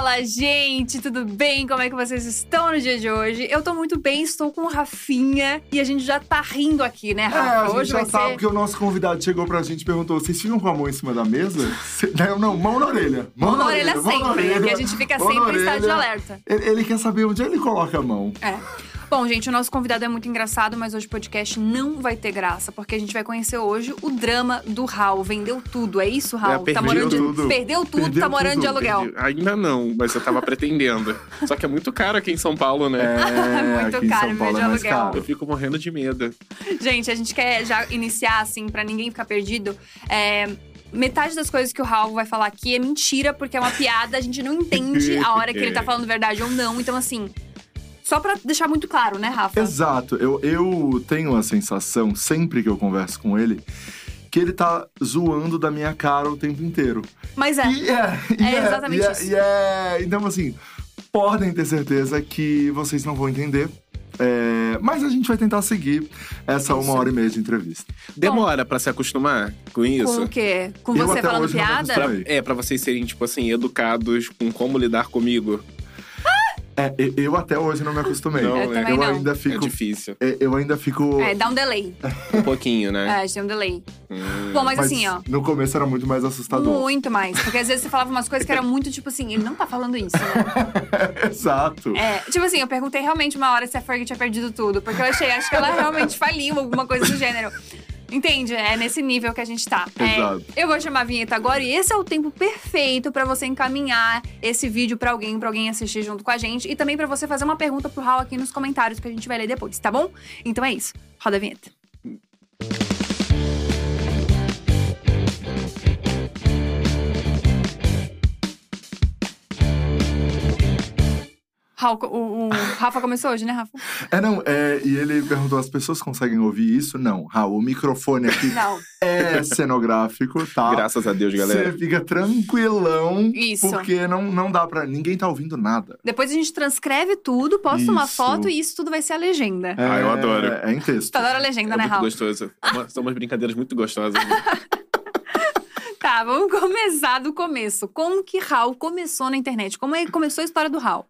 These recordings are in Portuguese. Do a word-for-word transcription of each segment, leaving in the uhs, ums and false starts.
Fala, gente, tudo bem? Como é que vocês estão no dia de hoje? Eu tô muito bem, estou com o Rafinha e a gente já tá rindo aqui, né, Rafa? É, a gente hoje já vai sabe, ser... porque o nosso convidado chegou pra gente e perguntou: vocês ficam com a mão em cima da mesa? Cê- Não, não, mão na orelha. Mão na orelha mão na sempre, orelha, que a gente fica mão na sempre em estado de orelha. alerta. Ele, ele quer saber onde ele coloca a mão. É. Bom, gente, o nosso convidado é muito engraçado, mas hoje o podcast não vai ter graça, porque a gente vai conhecer hoje o drama do Raul. Vendeu tudo, é isso, Raul? É, tá perdeu morando de... tudo. Perdeu tudo, Perdeu tá morando tudo. de aluguel. Perdi- Ainda não, mas eu tava pretendendo. Só que é muito caro aqui em São Paulo, né? É, Muito aqui em caro, São Paulo de é mais aluguel. caro. Eu fico morrendo de medo. Gente, a gente quer já iniciar, assim, pra ninguém ficar perdido. É... Metade das coisas que o Raul vai falar aqui é mentira, porque é uma piada, a gente não entende a hora que ele tá falando verdade ou não. Então, assim, só pra deixar muito claro, né, Rafa? Exato. Eu, eu tenho a sensação, sempre que eu converso com ele, que ele tá zoando da minha cara o tempo inteiro. Mas é. E é, e É exatamente e é, isso. E é, então, assim, podem ter certeza que vocês não vão entender. É, mas a gente vai tentar seguir essa uma hora e meia de entrevista. Demora pra se acostumar com isso? Com o quê? Com Eu você até falando hoje não me piada? acostumei. É, pra vocês serem, tipo assim, educados com como lidar comigo. É, e- eu até hoje não me acostumei. Não, Eu né? também eu não. ainda É fico. difícil. é, Eu ainda fico. É, dá um delay. Um pouquinho, É, né? a gente tem um delay. Hum. Bom, mas, Mas assim, ó. no começo era muito mais assustador. Muito mais. Porque às vezes você falava umas coisas que era muito, tipo assim, ele não tá falando isso, né? Exato. É, tipo assim, eu perguntei realmente uma hora se a Fergie tinha perdido tudo. Porque eu achei, acho que ela realmente faliu, alguma coisa do gênero. Entende? É nesse nível que a gente tá. É, Exato. eu vou chamar a vinheta agora e esse é o tempo perfeito pra você encaminhar esse vídeo pra alguém, pra alguém assistir junto com a gente. E também pra você fazer uma pergunta pro Raul aqui nos comentários que a gente vai ler depois, tá bom? Então é isso. Roda a vinheta. Raul, o, o Rafa começou hoje, né, Rafa? É, não, é, e ele perguntou: as pessoas conseguem ouvir isso? Não, Raul, o microfone aqui Não. é cenográfico, tá? Graças a Deus, galera. Você fica tranquilão, Isso. porque não, não dá pra. Ninguém tá ouvindo nada. Depois a gente transcreve tudo, posta uma Isso. foto e isso tudo vai ser a legenda. É, Ah, eu adoro. É em texto. Tu adora a legenda, É né, muito Raul? gostoso. Uma- São umas brincadeiras muito gostosas. Tá, vamos começar do começo. Como que Raul começou na internet? Como é que começou a história do Raul?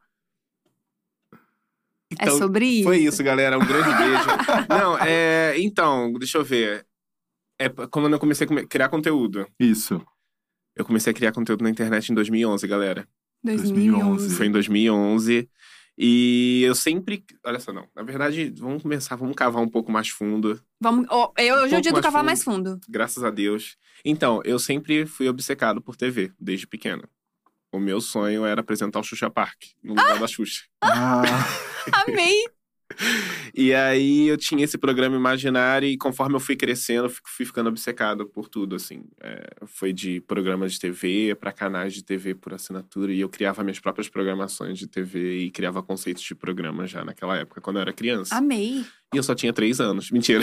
É sobre isso? Foi isso, galera. Um grande beijo. Não, é... Então, deixa eu ver. É quando eu comecei a come- criar conteúdo. Isso. Eu comecei a criar conteúdo na internet em dois mil e onze, galera. dois mil e onze. Foi em dois mil e onze. E eu sempre... Olha só, não. Na verdade, vamos começar, vamos cavar um pouco mais fundo. Vamos, ó, eu, hoje é o pouco dia do mais cavar fundo. mais fundo. Graças a Deus. Então, eu sempre fui obcecado por T V, desde pequeno. O meu sonho era apresentar o Xuxa Park, no lugar da Xuxa. Ah, Amei! E aí, eu tinha esse programa imaginário e conforme eu fui crescendo, eu fui- fui ficando obcecado por tudo, assim. É, foi de programas de T V pra canais de T V por assinatura. E eu criava minhas próprias programações de T V e criava conceitos de programa já naquela época, quando eu era criança. Amei. E eu só tinha três anos. Mentira.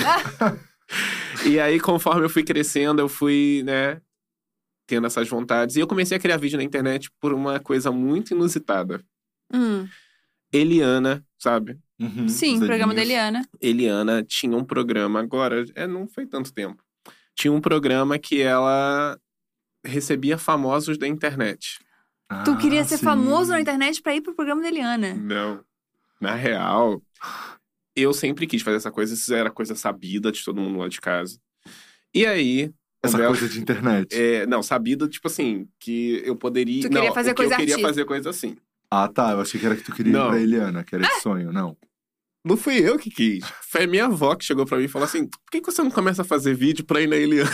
E aí, conforme eu fui crescendo, eu fui, né, tendo essas vontades. E eu comecei a criar vídeo na internet por uma coisa muito inusitada. Hum, Eliana, sabe? uhum, sim, Zé programa da News. Eliana. Eliana tinha um programa agora, é, não foi tanto tempo. Tinha um programa que ela recebia famosos da internet. Tu queria Ah, ser sim. famoso na internet pra ir pro programa da Eliana. Não. Na real, eu sempre quis fazer essa coisa. Isso era coisa sabida de todo mundo lá de casa. E aí... Essa um belo- coisa de internet. É, não, sabido, tipo assim, que eu poderia... Tu queria não, fazer o que coisa eu queria artística. fazer coisa assim. Ah, tá. Eu achei que era que tu queria Não. ir pra Eliana, que era esse sonho. Não. Não fui eu que quis. Foi a minha avó que chegou pra mim e falou assim, por que que você não começa a fazer vídeo pra ir na Eliana?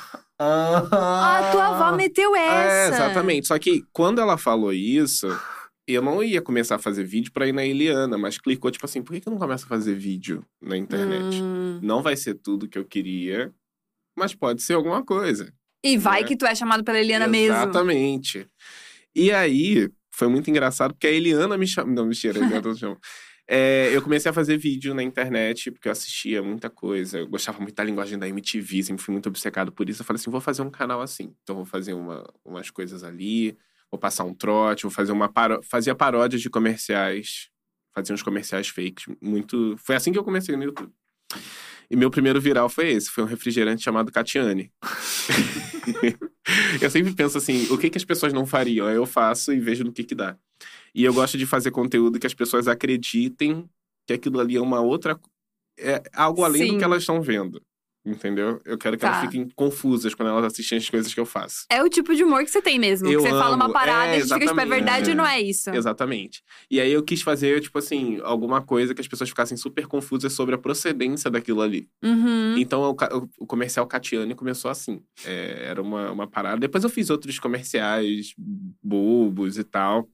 Ah, tua avó meteu É, essa. exatamente. Só que quando ela falou isso, eu não ia começar a fazer vídeo pra ir na Eliana, mas clicou tipo assim, por que que eu não começo a fazer vídeo na internet? Hum. Não vai ser tudo que eu queria, mas pode ser alguma coisa. E vai É. que tu é chamado pela Eliana mesmo. Exatamente. E aí, foi muito engraçado, porque a Eliana me chamou... Não, mentira, a Eliana não chamou. É, eu comecei a fazer vídeo na internet, porque eu assistia muita coisa. Eu gostava muito da linguagem da M T V, sempre fui muito obcecado por isso. Eu falei assim, vou fazer um canal assim. Então, vou fazer uma, umas coisas ali, vou passar um trote, vou fazer uma paró... Fazia paródias de comerciais. Fazia uns comerciais fakes. Muito... Foi assim que eu comecei no YouTube. E meu primeiro viral foi esse. Foi um refrigerante chamado Catiane. Eu sempre penso assim, o que que as pessoas não fariam? Aí eu faço e vejo no que que dá. E eu gosto de fazer conteúdo que as pessoas acreditem que aquilo ali é uma outra... É algo além Sim. do que elas estão vendo. Entendeu? Eu quero que Tá. elas fiquem confusas quando elas assistem as coisas que eu faço. É o tipo de humor que você tem mesmo. Eu que você fala uma amo. parada É, e a gente fica, tipo, é exatamente. verdade É. ou não é isso? Exatamente. E aí eu quis fazer, tipo assim, alguma coisa que as pessoas ficassem super confusas sobre a procedência daquilo ali. Uhum. Então o, ca- o comercial Catiane começou assim. É, era uma, uma parada. Depois eu fiz outros comerciais bobos e tal.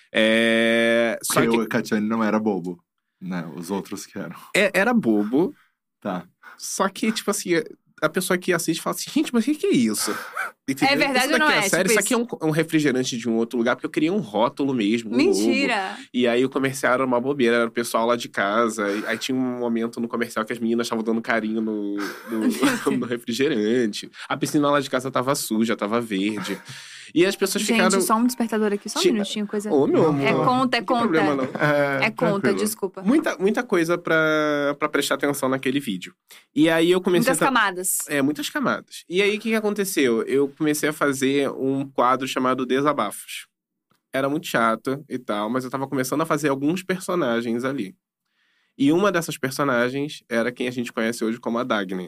É, só Porque que o Catiane não era bobo, né? Os outros que eram. é- era bobo. Tá. Só que, tipo assim, a pessoa que assiste fala assim, gente, mas o que, que é isso? Entendeu? verdade isso ou não daqui é? sério? Tipo Isso aqui é um, um refrigerante de um outro lugar, porque eu criei um rótulo mesmo, um logo. Mentira! E aí o comercial era uma bobeira, era o pessoal lá de casa. E aí tinha um momento no comercial que as meninas estavam dando carinho no, no, no refrigerante. A piscina lá de casa tava suja, tava verde. E as pessoas Gente, ficaram... só um despertador aqui, só um Ti- minutinho, coisa... Ô, meu Não, amor. É conta, é Não tem problema, conta. não. É, É conta, tranquilo. desculpa. Muita, muita coisa pra, pra prestar atenção naquele vídeo. E aí eu comecei Muitas a... camadas. É, muitas camadas. E aí, o que, que aconteceu? Eu comecei a fazer um quadro chamado Desabafos. Era muito chato e tal, mas eu tava começando a fazer alguns personagens ali. E uma dessas personagens era quem a gente conhece hoje como a Dagny.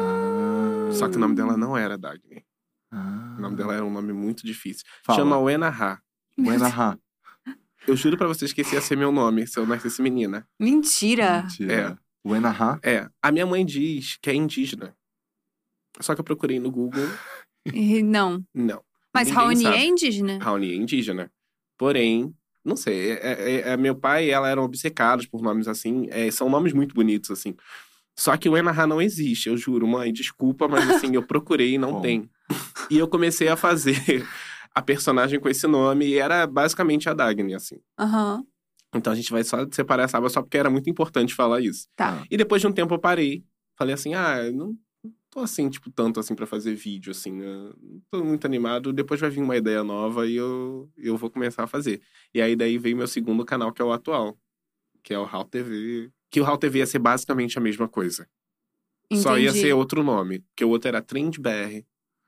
Ah, Só que o nome dela não era Dagny. ah. O nome dela era um nome muito difícil. Fala. Chama Wena Ha. Buena Ha. Eu juro pra vocês que esse ia ser meu nome, se eu nascesse menina. Mentira! Mentira. Buena Ha? É, a minha mãe diz que é indígena. Só que eu procurei no Google, E não. não. Mas Ninguém Raoni sabe. é indígena? Raoni é indígena. Porém, não sei, é, é- é- meu pai e ela eram obcecados por nomes assim, é, são nomes muito bonitos, assim. Só que o Enaha não existe, eu juro, mãe, desculpa, mas assim, eu procurei e não Bom. tem. E eu comecei a fazer a personagem com esse nome, e era basicamente a Dagny, assim. Aham. Então a gente vai só separar essa aba só porque era muito importante falar isso. Tá. E depois de um tempo eu parei, falei assim, ah, eu não tô assim, tipo, tanto assim pra fazer vídeo, assim, né? Não tô muito animado, depois vai vir uma ideia nova e eu, eu vou começar a fazer. E aí daí veio meu segundo canal, que é o atual, que é o Hall T V. Que o Hall T V ia ser basicamente a mesma coisa. Entendi. Só ia ser outro nome, porque o outro era Trend B R.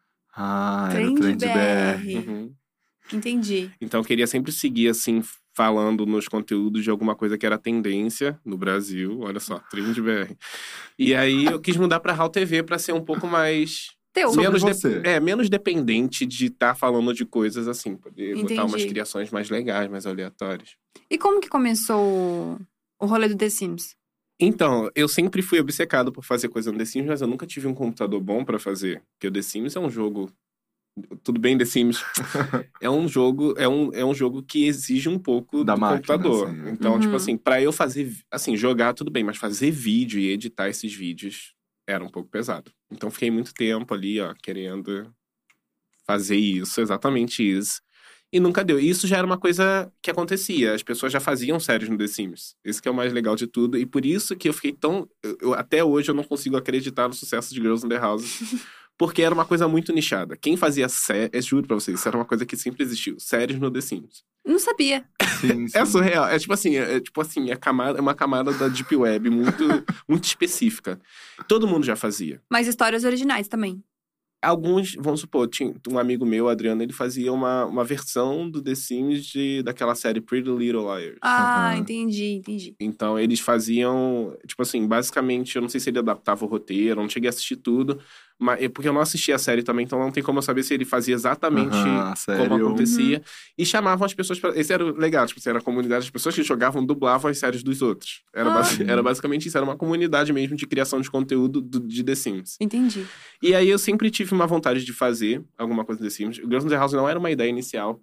Ah, era o Trend Trend B B R. R. Uhum. Entendi. Então eu queria sempre seguir, assim, falando nos conteúdos de alguma coisa que era tendência no Brasil. Olha só, Trend B R. E aí eu quis mudar pra Hall T V pra ser um pouco mais... Teu. Sobre menos, de- você. é, menos dependente de estar falando de coisas assim. Poder botar Entendi. umas criações mais legais, mais aleatórias. E como que começou o- o rolê do The Sims? Então, eu sempre fui obcecado por fazer coisa no The Sims, mas eu nunca tive um computador bom pra fazer. Porque o The Sims é um jogo... Tudo bem, The Sims. é um jogo, é um, é um jogo que exige um pouco Da do máquina, computador. assim, né? Então, Uhum. tipo assim, pra eu fazer, assim, jogar tudo bem, mas fazer vídeo e editar esses vídeos era um pouco pesado. Então, fiquei muito tempo ali, ó, querendo fazer isso, exatamente isso. E nunca deu. E isso já era uma coisa que acontecia. As pessoas já faziam séries no The Sims. Esse que é o mais legal de tudo. E por isso que eu fiquei tão... eu- eu- até hoje eu não consigo acreditar no sucesso de Girls in the House. Porque era uma coisa muito nichada. Quem fazia séries... Juro pra vocês, isso era uma coisa que sempre existiu. Séries no The Sims. Não sabia. Sim, sim. É surreal. É tipo assim, é, é tipo assim, é, camada, é uma camada da Deep Web muito, muito específica. Todo mundo já fazia. Mas histórias originais também. Alguns, vamos supor, tinha um amigo meu, Adriano, ele fazia uma, uma versão do The Sims de, daquela série Pretty Little Liars. Ah, Aham. entendi, entendi. Então, eles faziam, tipo assim, basicamente, eu não sei se ele adaptava o roteiro, eu não cheguei a assistir tudo, mas, é porque eu não assisti a série também, então não tem como eu saber se ele fazia exatamente Aham, a série, como eu- acontecia. E chamavam as pessoas pra... Esse era o legal, tipo assim, era a comunidade, as pessoas que jogavam dublavam as séries dos outros. Era, Ah. basi- era basicamente isso, era uma comunidade mesmo de criação de conteúdo do- de The Sims. Entendi. E aí eu sempre tive uma vontade de fazer alguma coisa The Sims. O Girls in the House não era uma ideia inicial.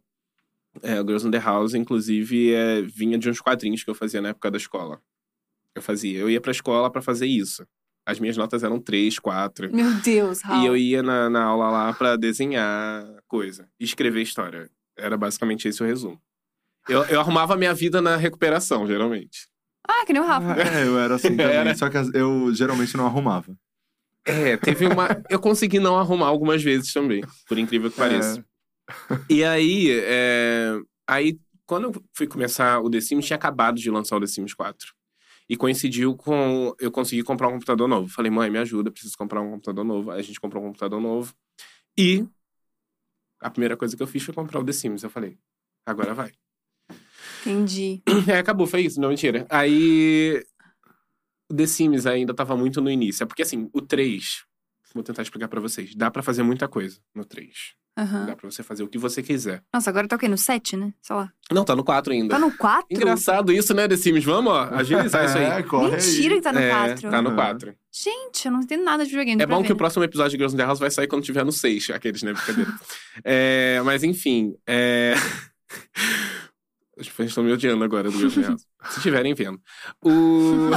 É, o Girls in the House, inclusive, é, vinha de uns quadrinhos que eu fazia na época da escola. Eu fazia. Eu ia pra escola pra fazer isso. As minhas notas eram três, quatro. Meu Deus, Raul. E eu ia na, na aula lá pra desenhar coisa. E escrever história. Era basicamente esse o resumo. Eu, eu arrumava a minha vida na recuperação, geralmente. Ah, que nem o Rafa. É, eu era assim também, Era. só que eu geralmente não arrumava. É, teve uma... eu consegui não arrumar algumas vezes também. Por incrível que pareça. E aí, é... aí, quando eu fui começar o The Sims, tinha acabado de lançar o The Sims quatro. E coincidiu com... eu consegui comprar um computador novo. Falei, mãe, me ajuda, preciso comprar um computador novo. Aí a gente comprou um computador novo. E a primeira coisa que eu fiz foi comprar o The Sims. Eu falei, agora vai. Entendi. É, acabou, foi isso, não, mentira. Aí, o The Sims ainda tava muito no início. É porque, assim, o três, vou tentar explicar pra vocês. Dá pra fazer muita coisa no três. Aham. Dá pra você fazer o que você quiser. Nossa, agora tá o quê? No sete, né? Sei lá. Não, tá no quatro ainda. Tá no quatro? Engraçado isso, né, The Sims? Vamos, ó, agilizar isso aí. É, corre Mentira aí. que tá no É, quatro. tá no Uhum. quatro. Gente, eu não entendo nada de videogame. É pra bom ver. que o próximo episódio de Girls in the House vai sair quando tiver no seis. Aqueles, né? Brincadeira. É, mas enfim, é... Os fãs estão me odiando agora do Girls in the House. Se estiverem vendo. O...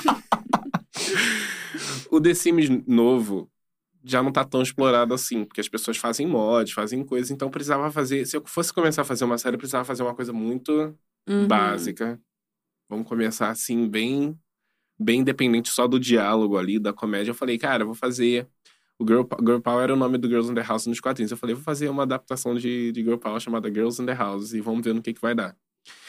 o The Sims novo já não tá tão explorado assim. Porque as pessoas fazem mods, fazem coisas. Então precisava fazer... Se eu fosse começar a fazer uma série, eu precisava fazer uma coisa muito Uhum. básica. Vamos começar assim, bem... bem independente só do diálogo ali, da comédia. Eu falei, cara, eu vou fazer... O Girl, Girl Power era o nome do Girls in the House nos quadrinhos. Eu falei, vou fazer uma adaptação de, de Girl Power chamada Girls in the House. E vamos ver no que, que vai dar.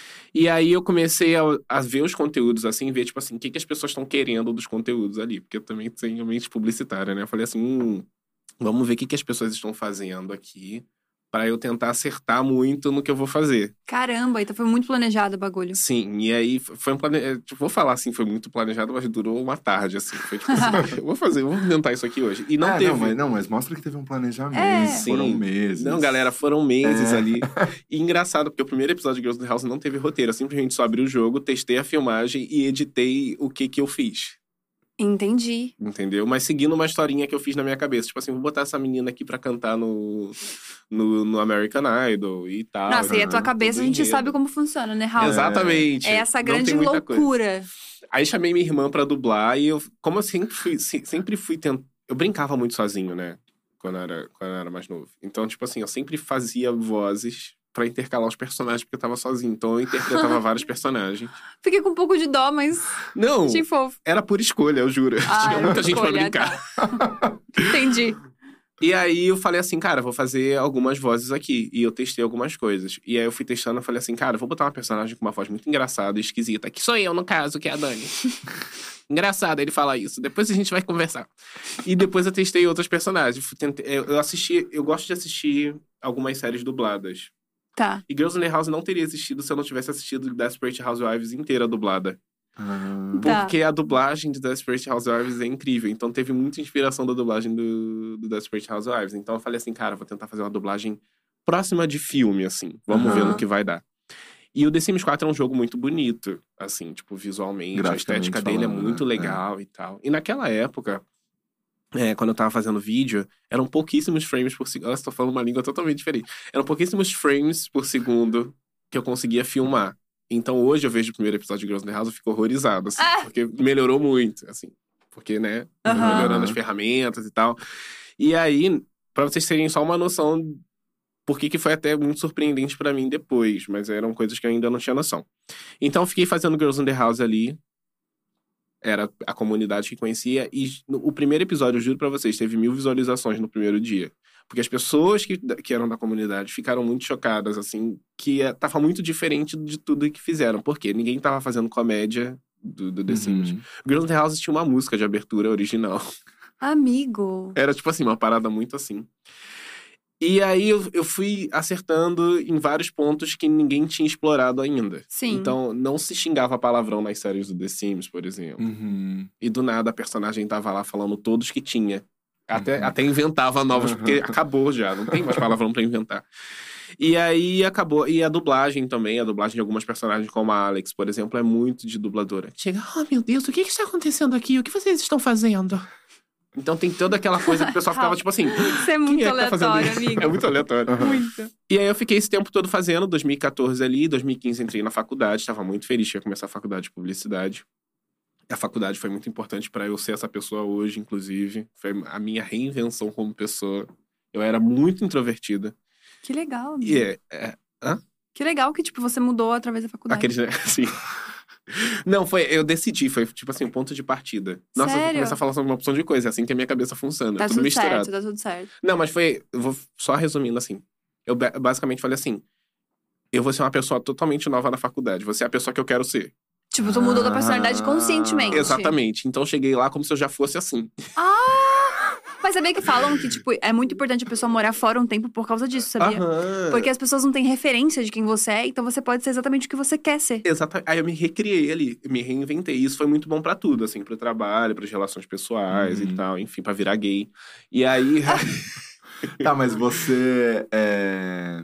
E aí eu comecei a, a ver os conteúdos, assim, ver, tipo assim, o que, que as pessoas estão querendo dos conteúdos ali. Porque eu também tenho mente publicitária, né? Eu falei assim, hum, vamos ver o que, que as pessoas estão fazendo aqui. Pra eu tentar acertar muito no que eu vou fazer. Caramba, então foi muito planejado o bagulho. Sim, e aí foi um planejamento. Tipo, vou falar assim, foi muito planejado, mas durou uma tarde, assim. Foi tipo assim, eu vou fazer, vou inventar isso aqui hoje. E não Ah, teve. Não mas, não, mas mostra que teve um planejamento. É. Foram Sim. meses. Não, galera, foram meses É. ali. E engraçado, porque o primeiro episódio de Girls in the House não teve roteiro. Eu simplesmente só abri o jogo, testei a filmagem e editei o que que eu fiz. Entendi. Entendeu? Mas seguindo uma historinha que eu fiz na minha cabeça. Tipo assim, vou botar essa menina aqui pra cantar no, no, no American Idol e tal. Nossa, e a tua né? cabeça Todo a gente enredo. sabe como funciona, né, Raul? Exatamente. É essa Não grande tem muita coisa. loucura. Aí chamei minha irmã pra dublar e eu, como eu sempre fui, se- sempre fui tentando. Eu brincava muito sozinho, né? Quando eu, era, quando eu era mais novo. Então, tipo assim, eu sempre fazia vozes pra intercalar os personagens, porque eu tava sozinho. Então eu interpretava vários personagens. Fiquei com um pouco de dó, mas Não, achei fofo. era por escolha, eu juro. Ah, Tinha muita gente pra escolha, brincar. tá. Entendi. E aí eu falei assim, cara, vou fazer algumas vozes aqui. E eu testei algumas coisas. E aí eu fui testando, eu falei assim, cara, vou botar uma personagem com uma voz muito engraçada e esquisita. Que sou eu, no caso, que é a Dani. Engraçado ele falar isso. Depois a gente vai conversar. E depois eu testei outros personagens. Fui tente- Eu eu assisti, eu gosto de assistir algumas séries dubladas. Tá. E Girls in the House não teria existido se eu não tivesse assistido Desperate Housewives inteira dublada. Ah, Tá. Porque a dublagem de Desperate Housewives é incrível. Então teve muita inspiração da dublagem do, do Desperate Housewives. Então eu falei assim, cara, vou tentar fazer uma dublagem próxima de filme, assim. Vamos Aham. ver no que vai dar. E o The Sims quatro é um jogo muito bonito, assim, tipo, visualmente. A Graficamente estética dele é falando, muito né? legal e tal. E naquela época, é, quando eu tava fazendo vídeo, eram pouquíssimos frames por segundo. Nossa, tô falando uma língua totalmente diferente. Eram pouquíssimos frames por segundo que eu conseguia filmar. Então hoje eu vejo o primeiro episódio de Girls in the House e fico horrorizado, assim. Ah! Porque melhorou muito, assim. Porque, né, Aham. melhorando as ferramentas e tal. E aí, pra vocês terem só uma noção, por que que foi até muito surpreendente pra mim depois. Mas eram coisas que eu ainda não tinha noção. Então eu fiquei fazendo Girls in the House ali. Era a comunidade que conhecia. E no- o primeiro episódio, eu juro pra vocês, teve mil visualizações no primeiro dia. Porque as pessoas que, que eram da comunidade ficaram muito chocadas, assim, que eh, tava muito diferente de tudo que fizeram. Por quê? Ninguém tava fazendo comédia do, do The Sims. Uhum. Girls in the House tinha uma música de abertura original. Amigo. Era, tipo assim, uma parada muito assim. E aí eu, eu fui acertando em vários pontos que ninguém tinha explorado ainda. Sim. Então, não se xingava palavrão nas séries do The Sims, por exemplo. Uhum. E do nada a personagem tava lá falando todos que tinha. Até, Uhum. até inventava novos, Uhum. porque acabou já, não tem mais palavrão pra inventar. E aí acabou. E a dublagem também, a dublagem de algumas personagens, como a Alex, por exemplo, é muito de dubladora. Chega, oh meu Deus, o que que está acontecendo aqui? O que vocês estão fazendo? Então tem toda aquela coisa que o pessoal ficava tipo assim. Isso é Quem muito é que tá fazendo aleatório, isso? amigo. É muito aleatório. Muito. E aí eu fiquei esse tempo todo fazendo, dois mil e quatorze ali, dois mil e quinze entrei na faculdade, estava muito feliz que ia começar a faculdade de publicidade. A faculdade foi muito importante para eu ser essa pessoa hoje, inclusive. Foi a minha reinvenção como pessoa. Eu era muito introvertida. Que legal, amigo. E é, é Que legal que, tipo, você mudou através da faculdade. aqueles, né? Assim. Não, foi, eu decidi, foi tipo assim, um ponto de partida. Nossa, eu vou Sério? começar a falar sobre uma opção de coisa, é assim que a minha cabeça funciona, Tá tudo tudo misturado. certo, tá tudo certo. Não, mas foi. Eu vou só resumindo assim. Eu ba- basicamente falei assim: eu vou ser uma pessoa totalmente nova na faculdade. Você é a pessoa que eu quero ser. Tipo, tu mudou da personalidade Ah. conscientemente. Exatamente. Então eu cheguei lá como se eu já fosse assim. Ah! Mas sabia que falam que, tipo, é muito importante a pessoa morar fora um tempo por causa disso, sabia? Aham. Porque as pessoas não têm referência de quem você é, então você pode ser exatamente o que você quer ser. Exatamente. Aí eu me recriei ali, eu me reinventei. Isso foi muito bom pra tudo, assim, pro trabalho, pras relações pessoais Uhum. e tal, enfim, pra virar gay. E aí. Tá, mas você é...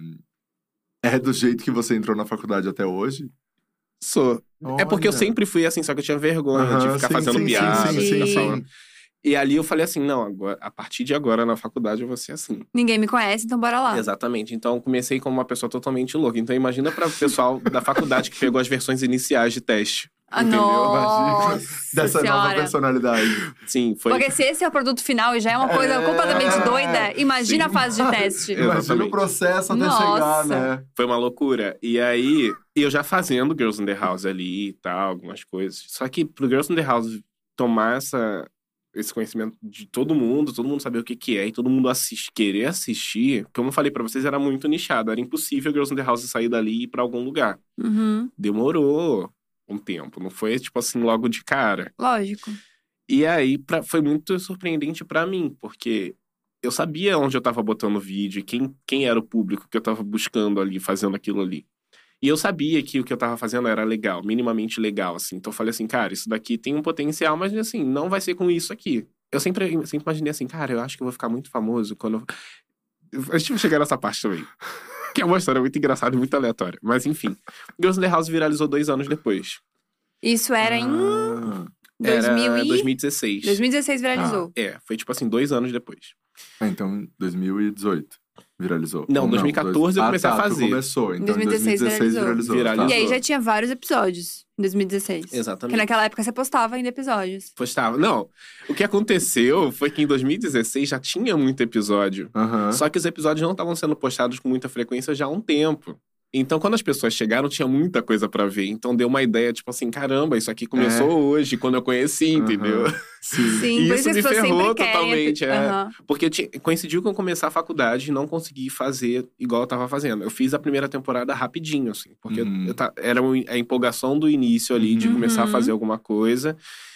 é do jeito que você entrou na faculdade até hoje? Sou. É porque eu Olha. sempre fui assim, só que eu tinha vergonha de Aham, ficar sim, fazendo sim, piada, sim, ficar sim, falando. sim. E ali eu falei assim, não, agora, a partir de agora na faculdade eu vou ser assim. Ninguém me conhece, então bora lá. Exatamente. Então eu comecei como uma pessoa totalmente louca. Então imagina para o pessoal da faculdade que pegou as versões iniciais de teste. Ah, Entendeu? nossa Dessa nova senhora. personalidade. Sim, foi. Porque se esse é o produto final e já é uma coisa É, completamente doida, imagina sim. a fase de teste. Eu- Imagina Exatamente. o processo até Nossa. chegar, né? Foi uma loucura. E aí, eu já fazendo Girls in the House ali e tal, algumas coisas. Só que pro Girls in the House tomar essa, esse conhecimento de todo mundo, todo mundo saber o que que é, e todo mundo assistir, querer assistir, como eu falei pra vocês, era muito nichado. Era impossível Girls in the House sair dali e ir pra algum lugar. Uhum, Demorou um tempo, não foi tipo assim logo de cara. lógico. E aí pra, foi muito surpreendente pra mim, porque eu sabia onde eu tava botando vídeo, e quem, quem era o público que eu tava buscando ali, fazendo aquilo ali. E eu sabia que o que eu tava fazendo era legal, minimamente legal, assim. Então eu falei assim, cara, isso daqui tem um potencial, mas assim, não vai ser com isso aqui. Eu sempre, sempre imaginei assim, cara, eu acho que eu vou ficar muito famoso quando eu... A gente vai chegar nessa parte também. Que é uma história muito engraçada e muito aleatória. Mas enfim, Girls in the House viralizou dois anos depois. Isso era em Ah. dois mil Era e... dois mil e dezesseis. dois mil e dezesseis viralizou. É, foi tipo assim, dois anos depois. Ah, então, dois mil e dezoito viralizou. Não, Ou dois mil e quatorze eu Ah, comecei tá, a tu fazer. começou, então dois mil e dezesseis em dois mil e dezesseis viralizou. viralizou. Viralizou. E aí já tinha vários episódios em dois mil e dezesseis. Porque Exatamente. naquela época você postava ainda episódios. Postava. Não, o que aconteceu foi que em dois mil e dezesseis já tinha muito episódio. Tá. Aham. Só que os episódios não estavam sendo postados com muita frequência já há um tempo. Então, quando as pessoas chegaram, tinha muita coisa pra ver. Então, deu uma ideia, tipo assim, caramba, isso aqui começou É. hoje, quando eu conheci, Aham. entendeu? Sim. Sim, E por isso isso que as me pessoas ferrou sempre querem... totalmente, é. Aham. Porque eu tinha- coincidiu com eu começar a faculdade e não consegui fazer igual eu tava fazendo. Eu fiz a primeira temporada rapidinho, assim. Porque Uhum. eu ta- era um- a empolgação do início ali, de Uhum. começar a fazer alguma coisa.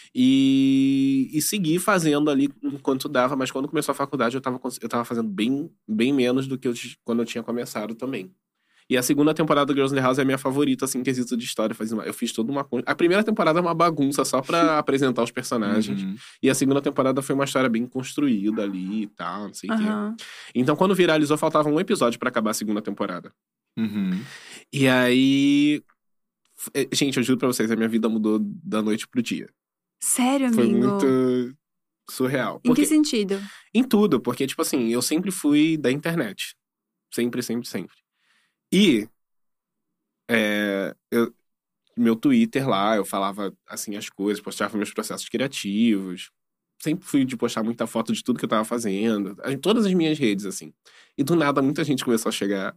E, e seguir fazendo ali enquanto dava. Mas quando começou a faculdade, eu tava, cons- eu tava fazendo bem, bem menos do que eu, t- quando eu tinha começado também. E a segunda temporada do Girls in the House é a minha favorita, assim, em quesito de história. Faz uma- Eu fiz toda uma... con- A primeira temporada é uma bagunça só pra apresentar os personagens. Uhum. E a segunda temporada foi uma história bem construída ali e tal, não sei o quê. Aham. Então, quando viralizou, faltava um episódio pra acabar a segunda temporada. Uhum. E aí... f- eh, Gente, eu juro pra vocês, a minha vida mudou da noite pro dia. Sério, amigo? Foi muito surreal. Em Porque... que sentido? Em tudo, porque, tipo assim, eu sempre fui da internet. Sempre, sempre, sempre. E é, eu- meu Twitter lá, eu falava, assim, as coisas, postava meus processos criativos. Sempre fui de postar muita foto de tudo que eu tava fazendo. Em todas as minhas redes, assim. E do nada, muita gente começou a chegar.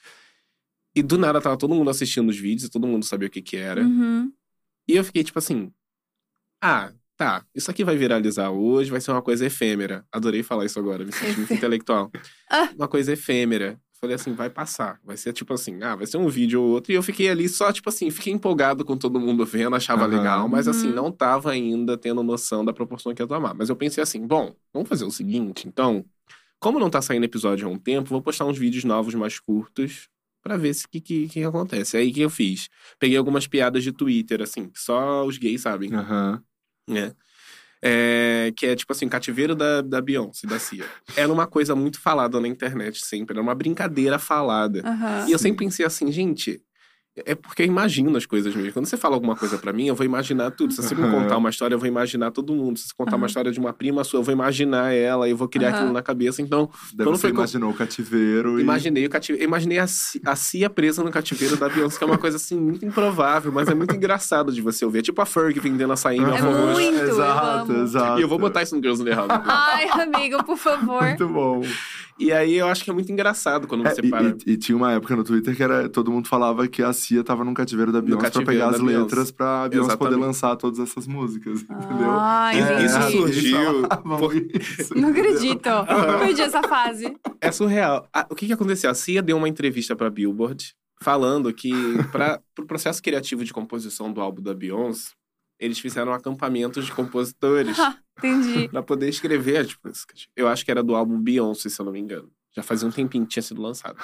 E do nada, tava todo mundo assistindo os vídeos e todo mundo sabia o que que era. Uhum. E eu fiquei, tipo assim... Ah, tá. Isso aqui vai viralizar hoje, vai ser uma coisa efêmera. Adorei falar isso agora, me senti muito intelectual. Ah. Uma coisa efêmera. Falei assim, vai passar. Vai ser tipo assim, ah, vai ser um vídeo ou outro. E eu fiquei ali só, tipo assim, fiquei empolgado com todo mundo vendo, achava Aham. legal. Mas assim, Uhum. não tava ainda tendo noção da proporção que ia tomar. Mas eu pensei assim, bom, vamos fazer o seguinte, então... Como não tá saindo episódio há um tempo, vou postar uns vídeos novos mais curtos pra ver se que, que, que acontece. Aí o que eu fiz? Peguei algumas piadas de Twitter, assim, que só os gays sabem, Aham. né? É, que é tipo assim, cativeiro da, da Beyoncé, da Cia. Era uma coisa muito falada na internet sempre, era uma brincadeira falada. Aham. E eu Sim. sempre pensei assim, gente, é porque eu imagino as coisas mesmo. Quando você fala alguma coisa pra mim, eu vou imaginar tudo. Se você me Aham. contar uma história, eu vou imaginar todo mundo. Se você contar uma Aham. história de uma prima sua, eu vou imaginar ela e eu vou criar Aham. aquilo na cabeça. Então, Daí Quando você foi com- imaginou o cativeiro e... imaginei o cativeiro. Imaginei a, Ci- a Cia presa no cativeiro da Beyoncé, que é uma coisa assim muito improvável, mas é muito engraçado de você ouvir. É tipo a Ferg vendendo açaí em Aham. É Alfavor. muito, eu Exato, amo. exato. E eu vou botar isso no Girls in the House. Ai, amigo, por favor. Muito bom. E aí eu acho que é muito engraçado quando É, você e, para. e- e tinha uma época no Twitter que era, todo mundo falava que a Cia tava num cativeiro da Beyoncé pra cativeiro pegar da as Beyoncé. letras pra Beyoncé poder Exatamente. lançar todas essas músicas, entendeu? Ai, É, isso gente. surgiu eles falavam por- isso, Não entendeu? acredito. Eu perdi essa fase. É surreal. Ah, o que, que aconteceu? A Cia deu uma entrevista pra Billboard falando que para pro processo criativo de composição do álbum da Beyoncé, eles fizeram acampamentos de compositores Entendi. Pra poder escrever as músicas. Eu acho que era do álbum Beyoncé, se eu não me engano. Já fazia um tempinho que tinha sido lançado.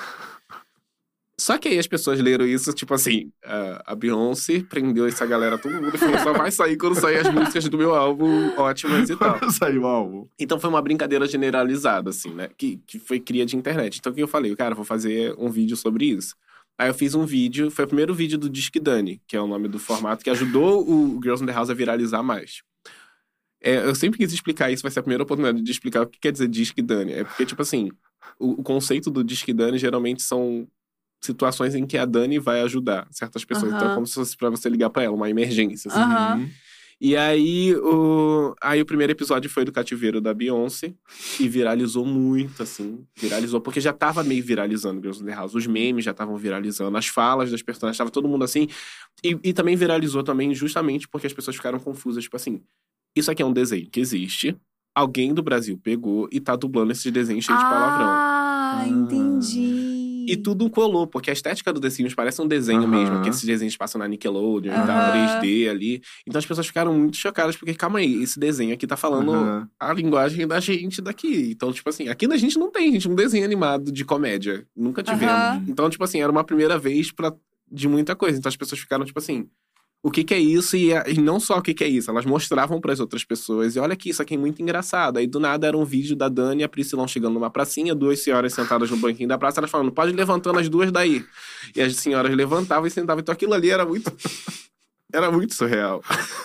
Só que aí as pessoas leram isso, tipo assim, a, a Beyoncé prendeu essa galera, todo mundo, e falou, só vai sair quando sair as músicas do meu álbum ótimas e tal. Quando saiu o álbum. Então foi uma brincadeira generalizada, assim, né? Que, que foi cria de internet. Então o que eu falei? Cara, vou fazer um vídeo sobre isso. Aí eu fiz um vídeo, foi o primeiro vídeo do Disque Dani, que é o nome do formato, que ajudou o Girls in the House a viralizar mais. É, eu sempre quis explicar isso, vai ser a primeira oportunidade de explicar o que quer dizer Disque Dani. É porque, tipo assim, o, o conceito do Disque Dani geralmente são situações em que a Dani vai ajudar certas pessoas. Uhum. Então é como se fosse pra você ligar pra ela, uma emergência, assim. Uhum. E aí o, aí o primeiro episódio foi do cativeiro da Beyoncé e viralizou muito, assim. Viralizou, porque já tava meio viralizando Girls in the House. Os memes já estavam viralizando, as falas das personagens, tava todo mundo assim. E, e também viralizou também justamente porque as pessoas ficaram confusas. Tipo assim, isso aqui é um desenho que existe, alguém do Brasil pegou e tá dublando esses desenhos cheios de palavrão. Ah, entendi. E tudo colou, porque a estética do The Sims parece um desenho Aham. mesmo, que esses desenhos passam na Nickelodeon e tal, Aham. três D ali. Então as pessoas ficaram muito chocadas, porque calma aí, esse desenho aqui tá falando Aham. a linguagem da gente daqui. Então, tipo assim, aqui a gente não tem, gente, um desenho animado de comédia. Nunca tivemos. Aham. Então, tipo assim, era uma primeira vez pra, de muita coisa. Então as pessoas ficaram, tipo assim, o que que é isso? E, a- e não só o que que é isso, elas mostravam pras outras pessoas. E olha aqui, isso aqui é muito engraçado. Aí do nada era um vídeo da Dani e a Priscilão chegando numa pracinha, duas senhoras sentadas no banquinho da praça, elas falando, pode ir levantando as duas daí. E as senhoras levantavam e sentavam. Então aquilo ali era muito... era muito surreal.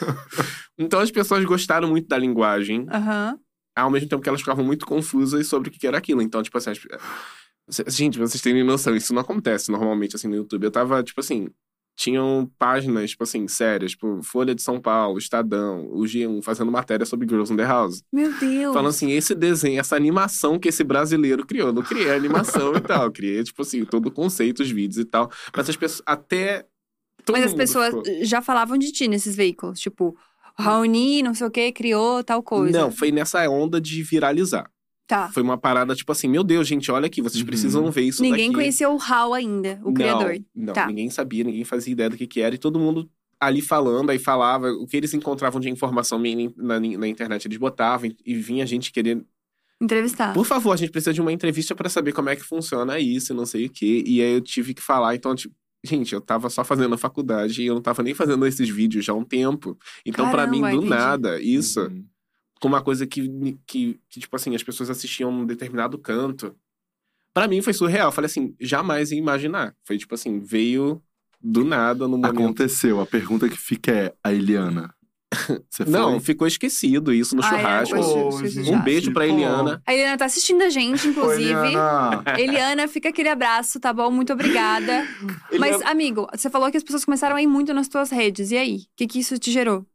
Então as pessoas gostaram muito da linguagem, Aham. ao mesmo tempo que elas ficavam muito confusas sobre o que que era aquilo. Então, tipo assim... as- Gente, vocês terem noção, isso não acontece normalmente, assim, no YouTube. Eu tava, tipo assim... Tinham páginas, tipo assim, sérias, tipo Folha de São Paulo, Estadão, o G um, fazendo matéria sobre Girls in the House. Meu Deus. Falando assim, esse desenho, essa animação que esse brasileiro criou. Eu não criei a animação e tal. Eu criei, tipo assim, todo o conceito, os vídeos e tal. Mas as pessoas, até... todo Mas as mundo pessoas ficou- já falavam de ti nesses veículos. Tipo, Raoni, não sei o que, criou tal coisa. Não, foi nessa onda de viralizar. Tá. Foi uma parada, tipo assim, meu Deus, gente, olha aqui, vocês Uhum. precisam ver isso Ninguém daqui. conhecia o Hal ainda, o Não, criador. Não, Tá. ninguém sabia, ninguém fazia ideia do que que era. E todo mundo ali falando, aí falava, o que eles encontravam de informação na, na internet, eles botavam. E vinha gente querendo, Entrevistar. por favor, a gente precisa de uma entrevista pra saber como é que funciona isso, não sei o quê. E aí eu tive que falar, então, tipo, gente, eu tava só fazendo a faculdade e eu não tava nem fazendo esses vídeos já há um tempo. Então, pra mim, Caramba, do entendi. nada, isso, Uhum. com uma coisa que, que, que, tipo assim, as pessoas assistiam num determinado canto. Pra mim foi surreal. Eu falei assim, jamais ia imaginar. Foi tipo assim, veio do nada no momento. Aconteceu. A pergunta que fica é, a Eliana, você Não, foi? ficou esquecido isso no Ah, é, churrasco. foi- Ô, foi- foi- gente, Um beijo pra pô. Eliana. A Eliana tá assistindo a gente, inclusive. Oi, Eliana. Eliana, fica aquele abraço, tá bom? Muito obrigada. Mas, amigo, você falou que as pessoas começaram a ir muito nas tuas redes. E aí? O que que isso te gerou?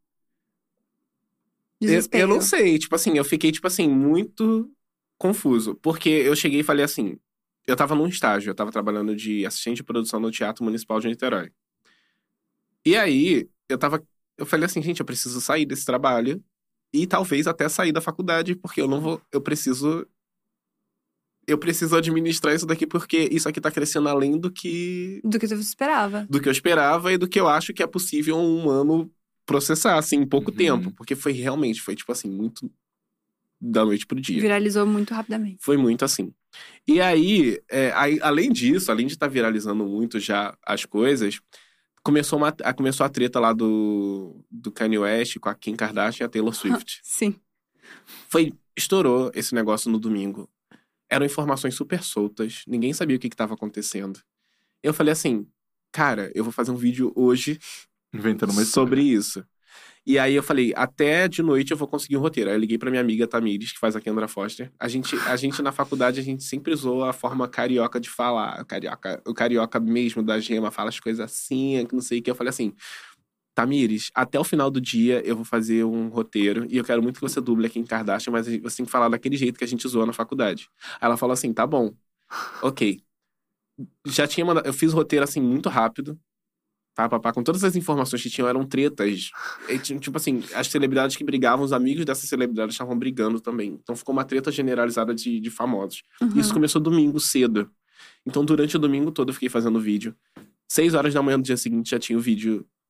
Eu, Desespero. eu não sei, tipo assim, eu fiquei, tipo assim, muito confuso. Porque eu cheguei e falei assim, eu tava num estágio, eu tava trabalhando de assistente de produção no Teatro Municipal de Niterói. E aí, eu tava, eu falei assim, gente, eu preciso sair desse trabalho e talvez até sair da faculdade, porque eu não vou, eu preciso, eu preciso administrar isso daqui, porque isso aqui tá crescendo além do que, Do que tu esperava. do que eu esperava e do que eu acho que é possível um humano processar, assim, em pouco Uhum. tempo. Porque foi realmente, foi tipo assim, muito da noite pro dia. Viralizou muito rapidamente. Foi muito assim. E aí, é, aí, além disso, além de estar viralizando muito já as coisas, começou, uma, a, começou a treta lá do, do Kanye West com a Kim Kardashian e a Taylor Swift. Sim. Foi, estourou esse negócio no domingo. Eram informações super soltas, ninguém sabia o que estava acontecendo. Eu falei assim, cara, eu vou fazer um vídeo hoje Inventando uma história. sobre isso. E aí eu falei, até de noite eu vou conseguir um roteiro. Aí eu liguei pra minha amiga Tamires, que faz a Kendra Foster. A gente, a gente na faculdade, a gente sempre usou a forma carioca de falar. O carioca, o carioca mesmo da Gema fala as coisas assim, que não sei o que. Eu falei assim, Tamires, até o final do dia eu vou fazer um roteiro e eu quero muito que você duble aqui em Kardashian, mas você tem que falar daquele jeito que a gente usou na faculdade. Aí ela falou assim, tá bom, ok. Já tinha mandado, eu fiz o roteiro assim muito rápido. Tá, papá, com todas as informações que tinham, eram tretas. E, tipo assim, as celebridades que brigavam, os amigos dessas celebridades estavam brigando também. Então ficou uma treta generalizada de, de famosos. Uhum. Isso começou domingo cedo. Então durante o domingo todo eu fiquei fazendo vídeo. Seis horas da manhã do dia seguinte já tinha o vídeo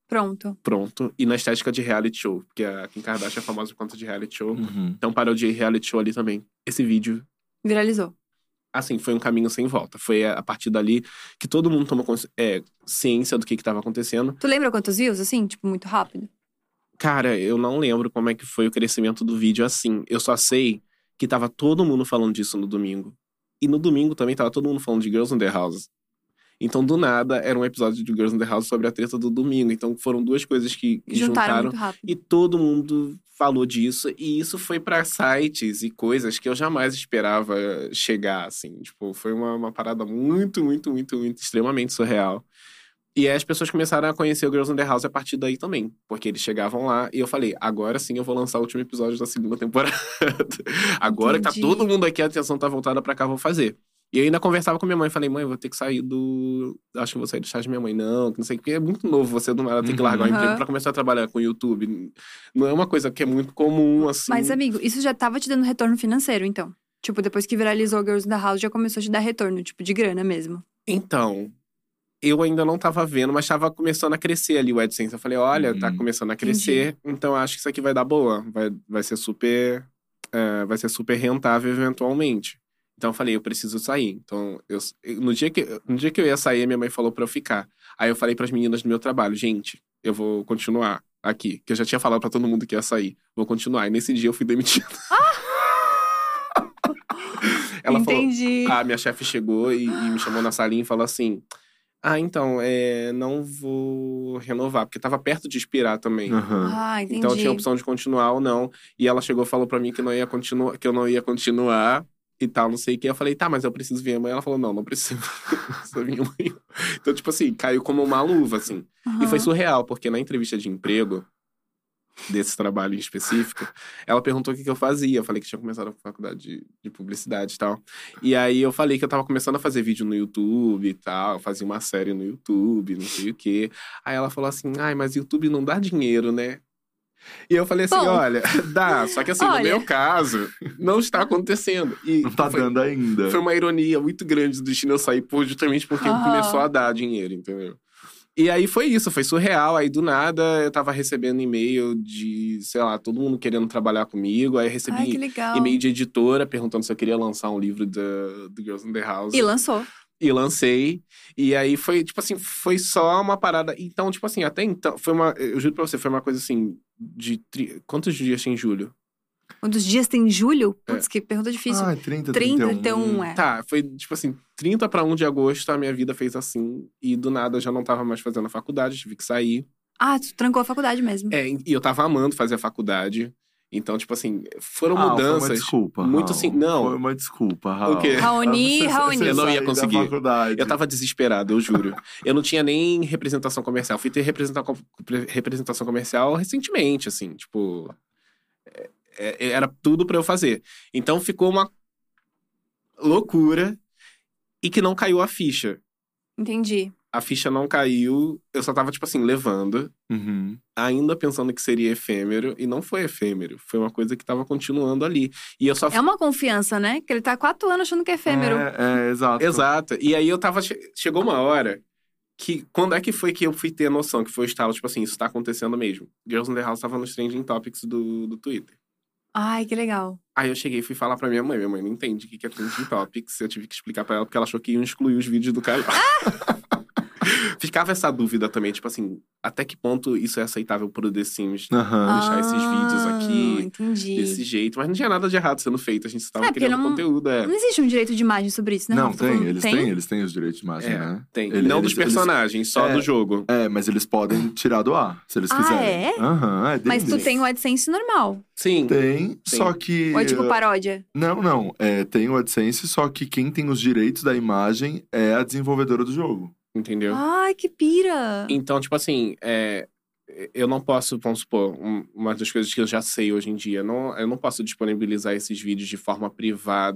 Pronto. Pronto. E na estética de reality show. Porque a Kim Kardashian é famosa por conta de reality show. Uhum. Então parou de reality show ali também. Esse vídeo, Viralizou. assim, foi um caminho sem volta. Foi a partir dali que todo mundo tomou cons- é, ciência do que que tava acontecendo. Tu lembra quantos views, assim? Tipo, muito rápido? Cara, eu não lembro como é que foi o crescimento do vídeo assim. Eu só sei que tava todo mundo falando disso no domingo. E no domingo também tava todo mundo falando de Girls in the House. Então, do nada, era um episódio de Girls in the House sobre a treta do domingo. Então, foram duas coisas que, que Juntaram juntaram. muito rápido. E todo mundo falou disso. E isso foi pra sites e coisas que eu jamais esperava chegar, assim. Tipo, foi uma, uma parada muito, muito, muito, muito, extremamente surreal. E aí as pessoas começaram a conhecer o Girls in the House a partir daí também. Porque eles chegavam lá e eu falei, agora sim eu vou lançar o último episódio da segunda temporada. Agora que tá Entendi. todo mundo aqui, a atenção tá voltada pra cá, eu vou fazer. E eu ainda conversava com minha mãe, falei, mãe, eu vou ter que sair do... Acho que eu vou sair do estágio da minha mãe. Não, que não sei o que, é muito novo você do nada ter que largar o Uhum. emprego pra começar a trabalhar com o YouTube. Não é uma coisa que é muito comum, assim. Mas, amigo, isso já tava te dando retorno financeiro, então? Tipo, depois que viralizou Girls in the House, já começou a te dar retorno, tipo, de grana mesmo. Então, eu ainda não tava vendo, mas tava começando a crescer ali o AdSense. Eu falei, olha, tá Uhum. começando a crescer, então acho que isso aqui vai dar boa. Vai, vai ser super... é, vai ser super rentável eventualmente. Então eu falei, eu preciso sair. Então, eu, no, dia que, no dia que eu ia sair, minha mãe falou pra eu ficar. Aí eu falei pras meninas do meu trabalho, gente, eu vou continuar aqui. Que eu já tinha falado pra todo mundo que ia sair. Vou continuar. E nesse dia eu fui demitido. Ela Entendi. falou, a minha chefe chegou e, e me chamou na salinha e falou assim, ah, então, é, não vou renovar. Porque tava perto de expirar também. Aham. Ah, entendi. Então eu tinha a opção de continuar ou não. E ela chegou e falou pra mim que, não ia continu- que eu não ia continuar. E tal, não sei o que. Eu falei, tá, mas eu preciso ver a mãe. Ela falou, não, não preciso. Só vir amanhã. Então, tipo assim, caiu como uma luva, assim. Aham. E foi surreal, porque na entrevista de emprego, desse trabalho em específico, ela perguntou o que, que eu fazia. Eu falei que tinha começado a faculdade de, de publicidade e tal. E aí eu falei que eu tava começando a fazer vídeo no YouTube e tal. Eu fazia uma série no YouTube, não sei o quê. Aí ela falou assim, ai, mas YouTube não dá dinheiro, né? E eu falei assim, Bom. olha, dá. Só que assim, Olha. no meu caso, não está acontecendo. E Não tá foi, dando ainda. foi uma ironia muito grande do destino eu sair por, justamente porque Aham. começou a dar dinheiro, entendeu? E aí foi isso, foi surreal. Aí do nada eu tava recebendo e-mail de, sei lá, todo mundo querendo trabalhar comigo. Aí eu recebi Ai, que legal. e-mail de editora perguntando se eu queria lançar um livro da- do Girls in the House. E lançou. E lancei. E aí foi, tipo assim, foi só uma parada. Então, tipo assim, até então, foi uma. Eu juro pra você, foi uma coisa assim, de. Tri... Quantos dias tem em julho? Um dos dias tem em julho? É. Putz, que pergunta difícil. Ah, trinta, trinta, trinta e um. trinta e um, é. Tá, foi tipo assim, trinta pra um de agosto, a minha vida fez assim. E do nada eu já não tava mais fazendo a faculdade, tive que sair. Ah, tu trancou a faculdade mesmo. É, e eu tava amando fazer a faculdade. Então, tipo assim, foram Ah, mudanças. Foi uma desculpa. muito Raul. assim. Não. Foi uma desculpa, Raul. O quê? Raoni, Você- Raoni. você Eu não ia sair da conseguir. faculdade. Eu tava desesperado, eu juro. Eu não tinha nem representação comercial. Fui ter representa- representação comercial recentemente, assim, tipo. é- é- era tudo pra eu fazer. Então ficou uma loucura e que não caiu a ficha. Entendi. A ficha não caiu, eu só tava, tipo assim, levando, Uhum. ainda pensando que seria efêmero, e não foi efêmero. Foi uma coisa que tava continuando ali. E eu só É uma confiança, né? Que ele tá há quatro anos achando que é efêmero. É, é, exato. Exato. E aí eu tava. che- Chegou uma hora que. Quando é que foi que eu fui ter noção que foi o estalo, tipo assim, isso tá acontecendo mesmo? Girls in the House tava nos trending topics do, do Twitter. Ai, que legal. Aí eu cheguei e fui falar pra minha mãe. Minha mãe não entende o que que é trending topics. Eu tive que explicar pra ela porque ela achou que iam excluir os vídeos do canal. Ficava essa dúvida também, tipo assim, até que ponto isso é aceitável pro The Sims? Aham. Deixar esses vídeos Ah, aqui Entendi. desse jeito. Mas não tinha nada de errado sendo feito. A gente estava É, porque criando não- conteúdo, é. Não existe um direito de imagem sobre isso, né? Não, Rafa? Tá tem, falando- eles têm, eles têm os direitos de imagem, É, né? tem. Ele- não eles- dos personagens, só É. do jogo. É, mas eles podem tirar do ar, se eles Ah, quiserem. é? Aham, é Mas tu deles. tem o AdSense normal. Sim. Tem, só que... Ou é tipo paródia? Não, não. É, tem o AdSense, só que quem tem os direitos da imagem é a desenvolvedora do jogo. Entendeu? Ai, que pira! Então, tipo assim, é, eu não posso, vamos supor, um- uma das coisas que eu já sei hoje em dia, não, eu não posso disponibilizar esses vídeos de forma privada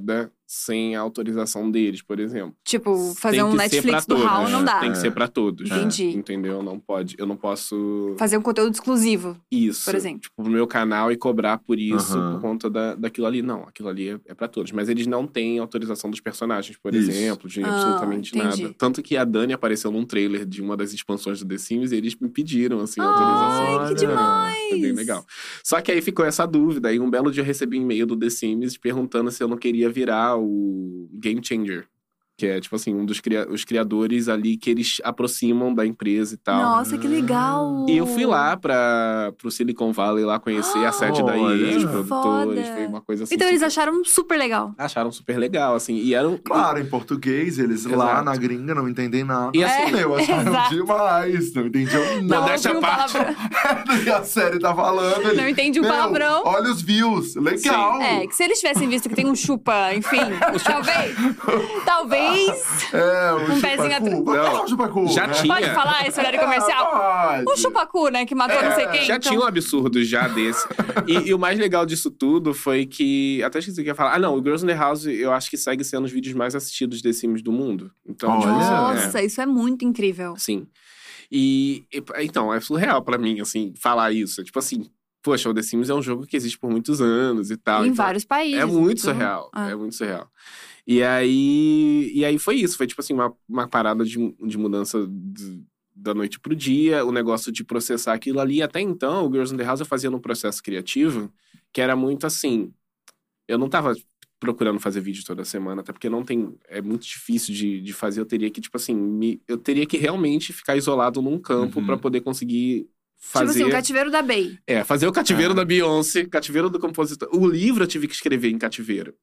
sem a autorização deles, por exemplo. Tipo, fazer Tem um que ser pra Netflix do todos. Hal não dá. Tem que ser pra todos. Entendi. Entendeu? Não pode. Eu não posso. Fazer um conteúdo exclusivo, Isso. por exemplo. Tipo, pro meu canal e cobrar por isso, Aham. por conta da, daquilo ali. Não, aquilo ali é, é pra todos. Mas eles não têm autorização dos personagens, por Isso. exemplo, de Ah, absolutamente entendi. nada. Tanto que a Dani apareceu num trailer de uma das expansões do The Sims e eles me pediram, assim, Ai, autorização. que demais! Foi bem legal. Só que aí ficou essa dúvida. Aí um belo dia eu recebi um e-mail do The Sims perguntando se eu não queria virar o Game Changer. Que é, tipo assim, um dos cria- os criadores ali que eles aproximam da empresa e tal. Nossa, que legal! E eu fui lá pra, pro Silicon Valley lá conhecer a sede da Olha, E A, os que produtores. foda. Foi uma coisa assim. Então eles super- acharam super legal. acharam super legal, assim. E eram. Claro, em português, eles lá Exato. na gringa não entendem nada. E assim, Meu, acharam exato. demais. Não entendiam Não nada. Modéstia ouvi um à parte. palavrão. E a série tá falando. ele, Não entendi o "Meu, palavrão." Olha os views. Legal. É, que se eles tivessem visto que tem um chupa, enfim, talvez. Talvez. É, o Um pezinho chupacu. atrás. Pode falar o chupacu, Já né? tinha. Pode falar esse horário comercial? Pode. O chupacu, né, que matou não sei quem. Já então... tinha um absurdo já desse. E, e o mais legal disso tudo foi que. Até esqueci o que eu ia falar. Ah, não. O Girls in the House eu acho que segue sendo os vídeos mais assistidos de Sims do mundo. Então, Olha. tipo, Nossa, é, isso é muito incrível. sim. E, e, então, é surreal pra mim, assim, falar isso. Tipo assim, poxa, o The Sims é um jogo que existe por muitos anos e tal. em então, vários países. É muito então- surreal. Ah. É muito surreal. E aí, e aí foi isso. Foi tipo assim, uma, uma parada de, de mudança de- da noite pro dia, o negócio de processar aquilo ali. Até então, o Girls in the House eu fazia num processo criativo que era muito assim. Eu não tava procurando fazer vídeo toda semana, até porque não tem. É muito difícil de, de fazer. Eu teria que, tipo assim, me, eu teria que realmente ficar isolado num campo Uhum. pra poder conseguir fazer. Tipo assim, o cativeiro da Bey. É, fazer o cativeiro Ah. da Beyoncé, cativeiro do compositor. O livro eu tive que escrever em cativeiro.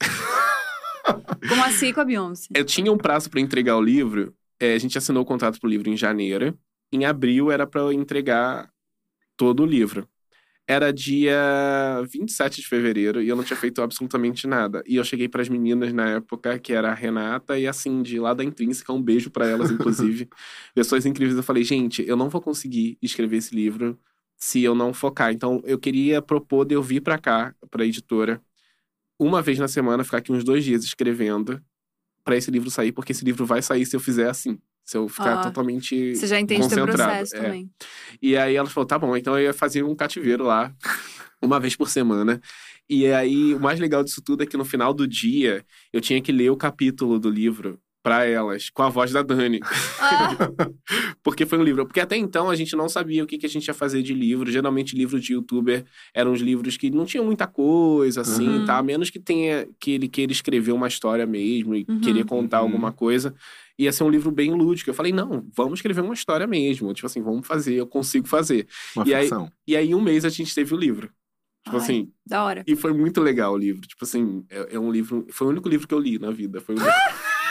Como assim com a Beyoncé? Eu tinha um prazo pra entregar o livro. É, a gente assinou o contrato pro livro em janeiro. Em abril era pra eu entregar todo o livro. Era dia vinte e sete de fevereiro e eu não tinha feito absolutamente nada. E eu cheguei pras meninas na época, que era a Renata e a Cindy, lá da Intrínseca. Um beijo pra elas, inclusive. Pessoas incríveis. Eu falei, gente, eu não vou conseguir escrever esse livro se eu não focar. Então, eu queria propor de eu vir pra cá, pra editora, uma vez na semana, ficar aqui uns dois dias escrevendo pra esse livro sair, porque esse livro vai sair se eu fizer assim. Se eu ficar Ah, totalmente Você já entende teu concentrado. processo É. também. E aí ela falou, tá bom, então eu ia fazer um cativeiro lá, uma vez por semana. E aí, o mais legal disso tudo é que no final do dia, eu tinha que ler o capítulo do livro pra elas, com a voz da Dani. Ah, Porque foi um livro. Porque até então a gente não sabia o que, que a gente ia fazer de livro. Geralmente, livros de youtuber eram os livros que não tinham muita coisa, assim, Uhum. tá? A menos que tenha que ele queira escrever uma história mesmo e Uhum. querer contar Uhum. alguma coisa. Ia ser um livro bem lúdico. Eu falei, não, vamos escrever uma história mesmo. Tipo assim, vamos fazer, eu consigo fazer. Uma E aí- ficção. E aí, em um mês, a gente teve o livro. Tipo Ai. assim, da hora. e foi muito legal o livro. Tipo assim, é, é um livro. Foi o único livro que eu li na vida. Foi o único.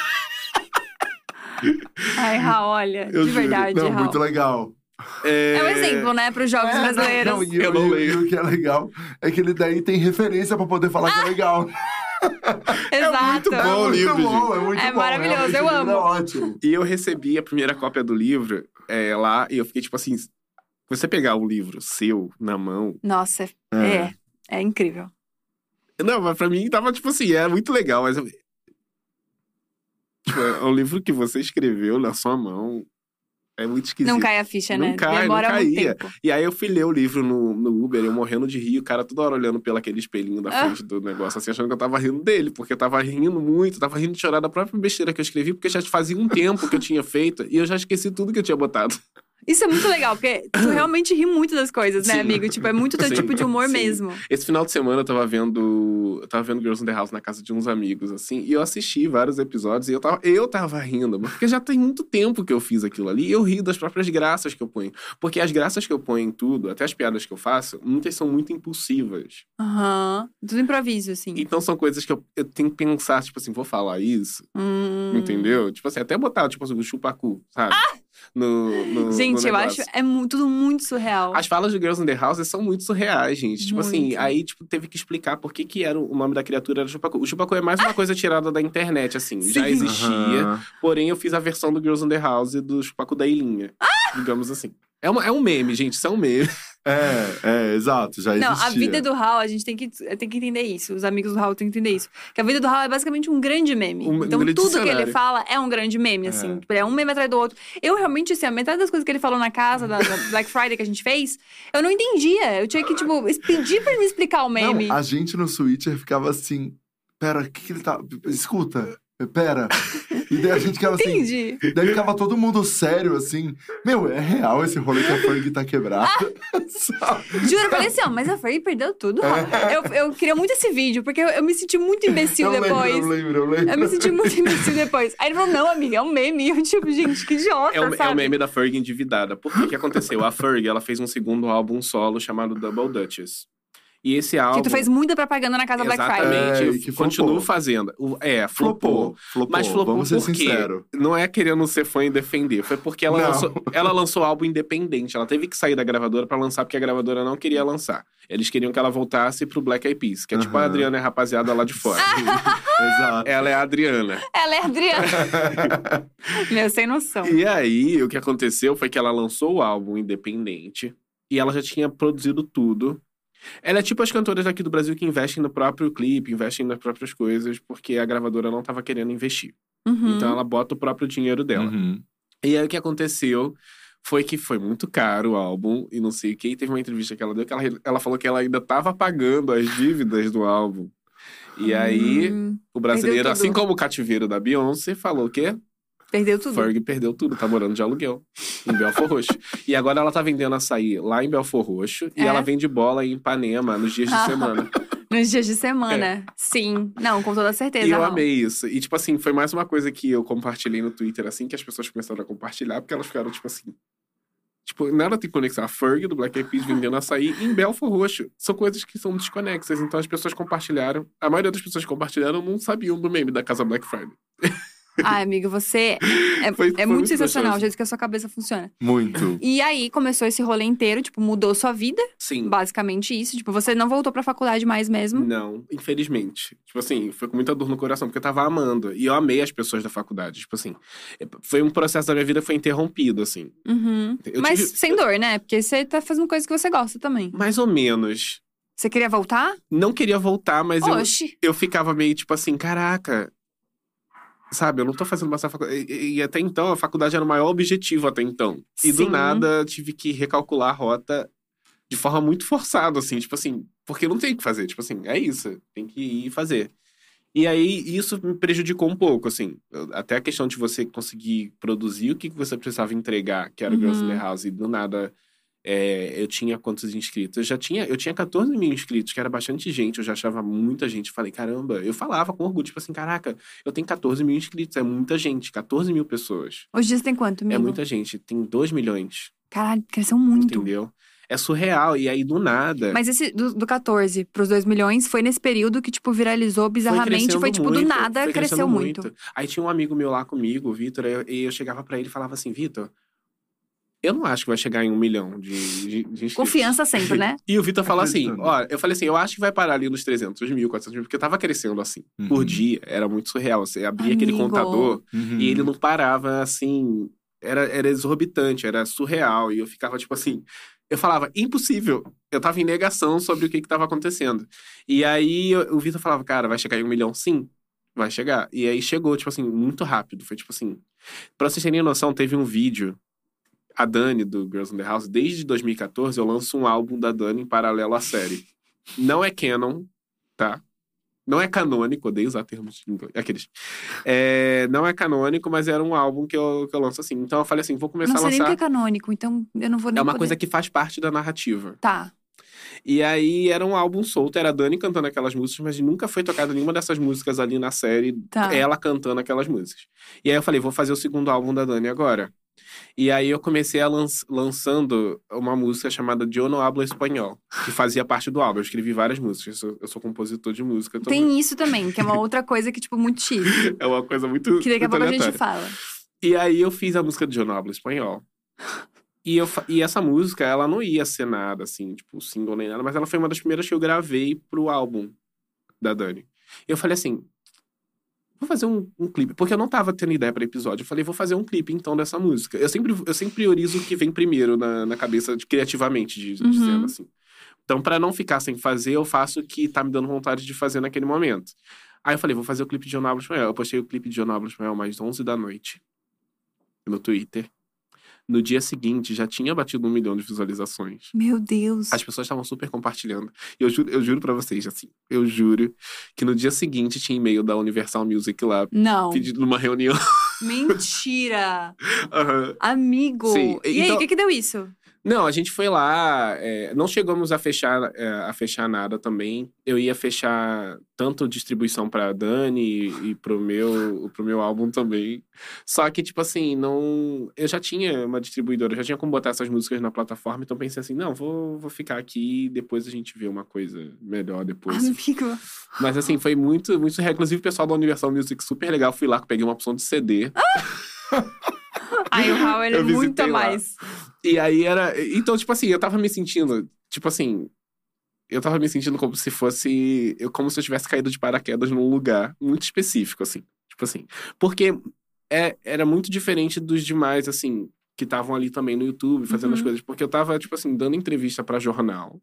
Ai, Ra, olha, Eu de juro. verdade, Não, Ra. muito legal. É um exemplo, né, para os jogos É, brasileiros. não, não, e, Eu não e- leio. e o que é legal é que ele daí tem referência pra poder falar que é legal. Exato. muito É bom. o muito livro, bom, é muito É bom. maravilhoso, realmente, eu o livro amo. É ótimo. E eu recebi a primeira cópia do livro é, lá, e eu fiquei tipo assim: você pegar o livro seu na mão. Nossa, É. é. É incrível. Não, mas pra mim tava tipo assim, é muito legal, mas. Eu... Tipo, é um livro que você escreveu na sua mão. É muito esquisito. Não cai a ficha, Não né? cai, Demora não muito caía. tempo. E aí eu fui ler o livro no, no Uber, eu morrendo de rir, o cara toda hora olhando pelo aquele espelhinho da Ah. frente do negócio, assim, achando que eu tava rindo dele, porque eu tava rindo muito, tava rindo de chorar da própria besteira que eu escrevi, porque já fazia um tempo que eu tinha feito e eu já esqueci tudo que eu tinha botado. Isso é muito legal, porque tu realmente ri muito das coisas, né, Sim. amigo? Tipo, é muito teu Sim, tipo de humor sim. mesmo. Esse final de semana eu tava vendo. Eu tava vendo Girls in the House na casa de uns amigos, assim, e eu assisti vários episódios e eu tava, eu tava rindo, mas porque já tem muito tempo que eu fiz aquilo ali, e eu rio das próprias graças que eu ponho. Porque as graças que eu ponho em tudo, até as piadas que eu faço, muitas são muito impulsivas. Aham. Tudo improviso, assim. Então são coisas que eu, eu tenho que pensar, tipo assim, vou falar isso, Hum. entendeu? Tipo assim, até botar, tipo assim, o chupacu, sabe? No, no, Gente, no eu acho negócio. é mu- tudo muito surreal. As falas de Girls in the House são muito surreais, gente. Tipo assim, Muito. aí tipo, teve que explicar por que, que era o nome da criatura era o Chupacu. O Chupacu é mais uma coisa tirada da internet, assim. Já Sim. existia, Aham. porém eu fiz a versão do Girls in the House do Chupacu da Ilhinha. Digamos assim. É, uma, é um meme, gente, isso é um meme. É, é, exato, já existia. Não, a vida do Hal, a gente tem que, tem que entender isso. Os amigos do Hal têm que entender isso. Que a vida do Hal é basicamente um grande meme. Um então, grande tudo que dicionário. ele fala é um grande meme, assim. Tipo, é um meme atrás do outro. Eu, realmente, assim, a metade das coisas que ele falou na casa, da, da Black Friday que a gente fez, eu não entendia. Eu tinha que, tipo, pedir pra ele me explicar o meme. Não, a gente no Switcher ficava assim... Pera, o que, que ele tá... Escuta, pera... E daí a gente ficava assim... Entendi. Daí ficava todo mundo sério, assim... Meu, é real esse rolê que a Ferg tá quebrada? Sabe? Juro, eu falei assim, ó, mas a Ferg perdeu tudo. É. Eu, eu queria muito esse vídeo, porque eu, eu me senti muito imbecil Eu lembro, depois. eu lembro, eu lembro. Eu me senti muito imbecil depois. Aí ele falou, não, amiga, é um meme. E eu, tipo, gente, que idiota, É o, sabe? é o meme da Ferg endividada. Por que que aconteceu? A Ferg, ela fez um segundo álbum solo chamado Double Dutchess. E esse álbum... Que tu fez muita propaganda na casa Black Friday. Exatamente, É, eu e que continuo flopou. fazendo. O- É, flopou. Flopou, flopou. Mas flopou Vamos ser por quê? sinceros. Não é querendo ser fã e defender. Foi porque ela Não. lançou, ela lançou álbum independente. Ela teve que sair da gravadora pra lançar, porque a gravadora não queria lançar. Eles queriam que ela voltasse pro Black Eyed Peas, que é tipo a Aham. Adriana e a rapaziada lá de fora. Exato. Ela é a Adriana. Ela é a Adriana. Meu, sem noção. E aí, o que aconteceu foi que ela lançou o álbum independente e ela já tinha produzido tudo. Ela é tipo as cantoras aqui do Brasil que investem no próprio clipe, investem nas próprias coisas, porque a gravadora não tava querendo investir. Uhum. Então ela bota o próprio dinheiro dela. Uhum. E aí o que aconteceu foi que foi muito caro o álbum e não sei o que. E teve uma entrevista que ela deu que ela, ela falou que ela ainda tava pagando as dívidas do álbum. E aí Hum, o brasileiro, perdeu tudo. assim como o cativeiro da Beyoncé, falou o quê? Perdeu tudo. Ferg perdeu tudo, tá morando de aluguel em Belfort Roxo. E agora ela tá vendendo açaí lá em Belfort Roxo e É? ela vende bola em Ipanema nos dias de Ah, semana. Nos dias de semana. Sim. Não, com toda certeza. E eu Raul. amei isso. E, tipo assim, foi mais uma coisa que eu compartilhei no Twitter, assim, que as pessoas começaram a compartilhar, porque elas ficaram, tipo assim... Tipo, nada tem conexão. A Ferg do Black Eyed Peas vendendo açaí em Belfort Roxo. São coisas que são desconexas. Então as pessoas compartilharam. A maioria das pessoas que compartilharam não sabiam do meme da Casa Black Friday. Ai, amiga, você é, Foi- é foi muito muito sensacional o gostoso. jeito que a sua cabeça funciona. Muito. E aí, começou esse rolê inteiro, tipo, mudou sua vida. Sim. Basicamente isso. Tipo, você não voltou pra faculdade mais mesmo. Não, infelizmente. Tipo assim, foi com muita dor no coração, porque eu tava amando. E eu amei as pessoas da faculdade. Tipo assim, foi um processo da minha vida que foi interrompido, assim. Uhum. Eu Mas tive- sem dor, né? Porque você tá fazendo coisa que você gosta também. Mais ou menos. Você queria voltar? Não queria voltar, mas eu, Oxi. eu ficava meio tipo assim, caraca. Sabe, eu não tô fazendo mais a faculdade. E, e até então, a faculdade era o maior objetivo até então. E do Sim. nada, tive que recalcular a rota de forma muito forçada, assim. Tipo assim, porque não tem o que fazer. Tipo assim, é isso. Tem que ir fazer. E aí, isso me prejudicou um pouco, assim. Eu- Até a questão de você conseguir produzir o que você precisava entregar, que era o Uhum. Girls in the House. E do nada, é, eu tinha quantos inscritos? Eu já tinha, eu tinha catorze mil inscritos, que era bastante gente. Eu já achava muita gente. Falei, caramba. Eu falava com orgulho, tipo assim, caraca, eu tenho catorze mil inscritos. É muita gente, catorze mil pessoas. Hoje em dia você tem quanto, amigo? É muita gente. Tem dois milhões, Caralho, cresceu muito. entendeu? É surreal. E aí, do nada... Mas esse do, do catorze pros dois milhões foi nesse período que, tipo, viralizou Foi bizarramente. crescendo Foi, tipo, do muito, nada, foi cresceu crescendo muito. Aí tinha um amigo meu lá comigo, o Vitor, e eu, e eu chegava pra ele e falava assim, Vitor, eu não acho que vai chegar em um milhão de, de, de inscritos. Confiança sempre, né? E o Vitor falou assim, Acreditando. ó, eu falei assim, eu acho que vai parar ali nos trezentos mil, quatrocentos mil, porque tava crescendo assim, Uhum. por dia, era muito surreal. Você abria aquele Amigo. contador Uhum. e ele não parava assim, era, era exorbitante, era surreal. E eu ficava tipo assim, eu falava, impossível. Eu tava em negação sobre o que que tava acontecendo. E aí o Vitor falava, cara, vai chegar em um milhão? Sim, vai chegar. E aí chegou, tipo assim, muito rápido. Foi tipo assim, pra vocês terem noção, teve um vídeo, a Dani do Girls in the House, desde dois mil e catorze eu lanço um álbum da Dani em paralelo à série. Não é canon, tá? Não é canônico, odeio usar termos em inglês. Aqueles. É, não é canônico, mas era um álbum que eu, que eu lanço assim. Então eu falei assim, vou Eu começar não a sei nem o que lançar. é canônico, então eu não vou nem É uma poder... coisa que faz parte da narrativa. Tá. E aí era um álbum solto, era a Dani cantando aquelas músicas, mas nunca foi tocada nenhuma dessas músicas ali na série, Tá. ela cantando aquelas músicas. E aí eu falei, vou fazer o segundo álbum da Dani agora. E aí eu comecei a lan lançando uma música chamada Yo No Hablo Espanhol, que fazia parte do álbum. Eu escrevi várias músicas, eu sou, eu sou compositor de música. eu tô muito- Tem isso também, que é uma outra coisa que, tipo, muito chique. É uma coisa muito, Que daqui a muito pouco a aleatória. gente fala. E aí eu fiz a música de Yo No Hablo Espanhol. E, eu, fa- e essa música, ela não ia ser nada, assim, tipo, single nem nada, mas ela foi uma das primeiras que eu gravei pro álbum da Dani. E eu falei assim, vou fazer um, um clipe. Porque eu não tava tendo ideia pra episódio. Eu falei, vou fazer um clipe, então, dessa música. Eu sempre, eu sempre priorizo o que vem primeiro na, na cabeça, de, criativamente, de, Uhum. dizendo assim. Então, pra não ficar sem fazer, eu faço o que tá me dando vontade de fazer naquele momento. Aí eu falei, vou fazer o clipe de Jonábulo Ismael. Eu postei o clipe de Jonábulo Ismael mais onze da noite. No Twitter. No dia seguinte, já tinha batido um milhão de visualizações. Meu Deus. As pessoas estavam super compartilhando. E eu juro, eu juro pra vocês, assim, eu juro que no dia seguinte tinha e-mail da Universal Music lá, Não. pedindo uma reunião. Mentira. Aham. Amigo. Sim, E aí, então- o que que deu isso? Não, a gente foi lá, é, não chegamos a fechar, é, a fechar nada também. Eu ia fechar tanto distribuição pra Dani e, e pro, meu, pro meu álbum também. Só que, tipo assim, não. Eu já tinha uma distribuidora, eu já tinha como botar essas músicas na plataforma, então pensei assim, não, vou, vou ficar aqui e depois a gente vê uma coisa melhor depois. Amigo. Mas assim, foi muito, muito surreal. Inclusive, o pessoal da Universal Music super legal. Fui lá, peguei uma opção de C D. Ai, o Raul, ele é Eu muito visitei a lá. mais. E aí era. Então, tipo assim, eu tava me sentindo. Tipo assim. Eu tava me sentindo como se fosse. Eu, como se eu tivesse caído de paraquedas num lugar muito específico, assim. Tipo assim. Porque é, era muito diferente dos demais, assim, que estavam ali também no YouTube fazendo Uhum. as coisas. Porque eu tava, tipo assim, dando entrevista pra jornal.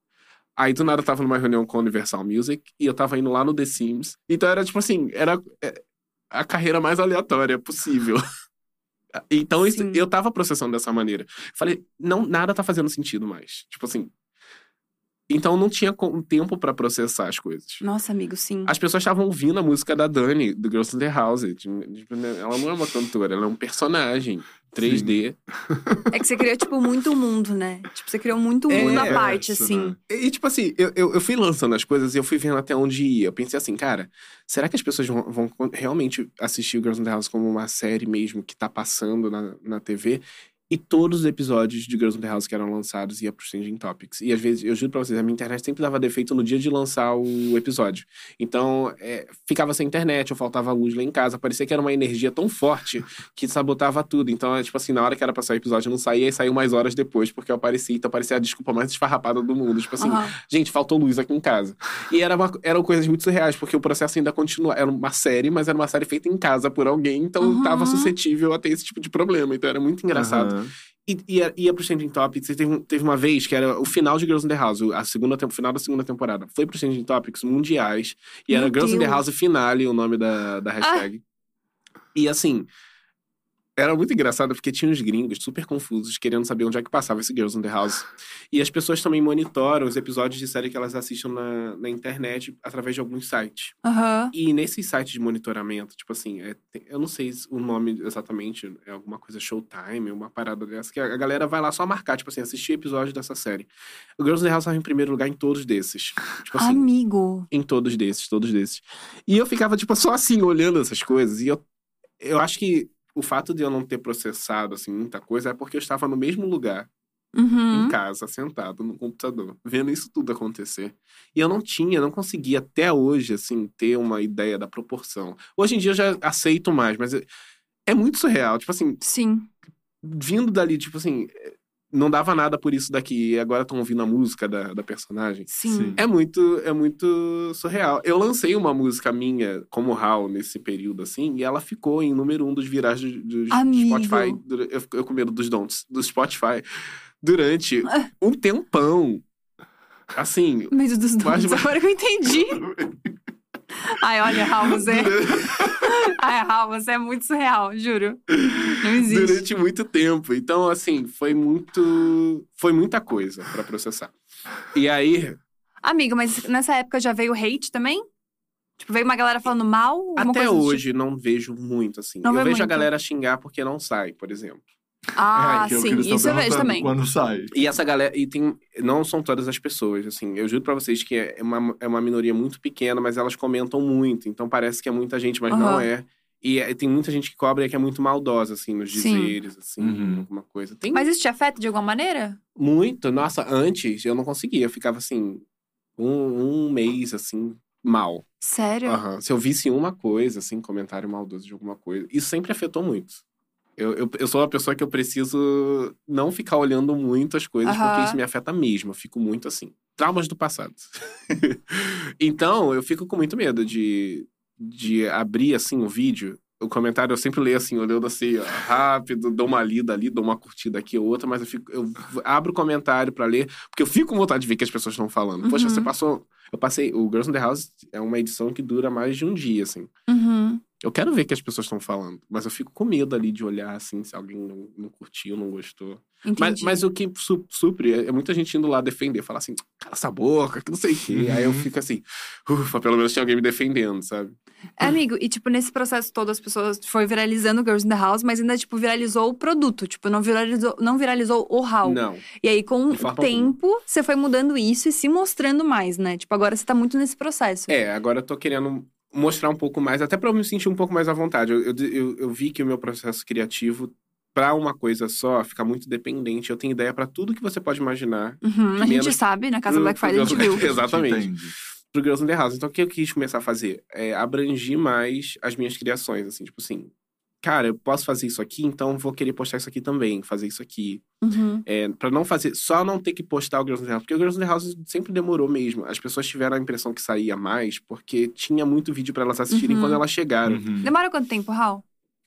Aí do nada eu tava numa reunião com a Universal Music e eu tava indo lá no The Sims. Então era, tipo assim, era é, a carreira mais aleatória possível. Então, isso- Sim. eu tava processando dessa maneira. Falei, não, nada tá fazendo sentido mais. Tipo assim. Então, não tinha co- tempo pra processar as coisas. Nossa, amigo, sim. As pessoas estavam ouvindo a música da Dani, do Girls in the House. Tipo, ela não é uma cantora, ela é um personagem três D. É que você criou, tipo, muito mundo, né? Tipo, você criou muito É, mundo à é parte, isso, assim. né? E, tipo assim, eu, eu, eu fui lançando as coisas e eu fui vendo até onde ia. Eu pensei assim, cara, será que as pessoas vão, vão realmente assistir o Girls in the House como uma série mesmo que tá passando na, na T V? E todos os episódios de Girls in the House que eram lançados ia pro Trending Topics. E às vezes, eu juro pra vocês, a minha internet sempre dava defeito no dia de lançar o episódio. Então, é, ficava sem internet, ou faltava luz lá em casa. Parecia que era uma energia tão forte que sabotava tudo. Então, é tipo assim, na hora que era pra sair o episódio, não saía e saiu mais horas depois, porque eu aparecia. Então, parecia a desculpa mais esfarrapada do mundo. Tipo assim, Aham. gente, faltou luz aqui em casa. E era uma- eram coisas muito surreais, porque o processo ainda continua. Era uma série, mas era uma série feita em casa por alguém, então Uhum. tava suscetível a ter esse tipo de problema. Então era muito engraçado. Aham. E ia, ia pro Trending Topics. E teve, um- teve uma vez que era o final de Girls in the House, a segunda, tem- o final da segunda temporada. Foi pro Trending Topics mundiais. E Meu era Girls in the Deus. House Finale, o nome da, da hashtag. E assim. Era muito engraçado porque tinha uns gringos super confusos querendo saber onde é que passava esse Girls in the House. E as pessoas também monitoram os episódios de série que elas assistem na, na internet através de alguns sites. Aham. E nesses sites de monitoramento, tipo assim, é, tem- eu não sei se o nome exatamente, é alguma coisa Showtime, uma parada dessa, que a a galera vai lá só marcar, tipo assim, assistir episódios dessa série. O Girls in the House estava em primeiro lugar em todos desses. Tipo assim, Amigo. em todos desses, todos desses. E eu ficava, tipo, só assim, olhando essas coisas. E eu, eu acho que o fato de eu não ter processado, assim, muita coisa é porque eu estava no mesmo lugar, Uhum. em casa, sentado no computador, vendo isso tudo acontecer. E eu não tinha, não conseguia até hoje, assim, ter uma ideia da proporção. Hoje em dia eu já aceito mais, mas é, é muito surreal. Tipo assim, Sim. vindo dali, tipo assim, não dava nada por isso daqui. E agora estão ouvindo a música da, da personagem. Sim. Sim. É muito, é muito surreal. Eu lancei uma música minha, como Hal, nesse período, assim, e ela ficou em número um dos virais do, do Amigo. Spotify. dura- Eu, eu com medo dos don'ts, do Spotify, durante um tempão. Assim, Medo dos Mas- dois. Agora que eu entendi. Ai, olha, Raul, você... Ai, Raul, você é muito surreal, juro. Não existe. durante muito tempo. Então, assim, foi muito. Foi muita coisa pra processar. E aí, Amigo, mas nessa época já veio hate também? Tipo, veio uma galera falando mal? Alguma até coisa do hoje, não vejo muito, assim. Não eu vê vejo a muito. galera xingar porque não sai, por exemplo. Tipo? Ah, É, que é o que sim. eles tão Isso eu vejo perguntando também. Quando sai. E essa galera. E tem. Não são todas as pessoas, assim. Eu juro pra vocês que é uma, é uma minoria muito pequena, mas elas comentam muito. Então parece que é muita gente, mas não Aham. é. E é- tem muita gente que cobra que é muito maldosa, assim, nos Sim. dizeres, assim, Uhum. alguma coisa. Tem Mas isso te afeta de alguma maneira? muito. Nossa, antes eu não conseguia. Eu ficava assim, um, um mês, assim, mal. Sério? Aham. Se eu visse uma coisa, assim, comentário maldoso de alguma coisa, isso sempre afetou muito. Eu, eu, eu sou uma pessoa que eu preciso não ficar olhando muito as coisas, Aham. porque isso me afeta mesmo. Eu fico muito assim. Traumas do passado. Então, eu fico com muito medo de, de abrir, assim, o vídeo, o comentário eu sempre leio assim, olhando assim, ó, rápido, dou uma lida ali, dou uma curtida aqui ou outra, mas eu, fico, eu abro o comentário pra ler, porque eu fico com vontade de ver o que as pessoas estão falando. Poxa, Uhum. você passou... Eu passei... O Girls in the House é uma edição que dura mais de um dia, assim. Uhum. Eu quero ver o que as pessoas estão falando, mas eu fico com medo ali de olhar, assim, se alguém não, não curtiu, não gostou. Mas, mas o que su- supre é, é muita gente indo lá defender, falar assim, cala essa boca, que não sei o quê. Uhum. Aí eu fico assim, ufa, pelo menos tinha alguém me defendendo, sabe? É, amigo, e tipo, nesse processo todo, as pessoas foi viralizando Girls in the House, mas ainda, tipo, viralizou o produto. Tipo, não viralizou, não viralizou o Hall. Não. E aí, com De o forma tempo, você foi mudando isso e se mostrando mais, né? Tipo, agora você tá muito nesse processo. É, agora eu tô querendo mostrar um pouco mais, até pra eu me sentir um pouco mais à vontade. Eu, eu, eu, eu vi que o meu processo criativo, pra uma coisa só, fica muito dependente. Eu tenho ideia pra tudo que você pode imaginar. Uhum, a gente Menos sabe, na casa pro- Black Friday a gente pro- viu. Exatamente. Entende? Pro Girls in the House. Então, o que eu quis começar a fazer? É abrangir mais as minhas criações, assim, tipo assim... Cara, eu posso fazer isso aqui, então vou querer postar isso aqui também, fazer isso aqui. Uhum. É, pra não fazer... Só não ter que postar o Girls in the House. Porque o Girls in the House sempre demorou mesmo. As pessoas tiveram a impressão que saía mais, porque tinha muito vídeo pra elas assistirem Uhum. quando elas chegaram. Uhum. Demora quanto tempo, Hal?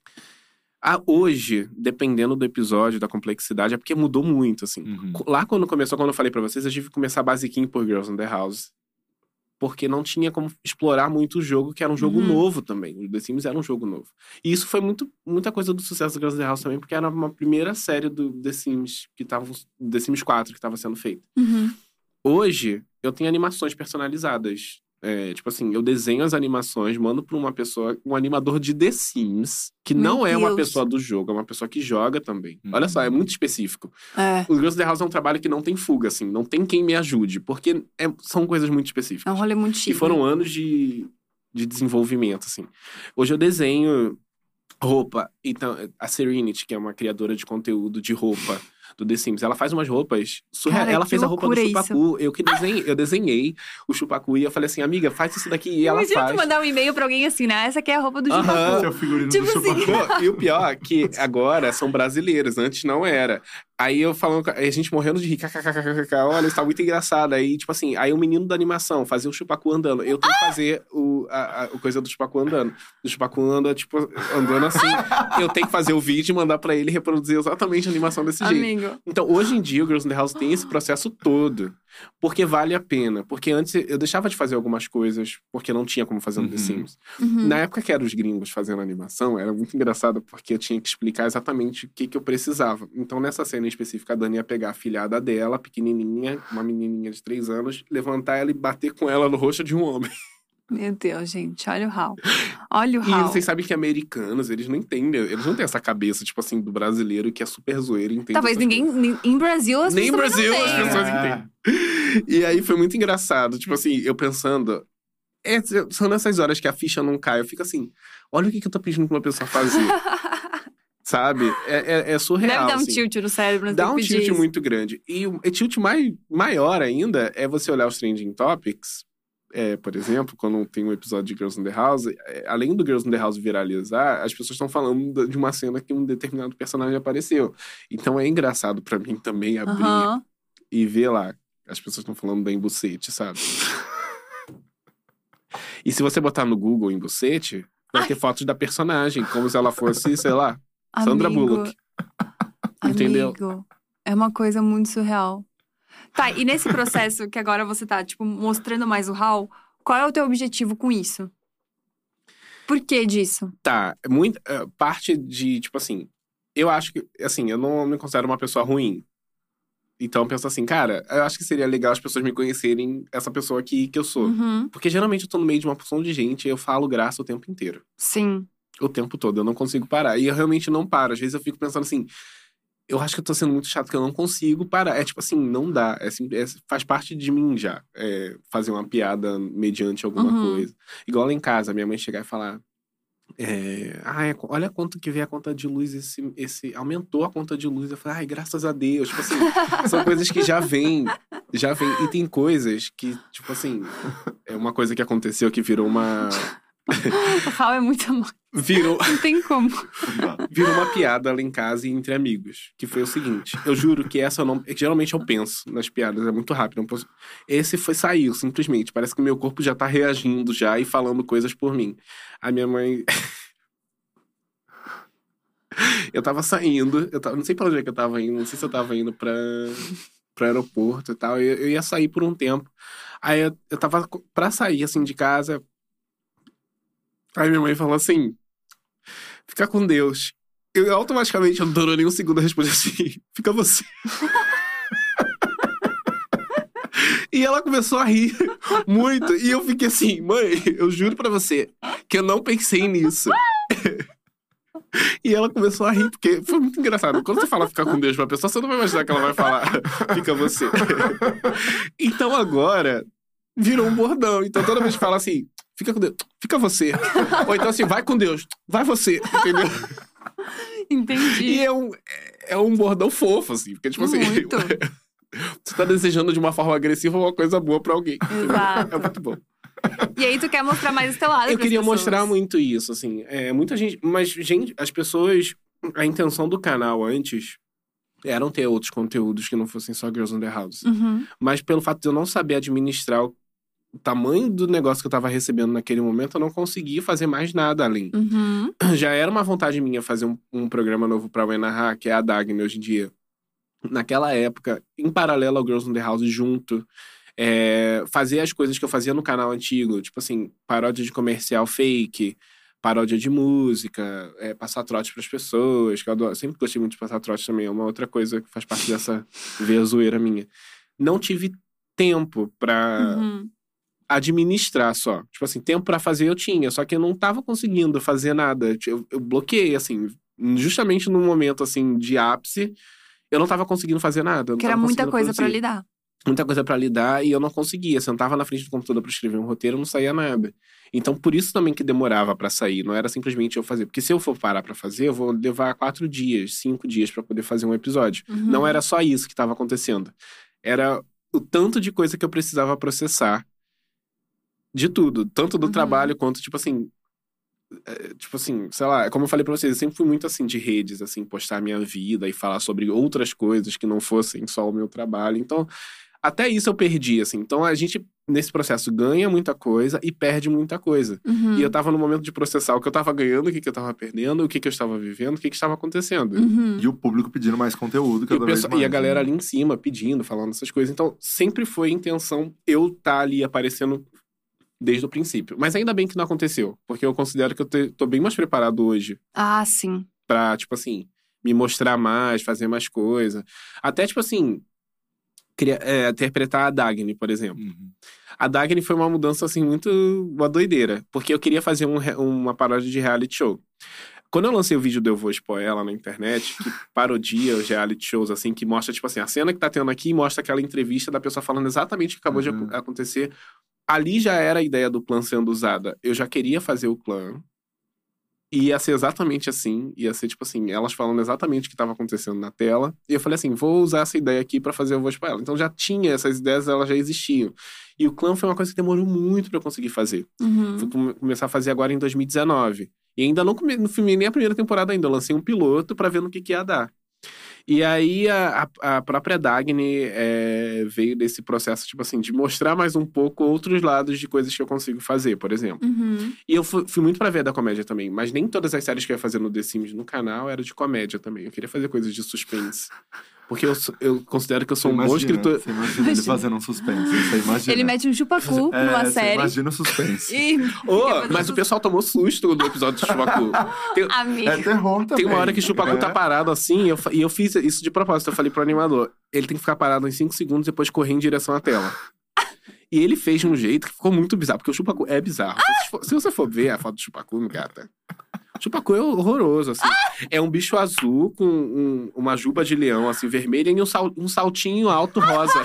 Ah, hoje, dependendo do episódio, da complexidade, é porque mudou muito, assim. Uhum. Lá quando começou, quando eu falei pra vocês, eu tive que começar basiquinho por Girls in the House. Porque não tinha como explorar muito o jogo, que era um jogo Uhum. novo também. O The Sims era um jogo novo. E isso foi muito, muita coisa do sucesso do Girls in the House também, porque era uma primeira série do The Sims, que tava, The Sims quatro que estava sendo feita. Uhum. Hoje, eu tenho animações personalizadas. É, tipo assim, eu desenho as animações, mando pra uma pessoa, um animador de The Sims, que Meu não é uma Deus. pessoa do jogo, é uma pessoa que joga também. Uhum. Olha só, é muito específico. É, O Girls in the House é um trabalho que não tem fuga, assim, não tem quem me ajude, porque é- são coisas muito é específicas. um rolê muito chique. E foram anos de, de desenvolvimento, assim. Hoje eu desenho roupa. Então, a Serenity, que é uma criadora de conteúdo de roupa do The Sims, ela faz umas roupas surreais. Cara, Ela que fez a roupa do loucura Chupacu. Eu que desenhei, eu desenhei o Chupacu e eu falei assim, amiga, faz isso daqui. E ela Imagina faz. tu mandar um e-mail pra alguém assim, né? Essa aqui é a roupa do Aham. Chupacu. Esse é o figurino Tipo do assim. Chupacu. Pô, e o pior é que agora são brasileiros, antes não era. Aí eu falando, a gente morrendo de rir, kkkk, olha, isso tá muito engraçado. Aí, tipo assim, aí o menino da animação fazia o Chupacu andando. Eu tenho que fazer o, a, a o coisa do Chupacu andando. O Chupacu anda, tipo, andando assim. Eu tenho que fazer o vídeo e mandar pra ele reproduzir exatamente a animação desse jeito. Amigo. Então, hoje em dia, o Girls in the House tem esse processo todo. Porque vale a pena. Porque antes eu deixava de fazer algumas coisas, porque não tinha como fazer no The Uhum. Sims. Uhum. Na época que eram os gringos fazendo animação, era muito engraçado, porque eu tinha que explicar exatamente o que, que eu precisava. Então, nessa cena em específica, a Dani ia pegar a filhada dela, pequenininha, uma menininha de três anos, levantar ela e bater com ela no rosto de um homem. Meu Deus, gente. Olha o Hal. Olha o E Hal. vocês sabem que americanos, eles não entendem, eles não têm essa cabeça, tipo assim, do brasileiro que é super zoeiro e entende Talvez essas ninguém... coisas. Em Brasil, as Nem em pessoas Brasil não as têm. pessoas É. entendem. E aí foi muito engraçado, tipo assim, eu pensando... É, são nessas horas que a ficha não cai, eu fico assim, olha o que, que eu tô pedindo pra uma pessoa fazer. Sabe? É, é, é surreal, Deve dar um assim. tilt no cérebro. não Dá tem um que pedir tilt isso. muito grande. E o tilt mai, maior ainda é você olhar os trending topics. É, por exemplo, quando tem um episódio de Girls in the House, é, além do Girls in the House viralizar, as pessoas estão falando de uma cena que um determinado personagem apareceu. Então é engraçado pra mim também abrir Aham. e ver lá. As pessoas estão falando da Embucete, sabe? E se você botar no Google Embucete, vai ter fotos da personagem, como se ela fosse, sei lá, Sandra Amigo, Bullock. Entendeu? Amigo, é uma coisa muito surreal. Tá, e nesse processo que agora você tá, tipo, mostrando mais o Hal, qual é o teu objetivo com isso? Por que disso? Tá, muito, é, parte de, tipo assim, eu acho que, assim, eu não me considero uma pessoa ruim. Então eu penso assim, cara, eu acho que seria legal as pessoas me conhecerem essa pessoa aqui que eu sou. Uhum, Porque geralmente eu tô no meio de uma porção de gente e eu falo graça o tempo inteiro. sim. O tempo todo, eu não consigo parar. E eu realmente não paro. Às vezes eu fico pensando assim, eu acho que eu tô sendo muito chato, que eu não consigo parar. É tipo assim, não dá. É, sim- é- faz parte de mim já. É, fazer uma piada mediante alguma Uhum. coisa. Igual lá em casa, minha mãe chegar e falar... É, ai, olha quanto que veio a conta de luz, esse, esse aumentou a conta de luz. Eu falei, ai, graças a Deus. Tipo assim, são coisas que já vêm, já vêm. E tem coisas que, tipo assim, é uma coisa que aconteceu que virou uma, O Raul é muito amor. Virou, Não tem como. virou uma piada lá em casa e entre amigos. Que foi o seguinte, eu juro que essa eu não... Geralmente eu penso nas piadas, é muito rápido. Não posso... Esse foi, saiu, simplesmente. Parece que meu corpo já tá reagindo já e falando coisas por mim. A minha mãe... Eu tava saindo, eu tava, não sei pra onde é que eu tava indo, não sei se eu tava indo pra, pro aeroporto e tal. Eu, eu ia sair por um tempo. Aí eu, eu tava pra sair, assim, de casa. Aí minha mãe falou assim, fica com Deus. Eu automaticamente, eu não durou nem um segundo, eu respondi assim, fica você. E ela começou a rir muito. E eu fiquei assim, mãe, eu juro pra você que eu não pensei nisso. E ela começou a rir, porque foi muito engraçado. Quando você fala ficar com Deus pra pessoa, você não vai imaginar que ela vai falar fica você. Então agora, virou um bordão. Então toda vez que fala assim, fica com Deus, fica você. Ou então assim, vai com Deus, vai você, entendeu? Entendi. E é um, é um bordão fofo, assim. Porque tipo assim, Muito. você tá desejando de uma forma agressiva uma coisa boa pra alguém. Exato. É muito bom. E aí tu quer mostrar mais esse teu lado Eu pras queria pessoas. mostrar muito isso, assim. É, muita gente... Mas, gente, as pessoas... A intenção do canal antes eram ter outros conteúdos que não fossem só Girls on the House. Uhum. Mas pelo fato de eu não saber administrar o tamanho do negócio que eu tava recebendo naquele momento, eu não conseguia fazer mais nada além. Uhum. Já era uma vontade minha fazer um, um programa novo pra Wenarra, que é a Dagny hoje em dia. Naquela época, em paralelo ao Girls on the House, junto... É, fazer as coisas que eu fazia no canal antigo, tipo assim, paródia de comercial fake, paródia de música, é, passar trote pras pessoas, que eu adoro, sempre gostei muito de passar trote também, é uma outra coisa que faz parte dessa veia zoeira minha. Não tive tempo pra Uhum. administrar só. Tipo assim, tempo pra fazer eu tinha, só que eu não tava conseguindo fazer nada. Eu, eu bloqueei, assim, justamente num momento, assim, de ápice, eu não tava conseguindo fazer nada. eu não Que era tava muita conseguindo coisa pra produzir. lidar. Muita coisa pra lidar e eu não conseguia. Sentava na frente do computador pra escrever um roteiro, não saía nada. Então, por isso também que demorava pra sair. Não era simplesmente eu fazer. Porque se eu for parar pra fazer, eu vou levar quatro dias, cinco dias pra poder fazer um episódio. Uhum. Não era só isso que tava acontecendo. Era o tanto de coisa que eu precisava processar. De tudo. Tanto do Uhum. trabalho quanto, tipo assim... é, Tipo assim, sei lá, como eu falei pra vocês, eu sempre fui muito assim de redes, assim, postar a minha vida e falar sobre outras coisas que não fossem só o meu trabalho. Então, até isso eu perdi, assim. Então, a gente, nesse processo, ganha muita coisa e perde muita coisa. Uhum. E eu tava no momento de processar o que eu tava ganhando, o que, que eu tava perdendo, o que, que eu estava vivendo, o que, que estava acontecendo. Uhum. E o público pedindo mais conteúdo E, cada o vez pessoal- mais. e a galera né? ali em cima pedindo, falando essas coisas. Então, sempre foi a intenção eu estar ali aparecendo desde o princípio. Mas ainda bem que não aconteceu. Porque eu considero que eu te- tô bem mais preparado hoje Ah, sim. pra, tipo assim, me mostrar mais, fazer mais coisa. Até, tipo assim, criar, é, interpretar a Dagny, por exemplo. Uhum. A Dagny foi uma mudança, assim, muito... uma doideira. Porque eu queria fazer um re- uma paródia de reality show. Quando eu lancei o vídeo do Eu Vou Expor Ela na internet, que parodia os reality shows, assim, que mostra, tipo assim, a cena que tá tendo aqui mostra aquela entrevista da pessoa falando exatamente o que acabou Uhum. de ac- acontecer. Ali já era a ideia do clã sendo usada. Eu já queria fazer o clã. E ia ser exatamente assim. Ia ser, tipo assim, elas falando exatamente o que estava acontecendo na tela. E eu falei assim, vou usar essa ideia aqui pra fazer o Voz pra Ela. Então já tinha essas ideias, elas já existiam. E o clã foi uma coisa que demorou muito pra eu conseguir fazer. Uhum. Fui come- começar a fazer agora em dois mil e dezenove. E ainda não, come, não filmei nem a primeira temporada ainda. Eu lancei um piloto pra ver no que, que ia dar. E aí a, a, a própria Dagny é, veio desse processo, tipo assim, de mostrar mais um pouco outros lados de coisas que eu consigo fazer, por exemplo. Uhum. E eu fui, fui muito pra ver da comédia também, mas nem todas as séries que eu ia fazer no The Sims no canal eram de comédia também. Eu queria fazer coisas de suspense. Porque eu, sou- eu considero que eu sou um bom Imagina, escritor. Você imagina ele Imagina. fazendo um suspense. Você imagina. Ele mete um chupacu É, numa você série. imagina o suspense. E... Ô, fica fazendo mas o pessoal tomou susto no episódio do Chupacu. Tem, Amigo. É terror também. tem uma hora que o Chupacu é. tá parado assim, e eu, fa- e eu fiz isso de propósito. Eu falei pro animador: ele tem que ficar parado uns cinco segundos e depois correr em direção à tela. E ele fez de um jeito que ficou muito bizarro, porque o Chupacu é bizarro. Se, for- se você for ver a foto do Chupacu, gata, o Chupacu é horroroso, assim. É um bicho azul com um- uma juba de leão, assim, vermelha e um, sal- um saltinho alto rosa.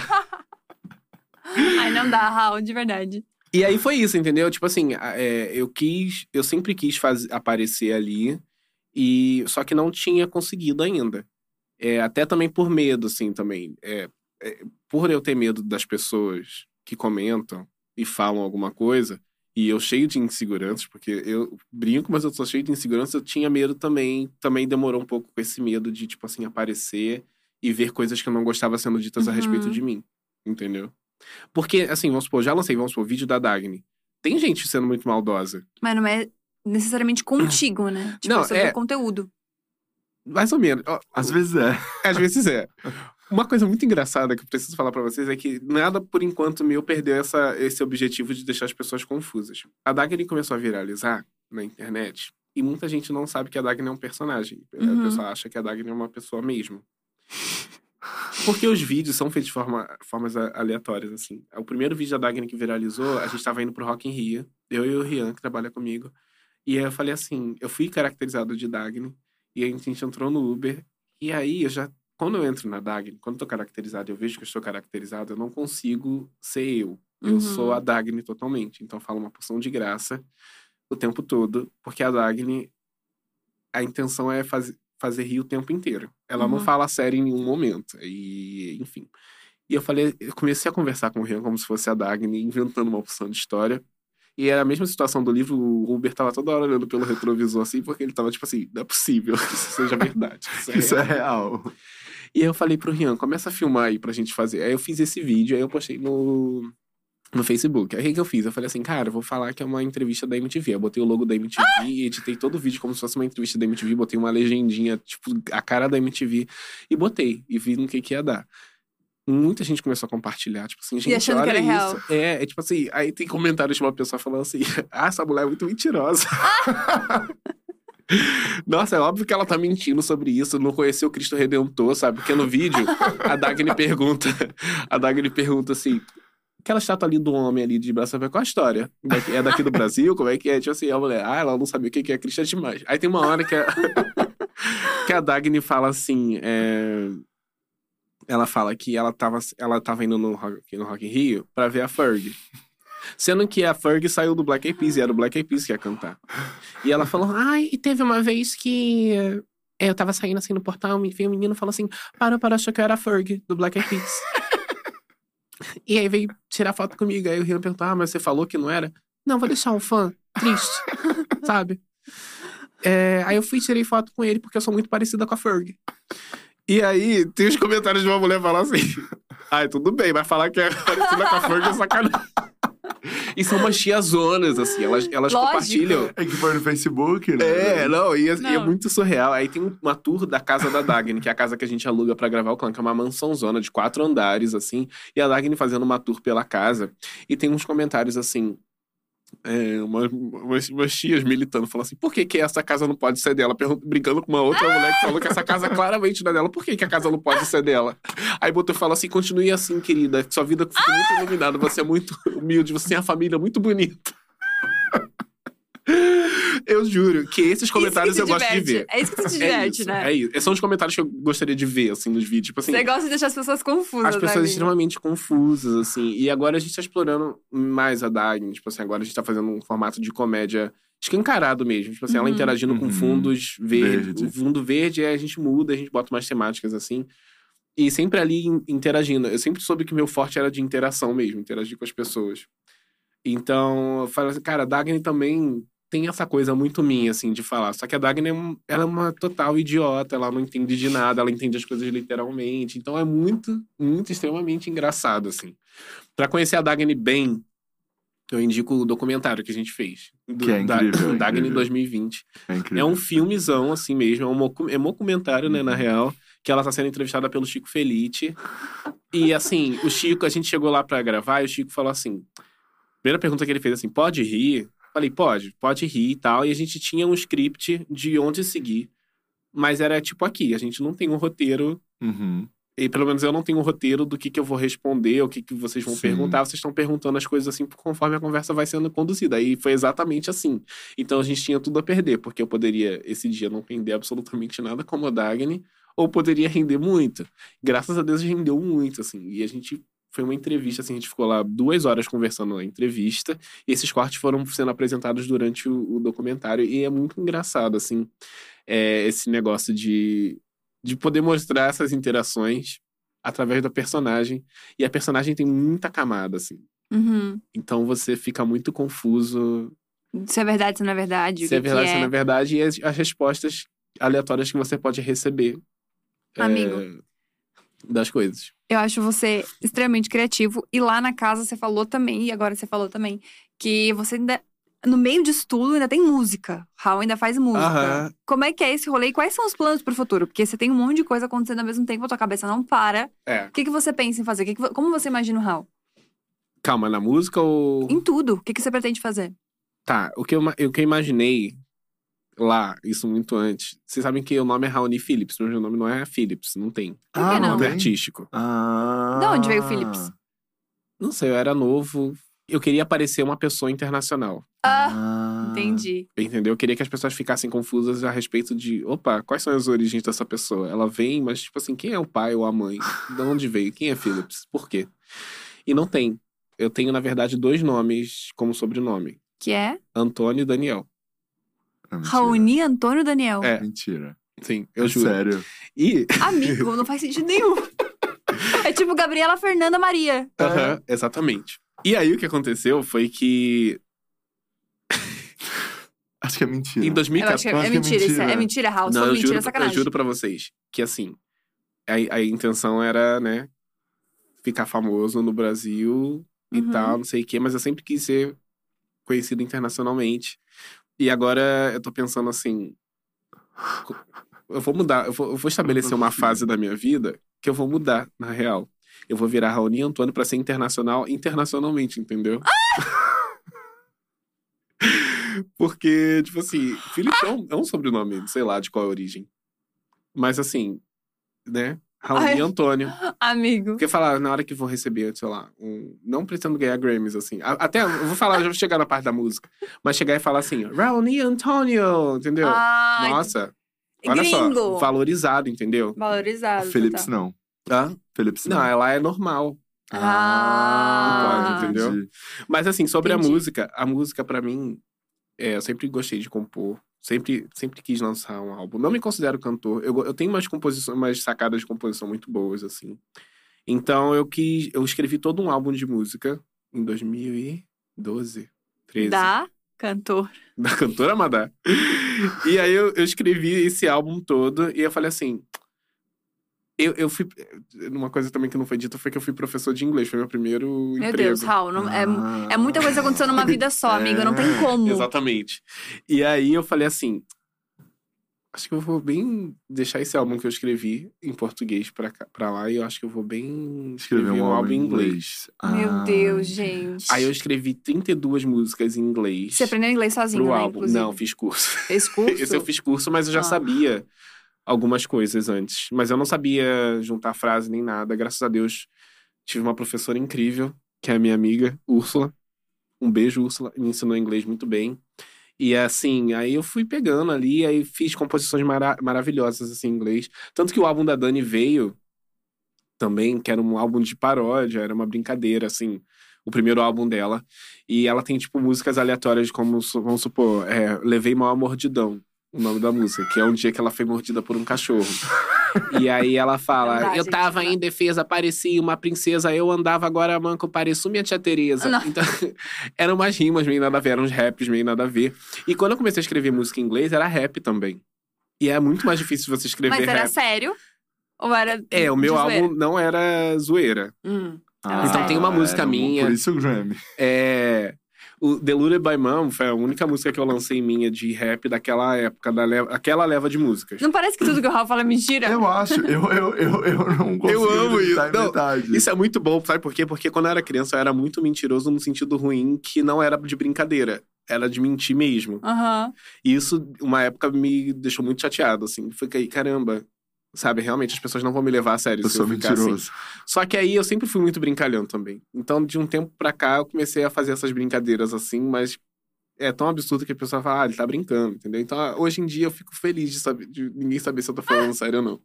Ai, não dá, Raul, de verdade. E aí foi isso, entendeu? Tipo assim, a- é, eu quis, eu sempre quis faz, aparecer ali, e só que não tinha conseguido ainda. É, até também por medo, assim, também. É, é, por eu ter medo das pessoas que comentam e falam alguma coisa, E eu cheio de inseguranças, porque eu brinco, mas eu sou cheio de inseguranças. Eu tinha medo também. Também demorou um pouco com esse medo de, tipo assim, aparecer e ver coisas que eu não gostava sendo ditas Uhum. a respeito de mim. Entendeu? Porque, assim, vamos supor, já lancei, vamos supor, vídeo da Dagny. Tem gente sendo muito maldosa. Mas não é necessariamente contigo, né? Tipo, Não, é sobre é- o conteúdo. Mais ou menos. Ó, Às vezes é. Às vezes é. Uma coisa muito engraçada que eu preciso falar pra vocês é que nada, por enquanto, meu perdeu essa, esse objetivo de deixar as pessoas confusas. A Dagny começou a viralizar na internet e muita gente não sabe que a Dagny é um personagem. Uhum. A pessoa acha que a Dagny é uma pessoa mesmo. Porque os vídeos são feitos de forma, formas a- aleatórias, assim. O primeiro vídeo da Dagny que viralizou, a gente tava indo pro Rock in Rio. Eu e o Rian, que trabalha comigo. E aí eu falei assim, eu fui caracterizado de Dagny. E aí a gente entrou no Uber. E aí eu já... Quando eu entro na Dagny, quando eu tô caracterizado, eu vejo que eu estou caracterizado, eu não consigo ser eu. Eu Uhum. sou a Dagny totalmente. Então eu falo uma porção de graça o tempo todo. Porque a Dagny, a intenção é faz, fazer rir o tempo inteiro. Ela não Uhum. fala sério em nenhum momento. E, enfim. E eu falei, eu comecei a conversar com o Rian como se fosse a Dagny, inventando uma opção de história. E era a mesma situação do livro, o Uber tava toda hora olhando pelo retrovisor, assim, porque ele tava tipo assim, não é possível que isso seja verdade. Isso é Isso é real. real. E aí eu falei pro Rian, começa a filmar aí pra gente fazer. Aí eu fiz esse vídeo, aí eu postei no, no Facebook. Aí o que que eu fiz? Eu falei assim, cara, eu vou falar que é uma entrevista da M T V. Eu botei o logo da M T V e editei todo o vídeo como se fosse uma entrevista da M T V. Botei uma legendinha, tipo, a cara da M T V. E botei, e vi no que que ia dar. Muita gente começou a compartilhar, tipo assim, gente, achando que olha era isso. real. É, é tipo assim, aí tem comentários de uma pessoa falando assim, ah, essa mulher é muito mentirosa. Nossa, é óbvio que ela tá mentindo sobre isso, não conheceu o Cristo Redentor, sabe? Porque no vídeo, a Dagny pergunta, a Dagny pergunta assim, aquela estátua ali do homem ali de braço aberto, qual a história? Daqui- É daqui do Brasil? Como é que é? Tipo assim, a mulher, ah, ela não sabia o que que é Cristo é demais. Aí tem uma hora que a, que a Dagny fala assim, é... ela fala que ela tava, ela tava indo no Rock, no Rock in Rio pra ver a Ferg. Sendo que a Ferg saiu do Black Eyed Peas e era o Black Eyed Peas que ia cantar. E ela falou, ai, e teve uma vez que é, eu tava saindo assim no portal, e veio um menino e falou assim, para, para, achou que eu era a Ferg do Black Eyed Peas. E aí veio tirar foto comigo. Aí o Rian perguntou, ah, mas você falou que não era? Não, vou deixar um fã triste, sabe? É, aí eu fui e tirei foto com ele porque eu sou muito parecida com a Ferg. E aí, tem os comentários de uma mulher falando assim, ai, tudo bem, mas falar que é parecida com a Ferg é sacanagem. E são umas tiazonas, assim, elas, elas Lógico. compartilham. É que foi no Facebook, né? É, não, e é, e é Não. muito surreal. Aí tem uma tour da casa da Dagny, que é a casa que a gente aluga pra gravar o clã, que é uma mansãozona de quatro andares, assim. E a Dagny fazendo uma tour pela casa. E tem uns comentários assim. É, uma, umas, umas tias militando, falando assim, por que, que essa casa não pode ser dela? Pergun- brincando com uma outra mulher que falou que essa casa claramente não é dela. Por que, que a casa não pode ser dela? Aí botou e falou assim, continue assim, querida, sua vida ficou muito iluminada, você é muito humilde, você tem uma família muito bonita. Eu juro que esses comentários Isso eu que te gosto de diverte. ver. É isso que te É diverte, isso, né? é isso. Esses são os comentários que eu gostaria de ver, assim, nos vídeos. Tipo assim, Você gosta de deixar as pessoas confusas, as né, pessoas amiga? extremamente confusas, assim. E agora a gente tá explorando mais a Dagny. Tipo assim, agora a gente tá fazendo um formato de comédia escancarado mesmo. Tipo assim, ela Uhum. interagindo com Uhum. fundos verdes. Verde. O fundo verde, aí a gente muda, a gente bota mais temáticas, assim. E sempre ali in- interagindo. Eu sempre soube que meu forte era de interação mesmo, interagir com as pessoas. Então, eu falo assim, cara, a Dagny também tem essa coisa muito minha, assim, de falar. Só que a Dagny, é um- ela é uma total idiota, ela não entende de nada, ela entende as coisas literalmente. Então é muito, muito, extremamente engraçado, assim. Pra conhecer a Dagny bem, eu indico o documentário que a gente fez. Do, Que é incrível, da, é Dagny incrível. dois mil e vinte. É É incrível. um filmezão, assim mesmo. É um mocu- é um documentário, né, na Uhum. real. Que ela tá sendo entrevistada pelo Chico Felitti. E, assim, o Chico, a gente chegou lá pra gravar e o Chico falou assim... Primeira pergunta que ele fez assim, pode rir? Falei, pode, pode rir e tal. E a gente tinha um script de onde seguir. Mas era tipo aqui, a gente não tem um roteiro... Uhum. E pelo menos eu não tenho um roteiro do que, que eu vou responder, o que, que vocês vão Sim. perguntar. Vocês estão perguntando as coisas assim conforme a conversa vai sendo conduzida. E foi exatamente assim. Então a gente tinha tudo a perder, porque eu poderia, esse dia, não render absolutamente nada como a Dagny, ou poderia render muito. Graças a Deus rendeu muito, assim. E a gente... Foi uma entrevista, assim, a gente ficou lá duas horas conversando na entrevista. E esses cortes foram sendo apresentados durante o, o documentário. E é muito engraçado, assim, é, esse negócio de... de poder mostrar essas interações através da personagem. E a personagem tem muita camada, assim. Uhum. Então você fica muito confuso Se é verdade, se não é verdade. o se é que que verdade, se não é verdade, e as, as respostas aleatórias que você pode receber é, Amigo, das coisas. eu acho você extremamente criativo. E lá na casa você falou também, e agora você falou também, que você ainda, no meio disso tudo, ainda tem música. Raul ainda faz música. Aham. Como é que é esse rolê e quais são os planos pro futuro? Porque você tem um monte de coisa acontecendo ao mesmo tempo, a tua cabeça não para. É. O que, que você pensa em fazer? O que que vo- como você imagina o Raul? Calma, na música ou. Em tudo. O que, que você pretende fazer? Tá, o que, eu, ma- o que eu imaginei lá, isso muito antes. Vocês sabem que o nome é Raoni Phillips, mas meu nome não é Phillips, não tem. Por Ah, que É um não? nome tem? artístico. Ah. Da onde veio o Phillips? Não sei, eu era novo. Eu queria parecer uma pessoa internacional. Ah, entendi. Entendeu? Eu queria que as pessoas ficassem confusas a respeito de, opa, quais são as origens dessa pessoa? Ela vem, mas tipo assim, quem é o pai ou a mãe? De onde veio? Quem é Phillips? Por quê? E não tem. Eu tenho, na verdade, dois nomes como sobrenome. Que é Antônio e Daniel. Ah, mentira. Raoni Antônio Daniel. É. Mentira. Sim, eu É juro. sério. E. Amigo, não faz sentido nenhum. É tipo Gabriela Fernanda Maria. Aham, exatamente. E aí o que aconteceu foi que Acho que é mentira. em Eu acho que dois mil e quatorze. é, Eu é acho que é mentira, isso é, mentira. é mentira, Raul. Se Não, for eu mentira, juro, é sacanagem. eu juro pra vocês que assim, a, a intenção era, né, ficar famoso no Brasil e Uhum. tal, não sei o quê, mas eu sempre quis ser conhecido internacionalmente. E agora eu tô pensando assim, co- eu vou mudar, eu vou, eu vou estabelecer uma fase da minha vida que eu vou mudar, na real. Eu vou virar Raoni Antônio pra ser internacional internacionalmente, entendeu? Porque, tipo assim, Phillips é um, é um sobrenome, sei lá de qual é a origem. Mas assim, né? Raoni Ai. Antônio. Amigo. Porque falar, na hora que vou receber, sei lá, um, não pretendo ganhar Grammys, assim. A- Até, eu vou falar, já vou chegar na parte da música. Mas chegar e falar assim, Raoni Antônio, entendeu? Ah, Nossa, olha gringo. só, valorizado, entendeu? Valorizado. Phillips tá. não. Hã? Phillips Não, não. ela é normal. Ah. Não pode, entendeu? entendi. Mas assim, sobre Entendi. a música, a música pra mim, é, eu sempre gostei de compor. Sempre, sempre quis lançar um álbum. Não me considero cantor. Eu, go- eu tenho umas composições, umas sacadas de composição muito boas, assim. Então eu quis. Eu escrevi todo um álbum de música em dois mil e doze, treze. Da cantor. Da cantora Madá. E aí eu, eu escrevi esse álbum todo e eu falei assim. Eu, eu fui. Uma coisa também que não foi dita foi que eu fui professor de inglês. Foi meu primeiro Meu emprego. Deus, Raul. Não, é, Ah. é muita coisa acontecendo numa vida só, amigo. Não tem como. Exatamente. E aí eu falei assim. Acho que eu vou bem deixar esse álbum que eu escrevi em português pra, cá- pra lá. E eu acho que eu vou bem Escrever um álbum em inglês. Meu Ah, Deus, entendi. gente. Aí eu escrevi trinta e duas músicas em inglês. Você aprendeu inglês sozinho, pro né, álbum. inclusive? Não, fiz curso. Fez curso? Esse eu fiz curso, mas eu já Ah. sabia algumas coisas antes. Mas eu não sabia juntar frase nem nada. Graças a Deus, tive uma professora incrível, que é a minha amiga, Úrsula. Um beijo, Úrsula. Me ensinou inglês muito bem. E assim, aí eu fui pegando ali, aí fiz composições mara- maravilhosas assim, em inglês. Tanto que o álbum da Dani veio também, que era um álbum de paródia, era uma brincadeira, assim, o primeiro álbum dela. E ela tem, tipo, músicas aleatórias, como, su- vamos supor, é, Levei Maior Mordidão, o nome da música, que é um dia que ela foi mordida por um cachorro. E aí ela fala, Não dá, eu gente, tava não dá. em defesa, parecia uma princesa, eu andava agora manco, pareço minha tia Tereza. Não. Então, eram umas rimas meio nada a ver, eram uns raps meio nada a ver. E quando eu comecei a escrever música em inglês, era rap também. E é muito mais difícil você escrever Mas era rap. sério? Ou era É, o meu de zoeira? álbum não era zoeira. Hum. Ah, Então tem uma música era um- minha. Por isso o Grammy. É... O Deluded by Mom foi a única música que eu lancei minha de rap daquela época, da leva, aquela leva de músicas. Não parece que tudo que o Raul fala é mentira? Eu acho, eu, eu, eu, eu não consigo Eu amo isso. acreditar em Não, metade. Isso é muito bom, sabe por quê? Porque quando eu era criança eu era muito mentiroso no sentido ruim, que não era de brincadeira. Era de mentir mesmo. Aham. E isso, uma época, me deixou muito chateado, assim. Fiquei, caramba, sabe? Realmente as pessoas não vão me levar a sério Eu se eu sou ficar assim. mentiroso. Só que aí eu sempre fui muito brincalhão também. Então, de um tempo pra cá, eu comecei a fazer essas brincadeiras assim, mas é tão absurdo que a pessoa fala, ah, ele tá brincando, entendeu? Então, ah, hoje em dia, eu fico feliz de, saber, de ninguém saber se eu tô falando sério ou não.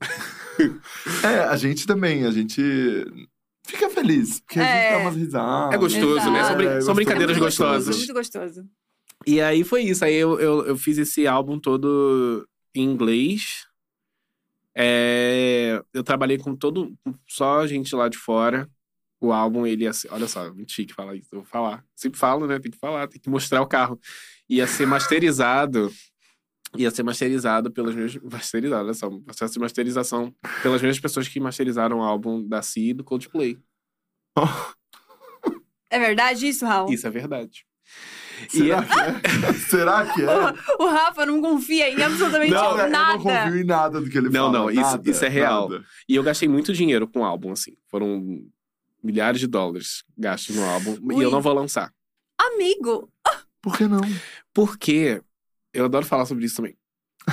É, a gente também, a gente fica feliz. Porque a É. gente dá umas risadas. É gostoso, né? São, brin- É, são gostoso. brincadeiras É muito gostoso, gostosas. muito gostoso. E aí foi isso. Aí eu, eu, eu fiz esse álbum todo em inglês. É, eu trabalhei com todo. com só gente lá de fora. o álbum, ele ia ser... Olha só, muito chique falar isso, eu vou falar. Sempre falo, né? Tem que falar, tem que mostrar o carro. Ia ser masterizado... Ia ser masterizado pelas mesmas... Masterizado, olha só. Processo de masterização pelas mesmas pessoas que masterizaram o álbum da Cia e do Coldplay. É verdade isso, Raul? Isso é verdade. Será E... que é? Será que é? O, o Rafa não confia em absolutamente Não, eu nada. não confio em nada do que ele Não, fala. não, isso, nada, isso é real. nada. E eu gastei muito dinheiro com o álbum, assim. Foram milhares de dólares gastos no álbum. Ui. E eu não vou lançar. Amigo! Por que não? Porque... Eu adoro falar sobre isso também.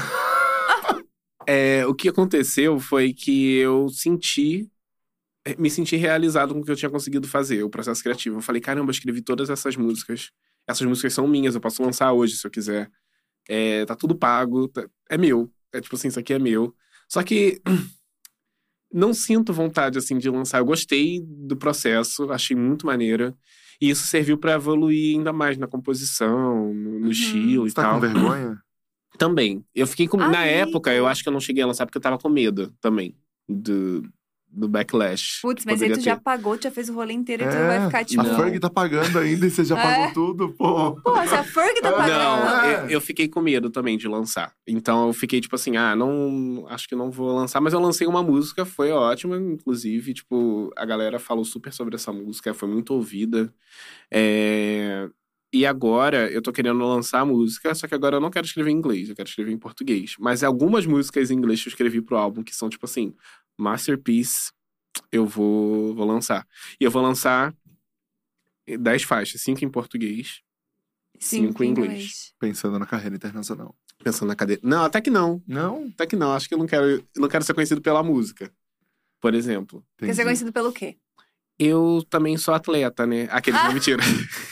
É, o que aconteceu foi que eu senti... Me senti realizado com o que eu tinha conseguido fazer, o processo criativo. Eu falei, caramba, eu escrevi todas essas músicas. Essas músicas são minhas, eu posso lançar hoje se eu quiser. É, tá tudo pago, tá, é meu. É tipo assim, isso aqui é meu. Só que não sinto vontade, assim, de lançar. Eu gostei do processo, achei muito maneiro. E isso serviu pra evoluir ainda mais na composição, no, no Uhum. estilo e Você tá tal. com vergonha? Também. Eu fiquei com... Na Amigo. época, eu acho que eu não cheguei a lançar porque eu tava com medo também do, do backlash. Putz, que mas aí poderia tu já ter. pagou, tu já fez o rolê inteiro e tu É, vai ficar tipo... A Não. Ferg tá pagando ainda e você já É. pagou tudo, pô. Pô, se a Ferg tá Não, pagando... Não, É. eu, eu fiquei com medo também de lançar. Então eu fiquei tipo assim, ah, não, acho que não vou lançar. Mas eu lancei uma música, foi ótima, inclusive. Tipo, a galera falou super sobre essa música, foi muito ouvida. É... E agora eu tô querendo lançar a música, só que agora eu não quero escrever em inglês, eu quero escrever em português. Mas algumas músicas em inglês que eu escrevi pro álbum, que são tipo assim, masterpiece, eu vou, vou lançar. E eu vou lançar dez faixas, cinco em português, cinco em inglês. Pensando na carreira internacional. Pensando na cadeira. Não, até que não. Não? Até que não. Acho que eu não quero, eu não quero ser conhecido pela música. Por exemplo. Quer ser Entendi. conhecido pelo quê? Eu também sou atleta, né? Aquele Ah. não, mentira.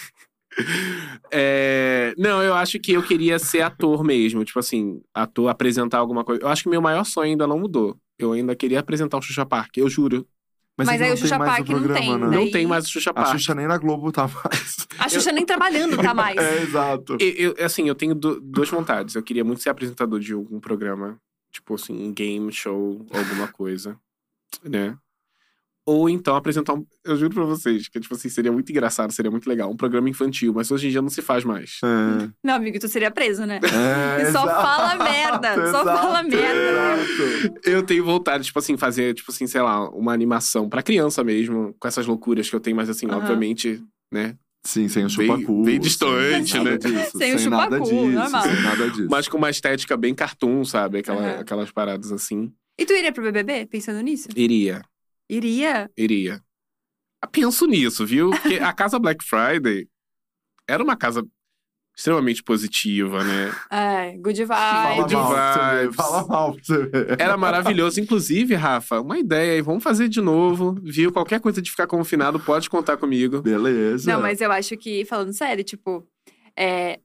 É, não, eu acho que eu queria ser ator mesmo. Tipo assim, ator, apresentar alguma coisa. Eu acho que meu maior sonho ainda não mudou. Eu ainda queria apresentar o Xuxa Park, eu juro. Mas é aí que o não tem Xuxa mais Park não programa, tem, né? Daí- Não tem mais o Xuxa A Park. Xuxa nem na Globo tá mais. A Xuxa nem trabalhando tá mais. É, exato. Eu, eu- assim, eu tenho du- duas vontades. Eu queria muito ser apresentador de algum programa. Tipo assim, um game show, alguma coisa. Né? Ou então apresentar um... Eu juro pra vocês que, tipo assim, seria muito engraçado, seria muito legal. Um programa infantil, mas hoje em dia não se faz mais. É. Não, amigo, tu seria preso, né? É, Só exato, fala merda, só exato, fala merda. Exato. Eu tenho vontade, tipo assim, fazer, tipo assim, sei lá, uma animação pra criança mesmo, com essas loucuras que eu tenho, mas assim, Aham. obviamente, né? Sim, sem o Bem- chupacu. bem distante, sem nada né? Disso, Sem o nada chupacu, disso, normal. sem nada disso. Mas com uma estética bem cartoon, sabe? Aquela, Aham. Aquelas paradas assim. E tu iria pro B B B, pensando nisso? Iria, Iria? iria. Penso nisso, viu? Porque a casa Black Friday era uma casa extremamente positiva, né? É, good Fala vibes. Good mal, pra você ver, vibes. fala mal pra você ver. Era maravilhoso. Inclusive, Rafa, uma ideia aí. Vamos fazer de novo, viu? Qualquer coisa de ficar confinado, pode contar comigo. Beleza. Não, mas eu acho que, falando sério, tipo, é,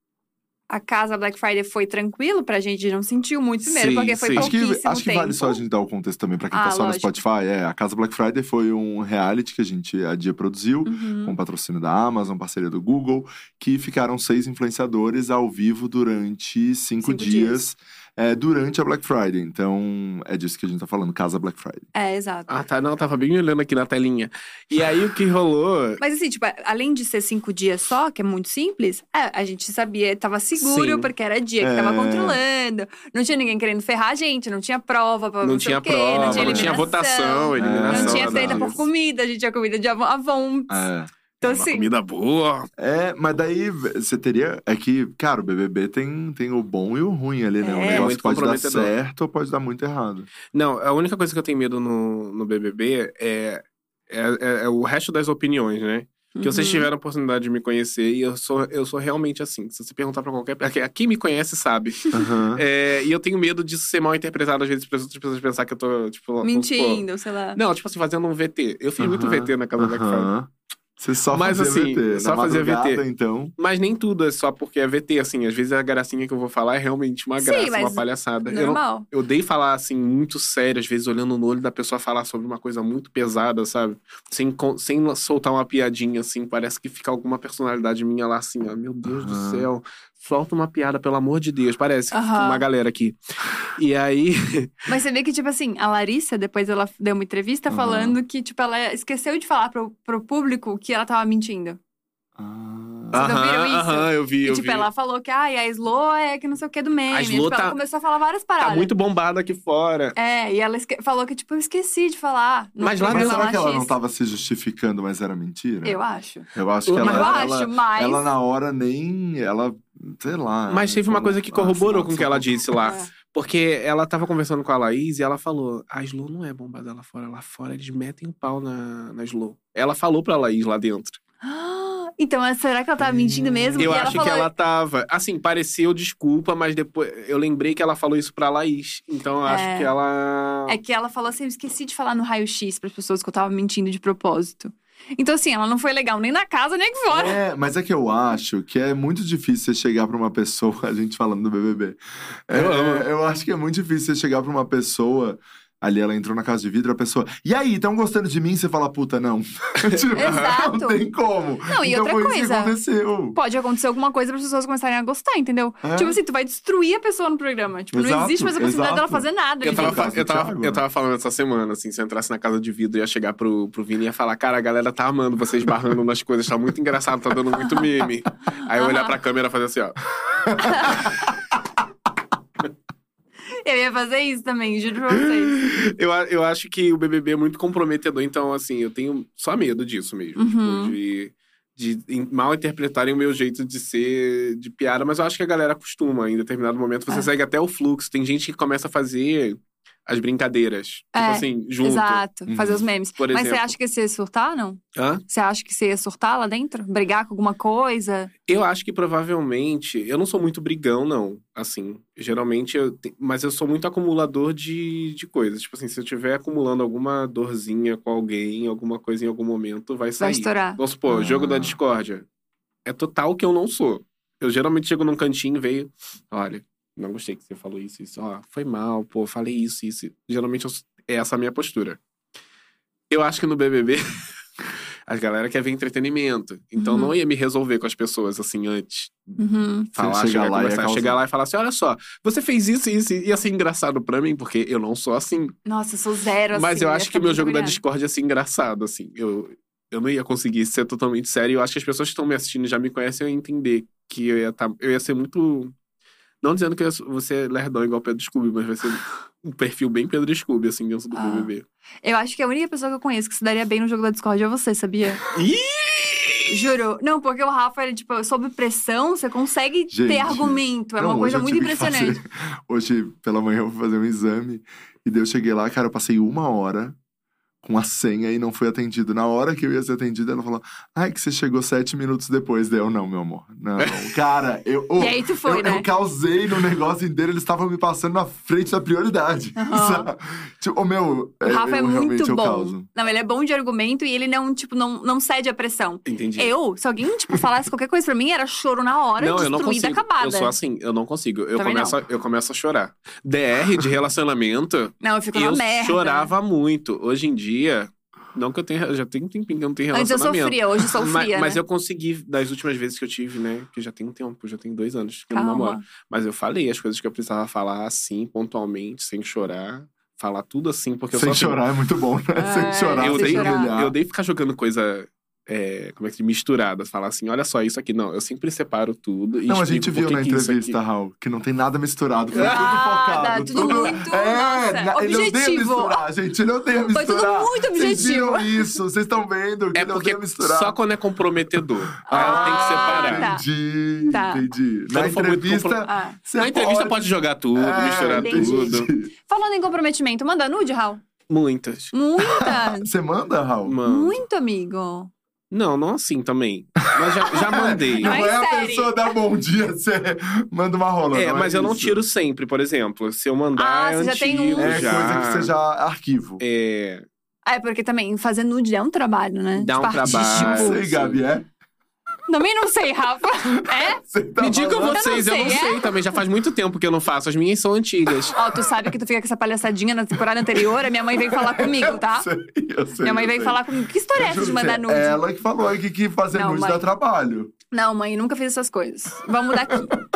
a casa Black Friday foi tranquilo pra gente, não sentiu muito primeiro, Sim, porque foi sim. Acho que, pouquíssimo acho que tempo. vale só a gente dar o contexto também pra quem Ah, tá só lógico. no Spotify. É, a Casa Black Friday foi um reality que a gente a Dia produziu, Uhum. com patrocínio da Amazon, parceria do Google, que ficaram seis influenciadores ao vivo durante cinco, Cinco dias, é, durante a Black Friday. Então, é disso que a gente tá falando, Casa Black Friday. É, exato. Ah, tá. Não, tava bem me olhando aqui na telinha. E aí, o que rolou... Mas assim, tipo, além de ser cinco dias só, que é muito simples, é, a gente sabia, tava seguro, Sim. porque era dia que É. tava controlando. Não tinha ninguém querendo ferrar a gente, não tinha prova pra Não sei tinha o quê, prova, não tinha não tinha eliminação. votação, eliminação. Não tinha nada treta por disso. comida, a gente tinha comida de Avon. Avon. É. Então, Uma assim, comida boa. É, mas daí você teria. É que, cara, o B B B tem, tem o bom e o ruim ali, né? O É. negócio Muito pode dar comprometedor. certo ou pode dar muito errado. Não, a única coisa que eu tenho medo no, no B B B é, é, é- é o resto das opiniões, né? Que vocês uhum. tiveram a oportunidade de me conhecer e eu sou, eu sou realmente assim. Se você perguntar pra qualquer... a- Quem me conhece sabe. Aham. É, e eu tenho medo disso ser mal interpretado às vezes para as outras pessoas pensar que eu tô, tipo... vamos Mentindo, sei lá. supor- Não, tipo assim, fazendo um V T. Eu fiz muito Aham, V T na casa da Black Friday. aham. Você só Mas, fazia assim, V T. só Na fazia V T. madrugada, então. Mas nem tudo é só porque é V T, assim. Às vezes a gracinha que eu vou falar é realmente uma Sim, graça, mas uma palhaçada. Eu, não, Normal. eu odeio falar, assim, muito sério, às vezes olhando no olho da pessoa falar sobre uma coisa muito pesada, sabe? Sem, con- sem soltar uma piadinha, assim. Parece que fica alguma personalidade minha lá, assim, ó. Meu Deus do Aham. céu. solta uma piada, pelo amor de Deus. Parece Aham. uma galera aqui. E aí… Mas você vê que, tipo assim, a Larissa, depois ela deu uma entrevista Aham. falando que, tipo, ela esqueceu de falar pro, pro público que ela tava mentindo. Ah. Vocês não viram Aham, isso? aham, eu vi, E, eu tipo, vi. ela falou que, ai, a Slo é que não sei o que do meme. A E, Slo tipo, tá- ela começou a falar várias paradas. Tá muito bombada aqui fora. É, e ela esque- falou que, tipo, eu esqueci de falar. no Mas lá Mas programa será que ela X. não tava se justificando, mas era mentira? Eu acho. Eu acho que Eu ela… eu ela, acho, mas… ela na hora nem… Ela… Sei lá. Mas teve uma coisa que corroborou com o que ela disse lá. É. Porque ela tava conversando com a Laís e ela falou: a Slo não é bombada lá fora. Lá fora eles metem o pau na, na Slo. Ela falou pra Laís lá dentro. Então, mas será que ela tava mentindo mesmo? Eu E acho ela que falou... ela tava… Assim, pareceu desculpa, mas depois… Eu lembrei que ela falou isso pra Laís. Então eu acho É. que ela… É que ela falou assim, eu esqueci de falar no raio-x pras pessoas que eu tava mentindo de propósito. Então, assim, ela não foi legal nem na casa, nem aqui fora. É, mas é que eu acho que é muito difícil você chegar pra uma pessoa… A gente falando do B B B. É, Eu amo. eu acho que é muito difícil você chegar pra uma pessoa… Ali ela entrou na casa de vidro, a pessoa… E aí, estão gostando de mim? Você fala, puta, não. Tipo, Exato. Não tem como. Não, e então outra foi coisa. isso que aconteceu. Pode acontecer alguma coisa para as pessoas começarem a gostar, entendeu? É. Tipo assim, tu vai destruir a pessoa no programa. Tipo, não Exato, existe mais a possibilidade exato. dela fazer nada. Eu ali tava, no dentro. caso fa- eu, do tava, Thiago, eu né? tava falando essa semana, assim, se eu entrasse na casa de vidro, ia chegar pro, pro Vini e ia falar: cara, a galera tá amando vocês barrando nas coisas, tá muito engraçado, tá dando muito meme. Aí eu olhar Aham. pra câmera e fazer assim, ó. Eu ia fazer isso também, juro pra vocês. Eu, a- eu acho que o B B B é muito comprometedor, então, assim, eu tenho só medo disso mesmo. Uhum. Tipo, de, de in- mal interpretarem o meu jeito de ser de piada, mas eu acho que a galera acostuma. Em determinado momento, você É. segue até o fluxo. Tem gente que começa a fazer as brincadeiras. É, Tipo assim, junto. Exato, Uhum. fazer os memes. Por Mas você exemplo. acha que você ia surtar, não? Hã? Você acha que você ia surtar lá dentro? Brigar com alguma coisa? Eu acho que provavelmente. Eu não sou muito brigão, não. Assim, geralmente eu. te- Mas eu sou muito acumulador de, de coisas. Tipo assim, se eu estiver acumulando alguma dorzinha com alguém, alguma coisa em algum momento, vai Vai sair. estourar? Vamos supor, Ah. jogo da discórdia. É total que eu não sou. Eu geralmente chego num cantinho e veio. Olha, não gostei que você falou isso, isso. Ó, foi mal, pô, falei isso, isso. Geralmente eu, é essa a minha postura. Eu acho que no B B B. A galera quer ver entretenimento. Então Uhum. não ia me resolver com as pessoas assim antes. Uhum. Falar, chegar chegar, lá e conversar, causar. chegar lá e falar assim: olha só, você fez isso e isso, e ia ser engraçado pra mim, porque eu não sou assim. Nossa, eu sou zero, assim. Mas eu ia acho ficar que meu muito jogo da agoniada. Discord ia ser engraçado, assim. Eu, eu não ia conseguir ser totalmente sério. Eu acho que as pessoas que estão me assistindo e já me conhecem, eu ia entender que eu ia, tá, eu ia ser muito. Não dizendo que eu ia vou ser lerdão igual Pedro Scooby, mas vai ser um perfil bem Pedro Scooby, assim, dentro do Ah. B B B. Eu acho que a única pessoa que eu conheço que se daria bem no jogo da Discord é você, sabia? Ih! Juro. Não, porque o Rafa, ele, tipo, sob pressão, você consegue Gente, ter argumento. É Não, uma hoje coisa eu muito tive que impressionante. fazer- Hoje, pela manhã, eu fui fazer um exame. E daí eu cheguei lá, cara, eu passei uma hora com a senha e não fui atendido. Na hora que eu ia ser atendido, ela falou: ai, que você chegou sete minutos depois. Daí eu, não, meu amor. Não, cara, eu… oh, E aí tu foi, eu, né? eu causei no negócio inteiro, eles estavam me passando na frente da prioridade. Aham. sabe? Tipo, o meu… O Rafa eu, é realmente muito eu bom. causo. Não, ele é bom de argumento e ele não, tipo, não, não cede à pressão. Entendi. Eu, se alguém, tipo, falasse qualquer coisa pra mim, era choro na hora, Não, eu não destruída, consigo. acabada. Eu sou assim, eu não consigo. Eu Também começo, a, eu começo a chorar. D R de relacionamento, Não, eu fico eu na merda. chorava muito. Hoje em dia, não que eu tenha, já tem um tempinho que eu não tenho Antes eu relacionamento. sofria, hoje eu sou Ma- fria, mas né? eu consegui, das últimas vezes que eu tive, né? Que já tem um tempo, já tem dois anos que eu não Calma. namoro. Mas eu falei as coisas que eu precisava falar assim, pontualmente, sem chorar. Falar tudo assim, porque eu Sem sou assim. chorar é muito bom, né? É, sem chorar, Eu sem sem odeio, chorar. humilhar. eu odeio ficar jogando coisa. É, como é que misturada, falar assim, olha só isso aqui. Não, eu sempre separo tudo e Não, a explico gente por viu que na que isso entrevista, aqui- Raul, que não tem nada misturado. Foi tudo Nada, focado. tudo muito, É, nossa, na- ele odeia objetivo. misturar, gente. Ele odeia Foi misturar. tudo muito Vocês objetivo. viram isso? Vocês estão vendo que É ele porque odeia misturar. só quando é comprometedor. Aí ela Ah, tem que separar. tá. Entendi, Tá. entendi. Quando Na for muito entrevista, compro- Ah. você Na entrevista pode, pode jogar tudo, É, misturar entendi. tudo. Falando em comprometimento, manda nude, Raul? Muitas. Muita. Você manda, Raul? Mano. Muito, amigo. Não, não assim também. Mas já, já mandei. Não Mas é a sério. pessoa dar bom dia, você manda uma rola. É, não mas eu não isso. tiro sempre, por exemplo. Se eu mandar, Ah, é você já antigo, tem um. É já. coisa que seja arquivo. É, Ah, é porque também fazer nude é um trabalho, né? Dá um Tipo, artístico. trabalho. Sei, Gabi, é? Também não sei, Rafa. É? Você tá Me digam falando? vocês, eu Eu não, não sei, sei, é? também. Já faz muito tempo que eu não faço. As minhas são antigas. Ó, tu sabe que tu fica com essa palhaçadinha na temporada anterior? A minha mãe veio falar comigo, tá? Eu sei, eu sei, Minha mãe eu veio sei. falar comigo. Que história é essa Eu de juro mandar que nude? é Ela que falou aqui que fazer Não, nude mãe. dá trabalho. Não, mãe, nunca fiz essas coisas. Vamos daqui.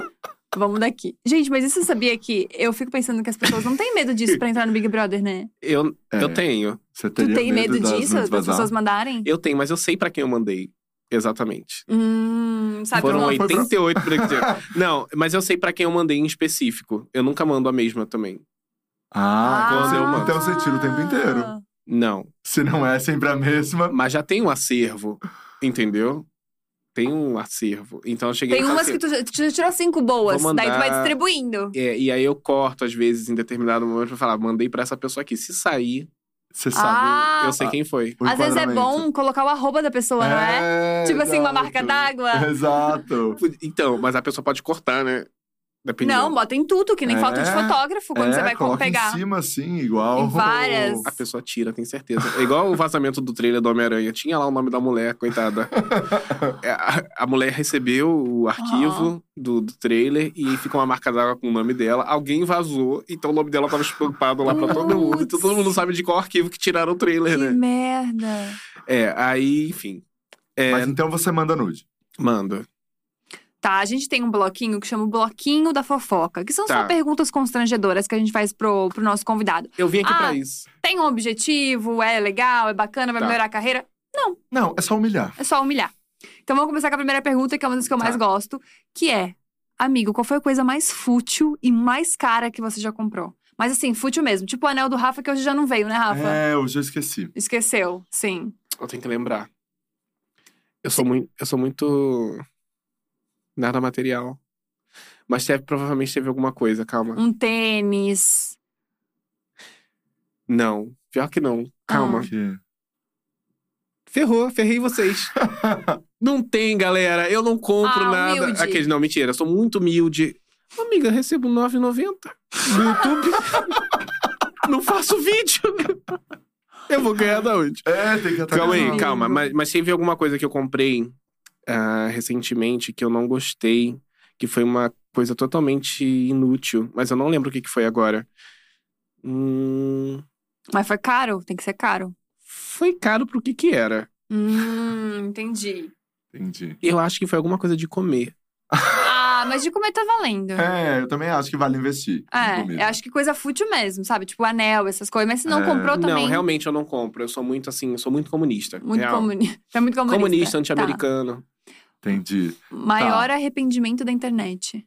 Vamos daqui. Gente, mas e você sabia que eu fico pensando que as pessoas não têm medo disso pra entrar no Big Brother, né? Eu, É. eu tenho. Você Tu teria tem medo, das disso? nudes Das vazar? pessoas mandarem? Eu tenho, mas eu sei pra quem eu mandei. Exatamente. Hum, sabe? Foram não, uma- foi pra- oitenta e oito pra... Não, mas eu sei pra quem eu mandei em específico. Eu nunca mando a mesma também. Ah, quando eu então, mando. então você tira o tempo inteiro. Não. Se não é sempre a mesma. Mas já tem um acervo, entendeu? Tem um acervo. Então eu cheguei Tem e falei umas assim, que tu já, tu já tirou cinco boas, Vou daí tu vai mandar- distribuindo. é, e aí eu corto, às vezes, em determinado momento, pra falar, mandei pra essa pessoa aqui. Se sair, Você sabe. Ah, eu sei quem foi. o às vezes é enquadramento. bom colocar o arroba da pessoa, não é? É, Tipo assim, uma exato. marca d'água. Exato. Então, mas a pessoa pode cortar, né? Dependendo. Não, bota em tudo, que nem É, foto de fotógrafo, quando é, você vai coloca pegar. em cima, assim, igual. Em várias. A pessoa tira, tem certeza. É igual o vazamento do trailer do Homem-Aranha. Tinha lá o nome da mulher, coitada. É, a, a mulher recebeu o arquivo do, do trailer e fica uma marca d'água com o nome dela. Alguém vazou, então o nome dela tava estampado lá pra todo mundo. Então todo mundo sabe de qual arquivo que tiraram o trailer, Que né? merda. É, aí, enfim. É, Mas então você manda nude. manda. Tá, a gente tem um bloquinho que chama o Bloquinho da Fofoca, que são Tá. só perguntas constrangedoras que a gente faz pro, pro nosso convidado. Eu vim aqui Ah, pra isso. Tem um objetivo, é legal, é bacana, vai Tá. melhorar a carreira? Não, é só humilhar. É só humilhar. Então vamos começar com a primeira pergunta, que é uma das que eu mais Tá. gosto, que é: amigo, qual foi a coisa mais fútil e mais cara que você já comprou? Mas assim, fútil mesmo. Tipo o anel do Rafa, que hoje já não veio, né, Rafa? É, eu já esqueci. Esqueceu, sim. Eu tenho que lembrar. Eu sou muito. Eu sou muito. Nada material. Mas teve, provavelmente teve alguma coisa, calma. Um tênis. Não. Pior que não. Calma. Que- Ferrou, ferrei vocês. Não tem, galera. Eu não compro Ah, nada. humilde. Aqueles, não, mentira. Eu sou muito humilde. Amiga, eu recebo nove reais e noventa centavos no YouTube. Não faço vídeo. Eu vou ganhar da onde? É, tem que atacar. Calma aí, amigo. calma. Mas, mas teve alguma coisa que eu comprei ah, recentemente que eu não gostei. Que foi uma coisa totalmente inútil. Mas eu não lembro o que, que foi agora. Hum, Mas foi caro? Tem que ser caro. foi caro pro que que era. Hum, entendi. Entendi. Eu acho que foi alguma coisa de comer. Ah, mas de comer tá valendo. É, eu também acho que vale investir. em É, comida. eu acho que coisa fútil mesmo, sabe? Tipo anel, essas coisas. Mas se não É. comprou também. Não, realmente eu não compro. Eu sou muito assim, eu sou muito comunista. Muito real. comunista. É muito comunista. Comunista, Tá. anti-americano. Entendi. Maior arrependimento da internet.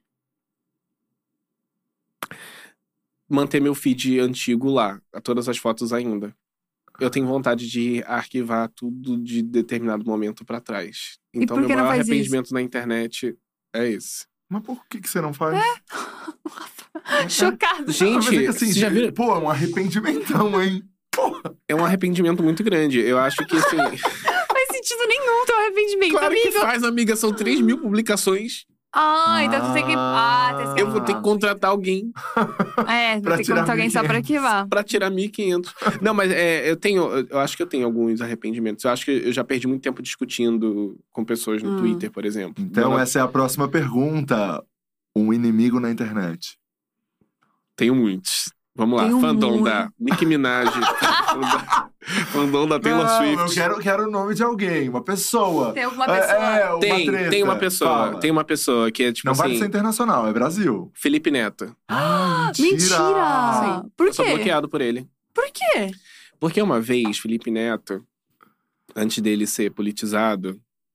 Manter meu feed antigo lá, todas as fotos ainda. Eu tenho vontade de arquivar tudo de determinado momento pra trás. E Então, por meu que não maior faz isso? arrependimento na internet é esse. Mas por que, que você não faz? Chocado. Gente, Mas é que assim, você já viu? pô, é um arrependimentão, hein? Porra. É um arrependimento muito grande. Eu acho que, assim... Não faz sentido nenhum teu arrependimento, claro que amigo. faz, amiga. São três mil publicações. Ah, então tu tem que. Ah, tem que. Eu vou ter que contratar alguém É, Pra vou ter que tirar contar alguém só pra mil e quinhentos. arquivar. pra tirar mil e quinhentos. Não, mas é, eu tenho... Eu acho que eu tenho alguns arrependimentos. Eu acho que eu já perdi muito tempo discutindo com pessoas no Hum. Twitter, por exemplo. Então, Dona- essa é a próxima pergunta. Um inimigo na internet. Tenho muitos. Vamos lá, Tenho fandom muito. da Nicki Minaj. fandom- fandom da Taylor Não, Swift. eu quero, quero o nome de alguém, uma pessoa. Tem alguma É, pessoa. é, uma Tem, treta. tem uma pessoa. Fala. Tem uma pessoa que é tipo Não assim. vale ser internacional, é Brasil. Felipe Neto. Ah, Mentira! Por Eu sou quê? bloqueado por ele. Por quê? Porque uma vez, Felipe Neto, antes dele ser politizado,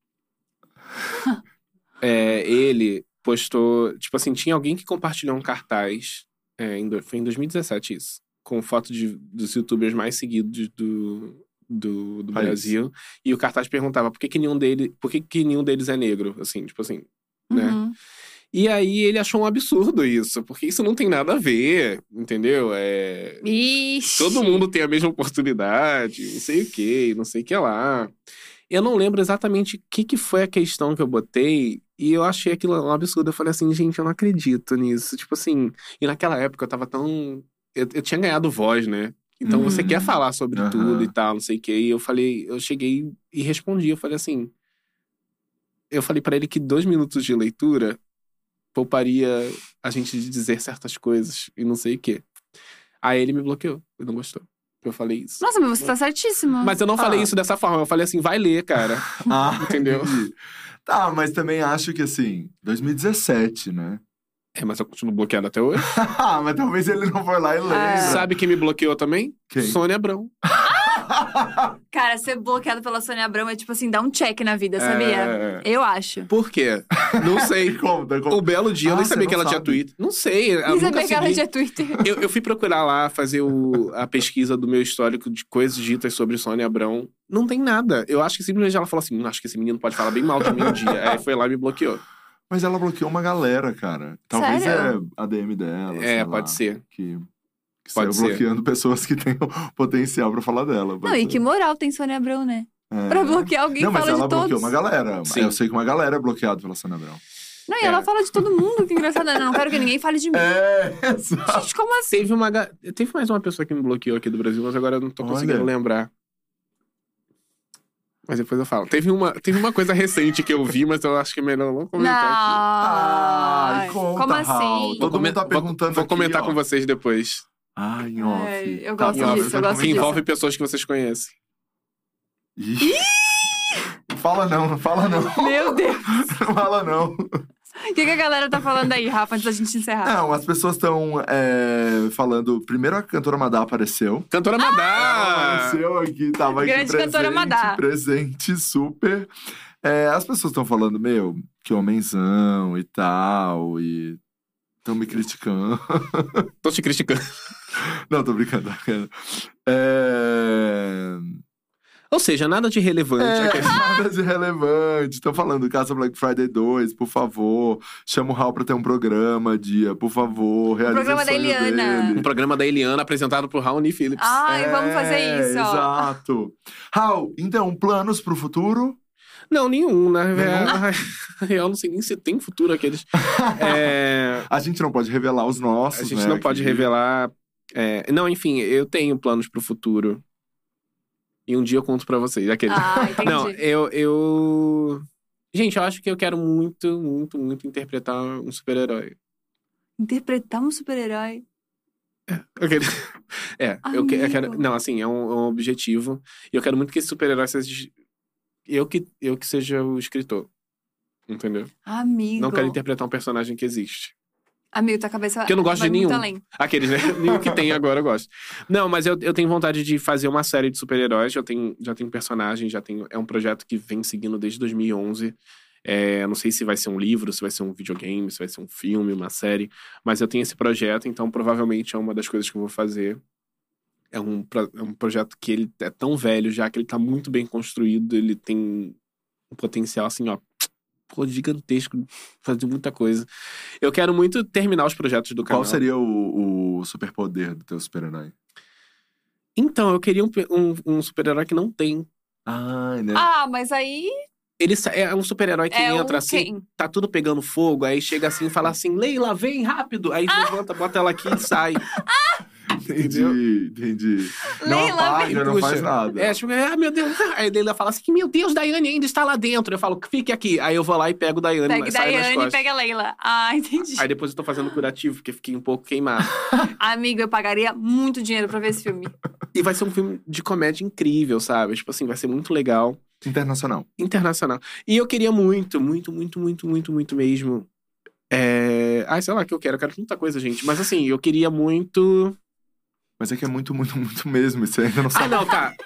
é, ele postou. Tipo assim, tinha alguém que compartilhou um cartaz. É, em do- foi em dois mil e dezessete isso. Com foto de, dos youtubers mais seguidos do, do, do País. Brasil. E o cartaz perguntava por que, que nenhum dele, por que, que nenhum deles é negro. Assim, tipo assim. Né? Uhum. E aí ele achou um absurdo isso, porque isso não tem nada a ver, entendeu? É. Ixi. Todo mundo tem a mesma oportunidade, não sei o que, não sei o que lá. Eu não lembro exatamente o que, que foi a questão que eu botei, e eu achei aquilo um absurdo. Eu falei assim, gente, eu não acredito nisso. Tipo assim, e naquela época eu tava tão. Eu, eu tinha ganhado voz, né? Então você Uhum. quer falar sobre Aham. tudo e tal, não sei o que. E eu falei, eu cheguei e respondi, eu falei assim. Eu falei pra ele que dois minutos de leitura pouparia a gente de dizer certas coisas e não sei o quê. Aí ele me bloqueou, ele não gostou. Eu falei isso. Nossa, mas você tá certíssimo. Mas eu não falei Ah. isso dessa forma, eu falei assim, vai ler, cara. Ah, Entendeu? entendi. Tá, mas também acho que assim, dois mil e dezessete, né? É, mas eu continuo bloqueado até hoje. Ah, mas talvez ele não foi lá e lembra. Sabe quem me bloqueou também? Quem? Sônia Abrão. Cara, ser bloqueado pela Sônia Abrão é tipo assim, dar um check na vida, sabia? É... Eu acho. Por quê? Não sei. Conta, conta. O belo dia, eu Ah, nem você sabia não que ela tinha sabe. Twitter. Não sei. Eu Nem nunca sabia que ela segui. tinha Twitter. Eu, eu fui procurar lá, fazer o, a pesquisa do meu histórico de coisas ditas sobre Sônia Abrão. Não tem nada. Eu acho que simplesmente ela falou assim, acho que esse menino pode falar bem mal de mim um dia. Aí foi lá e me bloqueou. Mas ela bloqueou uma galera, cara. Talvez Sério? é a D M dela. É, sei pode lá, ser. Que, que Pode saiu ser. bloqueando pessoas que têm o potencial pra falar dela. pode Não, e ser. que moral tem Sônia Abrão, né? É. Pra bloquear alguém, Não, mas fala ela de todos. bloqueou uma galera. Sim. Eu sei que uma galera é bloqueada pela Sônia Abrão. Não, e É. ela fala de todo mundo, que engraçado. Eu não quero que ninguém fale de mim. É, exato. Gente, como assim? Teve uma. ga- Teve mais uma pessoa que me bloqueou aqui do Brasil, mas agora eu não tô Olha. conseguindo lembrar. Mas depois eu falo. Teve uma, teve uma coisa recente que eu vi, mas eu acho que é melhor não Não. comentar Ai, conta, como Raul. assim? Todo aqui. mundo tá Vou- perguntando Vou aqui, comentar ó. com vocês depois. Ai, em off. Ai, eu Tá gosto bom, disso, eu tá gosto Que disso. envolve pessoas que vocês conhecem. Ih. Fala não, não fala não. Meu Deus. Não fala não. O que, que a galera tá falando aí, Rafa, antes da gente encerrar? Não, as pessoas estão falando. Primeiro a cantora Madá apareceu. Cantora Ela Madá! apareceu aqui, tava aqui Grande presente, cantora Madá. presente, super. É, as pessoas estão falando, meu, que homenzão e tal, e estão me criticando. Tô te criticando. Não, tô brincando. tô brincando. É... Ou seja, nada de relevante. É, Aquele- nada de relevante. Estão falando Casa Black Friday dois, por favor. Chama o Raul pra ter um programa, Dia, por favor. Realiza programa o da sonho Eliana. dele. Um programa da Eliana apresentado por Raoni Phillips. Ai, vamos fazer É, isso, ó. Exato. Raul, então, planos pro futuro? Não, nenhum, né? Nenhum? Eu não sei nem se tem futuro aqueles. É, A gente não pode revelar os nossos, a gente né, não pode aqui. revelar. é, Não, enfim, eu tenho planos pro futuro. E um dia eu conto pra vocês. Aqueles. Ah, entendi. Não, eu, eu. Gente, eu acho que eu quero muito, muito, muito interpretar um super-herói. Interpretar um super-herói. Aquele- É, eu, que- eu quero. Amigo. Não, assim, é um, é um objetivo. E eu quero muito que esse super-herói seja. Eu que, eu que seja o escritor. Entendeu? Amigo. Não quero interpretar um personagem que existe. Amigo, tua cabeça Porque eu não gosto vai de muito nenhum. além. Aqueles, né? Nenhum que tem agora eu gosto. Não, mas eu, eu tenho vontade de fazer uma série de super-heróis. Já tenho, já tenho personagem, já tenho. É um projeto que vem seguindo desde dois mil e onze. É, não sei se vai ser um livro, se vai ser um videogame, se vai ser um filme, uma série. Mas eu tenho esse projeto, então provavelmente é uma das coisas que eu vou fazer. É um, pro- é um projeto que ele é tão velho já, que ele tá muito bem construído. Ele tem um potencial, assim, ó. Pô, gigantesco, fazer muita coisa. Eu quero muito terminar os projetos do canal. Qual seria o, o superpoder do teu super-herói? Então, eu queria um, pe- um, um super-herói que não tem. Ai, né? Ah, mas aí Ele sa- é um super-herói que é entra o assim, quem? tá tudo pegando fogo, aí chega assim e fala assim, Leila, vem rápido. Aí levanta, bota ela aqui e sai. entendi, entendi. Não Leila, apaga, vem. não Puxa. faz nada. É, tipo, ah, meu Deus. Aí a Leila fala assim, meu Deus, Daiane ainda está lá dentro. Eu falo, fique aqui. Aí eu vou lá e pego Daiane, Pega saio nas Daiane e costas. pega Leila. Ah, entendi. Aí depois eu tô fazendo curativo, porque fiquei um pouco queimado. Amigo, eu pagaria muito dinheiro pra ver esse filme. E vai ser um filme de comédia incrível, sabe? Tipo assim, vai ser muito legal. Internacional. Internacional. E eu queria muito, muito, muito, muito, muito, muito mesmo. É... Ai, sei lá o que eu quero. Eu quero muita coisa, gente. Mas assim, eu queria muito. Mas é que é muito, muito, muito mesmo. Isso ainda não Ah, sabe. não, tá.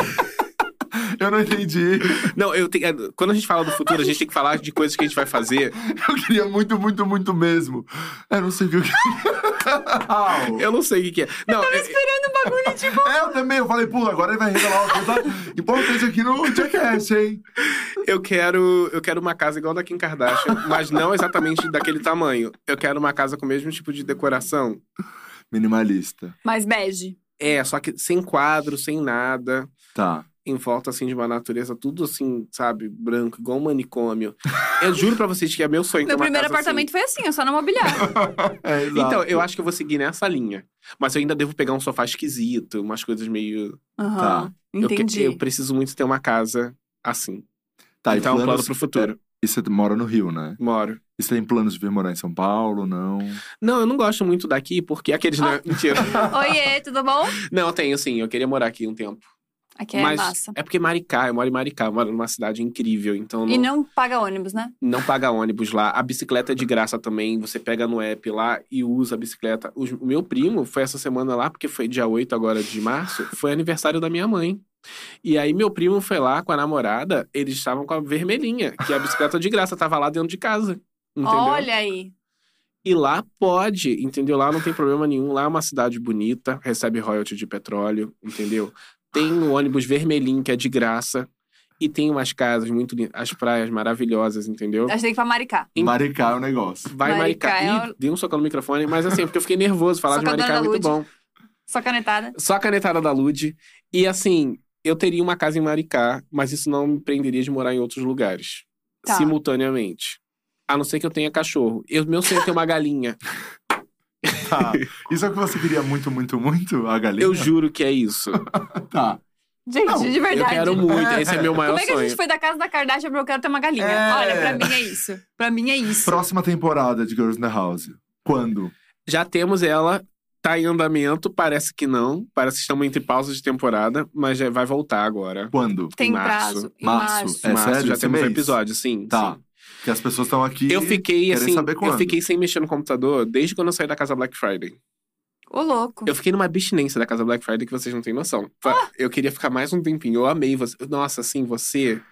Eu não entendi. Não, eu tenho. é, Quando a gente fala do futuro, a gente tem que falar de coisas que a gente vai fazer. Eu queria muito, muito, muito mesmo. Eu não sei o que eu queria. Au. Eu não sei o que, que é. Não, é- Esperando o bagulho, tipo. É, eu também. Eu falei, pô, agora ele vai revelar uma coisa importante aqui no Jackass, hein? eu quero. Eu quero uma casa igual da Kim Kardashian, mas não exatamente daquele tamanho. Eu quero uma casa com o mesmo tipo de decoração. Minimalista. Mais bege. É, só que sem quadro, sem nada. Tá. Em volta, assim, de uma natureza, tudo assim, sabe, branco, igual um manicômio. Eu juro pra vocês que é meu sonho ter Meu uma primeiro casa apartamento foi assim, eu só não mobiliar. É, assim. exato. Então, eu acho que eu vou seguir nessa linha. Mas eu ainda devo pegar um sofá esquisito, umas coisas meio... Aham, Tá. Eu, que- entendi. eu preciso muito ter uma casa assim. Tá, e então, é um plano planos- pro futuro. E você mora no Rio, né? Moro. E você tem planos de vir morar em São Paulo? Não? Não, eu não gosto muito daqui, porque aqueles... Né? Mentira. Oiê, tudo bom? Não, eu tenho sim. Eu queria morar aqui um tempo. Aqui é Mas massa. é porque Maricá, eu moro em Maricá, eu moro numa cidade incrível, então E não, não paga ônibus, né? não paga ônibus lá. A bicicleta é de graça também, você pega no app lá e usa a bicicleta. O, o meu primo foi essa semana lá, porque foi dia oito agora de março, foi aniversário da minha mãe. E aí meu primo foi lá com a namorada, eles estavam com a vermelhinha, que é a bicicleta de graça, tava lá dentro de casa, entendeu? Olha aí. E lá pode, entendeu? Lá não tem problema nenhum, lá é uma cidade bonita, recebe royalty de petróleo, entendeu? Tem o ônibus vermelhinho, que é de graça. E tem umas casas muito lindas, as praias maravilhosas, entendeu? A gente tem que ir pra Maricá. Maricá é o negócio. Vai Maricá. Maricá é Ih, dei um socão no microfone, mas assim, porque eu fiquei nervoso. Falar de Socadona Maricá é da muito Lud. bom. Só canetada. Só a canetada da Lud. E assim, eu teria uma casa em Maricá, mas isso não me prenderia de morar em outros lugares. Tá. Simultaneamente. A não ser que eu tenha cachorro. Eu, meu sonho é ter uma galinha. Tá. Isso é o que você queria muito, muito, muito? A galinha? Eu juro que é isso. Tá. Gente, Não, de verdade. Eu quero muito, esse é meu maior Como é que a sonho. gente foi da casa da Kardashian pra eu quero ter uma galinha? É. Olha, pra mim é isso. Pra mim é isso. Próxima temporada de Girls in the House. Quando? Já temos ela, tá em andamento, parece que não. Parece que estamos entre pausas de temporada, mas já vai voltar agora. Quando? Tem março. prazo. Em Março. março. É Março, sério? já Esse temos um mês? episódio, sim. Tá. sim. Porque as pessoas estão aqui. Eu fiquei querem assim, saber quando. eu fiquei sem mexer no computador desde quando eu saí da casa Black Friday. Ô, louco. Eu fiquei numa abstinência da casa Black Friday que vocês não têm noção. Ah! Eu queria ficar mais um tempinho. Eu amei você. Nossa, assim, você.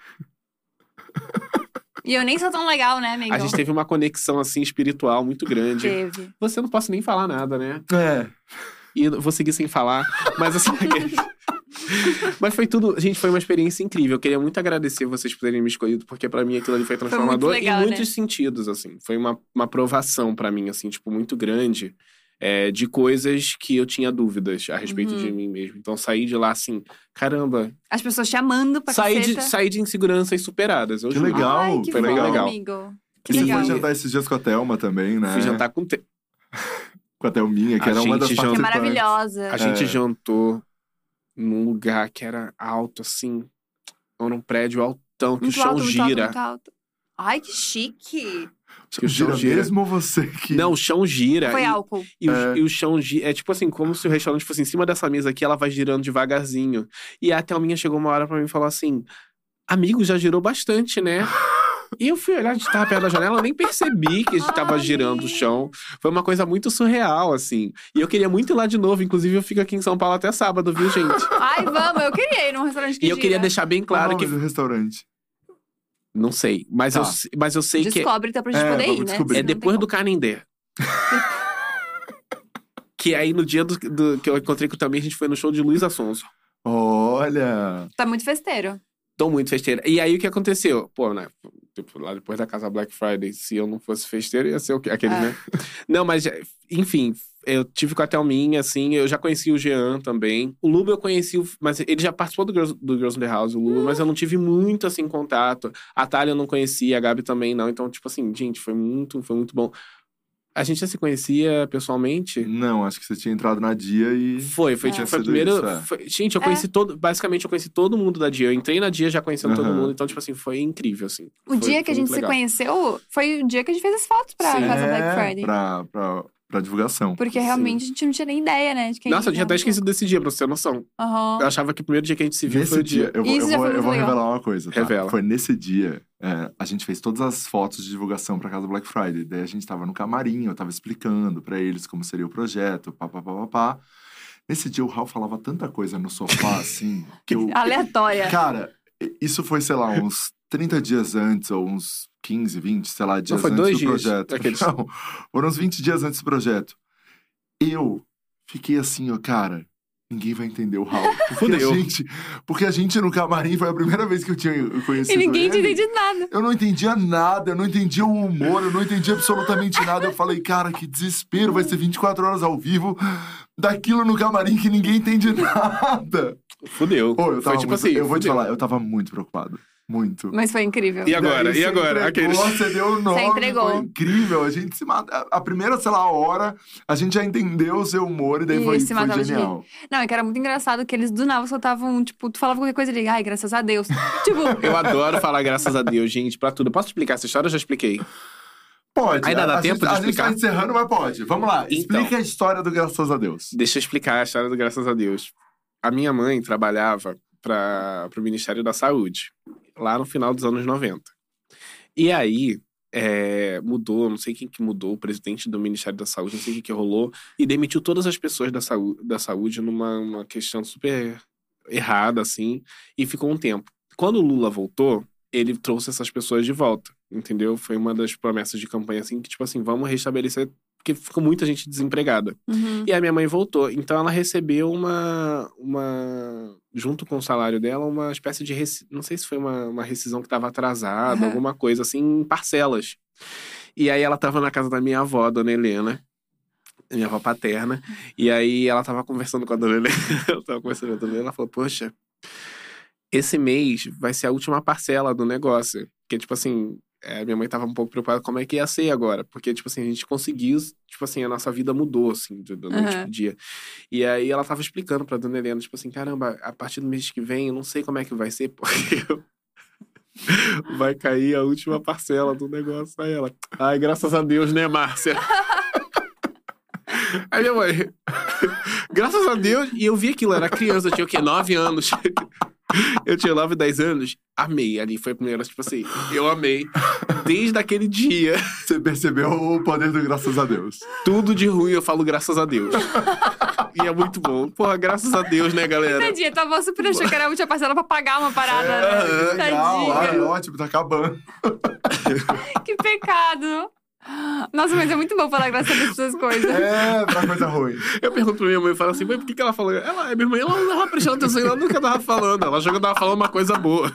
E eu nem sou tão legal, né, amigo? A gente teve uma conexão assim espiritual muito grande. Teve. Você não posso nem falar nada, né? É. E eu vou seguir sem falar. Mas assim. Mas foi tudo. Gente, foi uma experiência incrível. Eu queria muito agradecer vocês por terem me escolhido, porque pra mim aquilo ali foi transformador legal, em muitos né? sentidos, assim. Foi uma, uma provação pra mim, assim, tipo, muito grande. É, de coisas que eu tinha dúvidas a respeito Uhum. de mim mesmo. Então, saí de lá assim, caramba. As pessoas te amando pra Saí de, caceta. saí de inseguranças superadas. Eu Que juro. legal. Ai, que Foi bom, bem legal. amigo. Que E você legal. foi jantar esses dias com a Thelma também, né? Fui jantar com. Te... Com a Thelminha, que A era uma das gente Que é participantes. maravilhosa. A gente É. jantou num lugar que era alto, assim. Ou num prédio altão, que Muito o chão alto, muito alto, gira. muito alto. Ai, que chique. Que o chão Gira gira. mesmo você que... Não, o chão gira. Foi e, álcool. E, o, É. e o chão gira. É tipo assim, como se o restaurante fosse em cima dessa mesa aqui, ela vai girando devagarzinho. E a Thelminha chegou uma hora pra mim e falou assim: amigo, já girou bastante, né? E eu fui olhar, a gente tava perto da janela, eu nem percebi que a gente tava Ai. girando o chão. Foi uma coisa muito surreal, assim. E eu queria muito ir lá de novo. Inclusive, eu fico aqui em São Paulo até sábado, viu, gente? Ai, vamos. Eu queria ir num restaurante que E eu queria gira. deixar bem Claro claro que... que. do restaurante. Não sei. Mas, Tá. eu, mas eu sei que. Descobre, tá pra gente É, poder vamos ir, né? descobrir. É Senão não depois tem do Canindé. Que aí no dia do, do- que eu encontrei com o Tamir, a gente foi no show de Luiz Assonso. Olha... como. Tá muito festeiro. Tô muito festeira. E aí o que aconteceu? Pô, né? Tipo, lá depois da casa Black Friday, se eu não fosse festeiro, ia ser o quê? Aquele, É. né? Não, mas, enfim, eu tive com a Thelminha, assim, eu já conheci o Jean também. O Luba eu conheci, o- mas ele já participou do Girls, do Girls in the House, o Luba, mas eu não tive muito, assim, contato. A Thalia eu não conhecia, a Gabi também não. Então, tipo assim, gente, foi muito, foi muito bom. A gente já se conhecia pessoalmente? Não, acho que você tinha entrado na Dia e... Foi, foi, É. tipo, foi Sido primeiro. isso, é. foi- gente, eu É. conheci todo. Basicamente, eu conheci todo mundo da Dia. Eu entrei na Dia já conhecendo todo Aham. mundo. Então, tipo assim, foi incrível, assim. O Foi- dia que foi a gente muito se legal. conheceu foi o dia que a gente fez as fotos pra Sim. Casa Black É, Friday. Pra, pra, pra divulgação. Porque Sim. realmente a gente não tinha nem ideia, né? De quem Nossa, eu tinha até tava. esquecido desse dia, pra você ter noção. Aham. Eu achava que o primeiro dia que a gente se viu Nesse foi o dia, dia. eu vou, Isso eu já vou, foi eu vou muito legal. revelar uma coisa, tá? Revela. Foi nesse dia, é, a gente fez todas as fotos de divulgação pra casa Black Friday. Daí a gente tava no camarim, eu tava explicando pra eles como seria o projeto, pá, pá, pá, pá, pá. Nesse dia o Raul falava tanta coisa no sofá, assim, que eu... Aleatória. Cara, isso foi, sei lá, uns trinta dias antes, ou uns quinze, vinte, sei lá, dias foi antes dois do dias, projeto. aqueles- Não, foram uns vinte dias antes do projeto. Eu fiquei assim, ó, cara, ninguém vai entender o Raul. Porque Fudeu. a gente, porque a gente no camarim foi a primeira vez que eu tinha conhecido E ninguém ele. tinha entendido nada. Eu não entendia nada, eu não entendia o humor, eu não entendia absolutamente nada. Eu falei, cara, que desespero, vai ser vinte e quatro horas ao vivo daquilo no camarim que ninguém entende nada. Fudeu. Pô, eu tava foi tipo muito- assim. eu vou te fudeu. falar, eu tava muito preocupado. Muito. Mas foi incrível. E agora? Daí E você agora? entregou, Aqueles- Você deu o nome, entregou. foi incrível. A gente se mata. A primeira, sei lá, hora, a gente já entendeu o seu humor e daí E foi, se foi matava de genial. Não, é que era muito engraçado que eles do nada soltavam, tipo, tu falava qualquer coisa e ele, ai, graças a Deus. Tipo, Eu adoro falar graças a Deus, gente, pra tudo. Posso explicar essa história? Eu já expliquei. Pode. Ainda dá a tempo gente, de A gente explicar? tá encerrando, mas pode. Vamos lá. Então. Explica a história do Graças a Deus. Deixa eu explicar a história do Graças a Deus. A minha mãe trabalhava para o Ministério da Saúde, lá no final dos anos noventa. E aí, é, mudou, não sei quem que mudou, o presidente do Ministério da Saúde, não sei o que que rolou, e demitiu todas as pessoas da saúde, da saúde numa uma questão super errada, assim, e ficou um tempo. Quando o Lula voltou, ele trouxe essas pessoas de volta, entendeu? Foi uma das promessas de campanha, assim, que tipo assim, vamos restabelecer, porque ficou muita gente desempregada. Uhum. E a minha mãe voltou, então ela recebeu uma, uma junto com o salário dela, uma espécie de, rec... não sei se foi uma, uma rescisão que estava atrasada, Uhum. alguma coisa assim, em parcelas. E aí ela estava na casa da minha avó, Dona Helena, minha avó paterna, e aí ela estava conversando com a Dona Helena, ela estava conversando com a Dona Helena, ela falou, poxa, esse mês vai ser a última parcela do negócio, porque tipo assim, é, minha mãe tava um pouco preocupada como é que ia ser agora, porque tipo assim, a gente conseguiu, tipo assim, a nossa vida mudou, assim, da noite Uhum. pro dia. E aí ela tava explicando pra Dona Helena, tipo assim, caramba, a partir do mês que vem, eu não sei como é que vai ser, porque vai cair a última parcela do negócio. Aí ela, ai, graças a Deus, né, Márcia? Aí minha mãe, graças a Deus, e eu vi aquilo, eu era criança, eu tinha o quê? Nove anos. Eu tinha nove, dez anos, amei ali, foi a primeira, tipo assim, eu amei. Desde aquele dia, Você percebeu o poder do graças a Deus. tudo de ruim eu falo graças a Deus. E é muito bom. Porra, graças a Deus, né, galera? Tadinha, tua avó super achou que era a última parcela pra pagar uma parada, né? É, legal, ai, Tadinha. ótimo, tá acabando. Que pecado. Nossa, mas é muito bom falar graças a Deus essas coisas. É, pra coisa ruim. Eu pergunto pra minha mãe, eu falo assim, mãe, por que, que ela falou? Ela, minha mãe, ela não tava prestando atenção, ela nunca tava falando. Ela achou que eu tava falando uma coisa boa.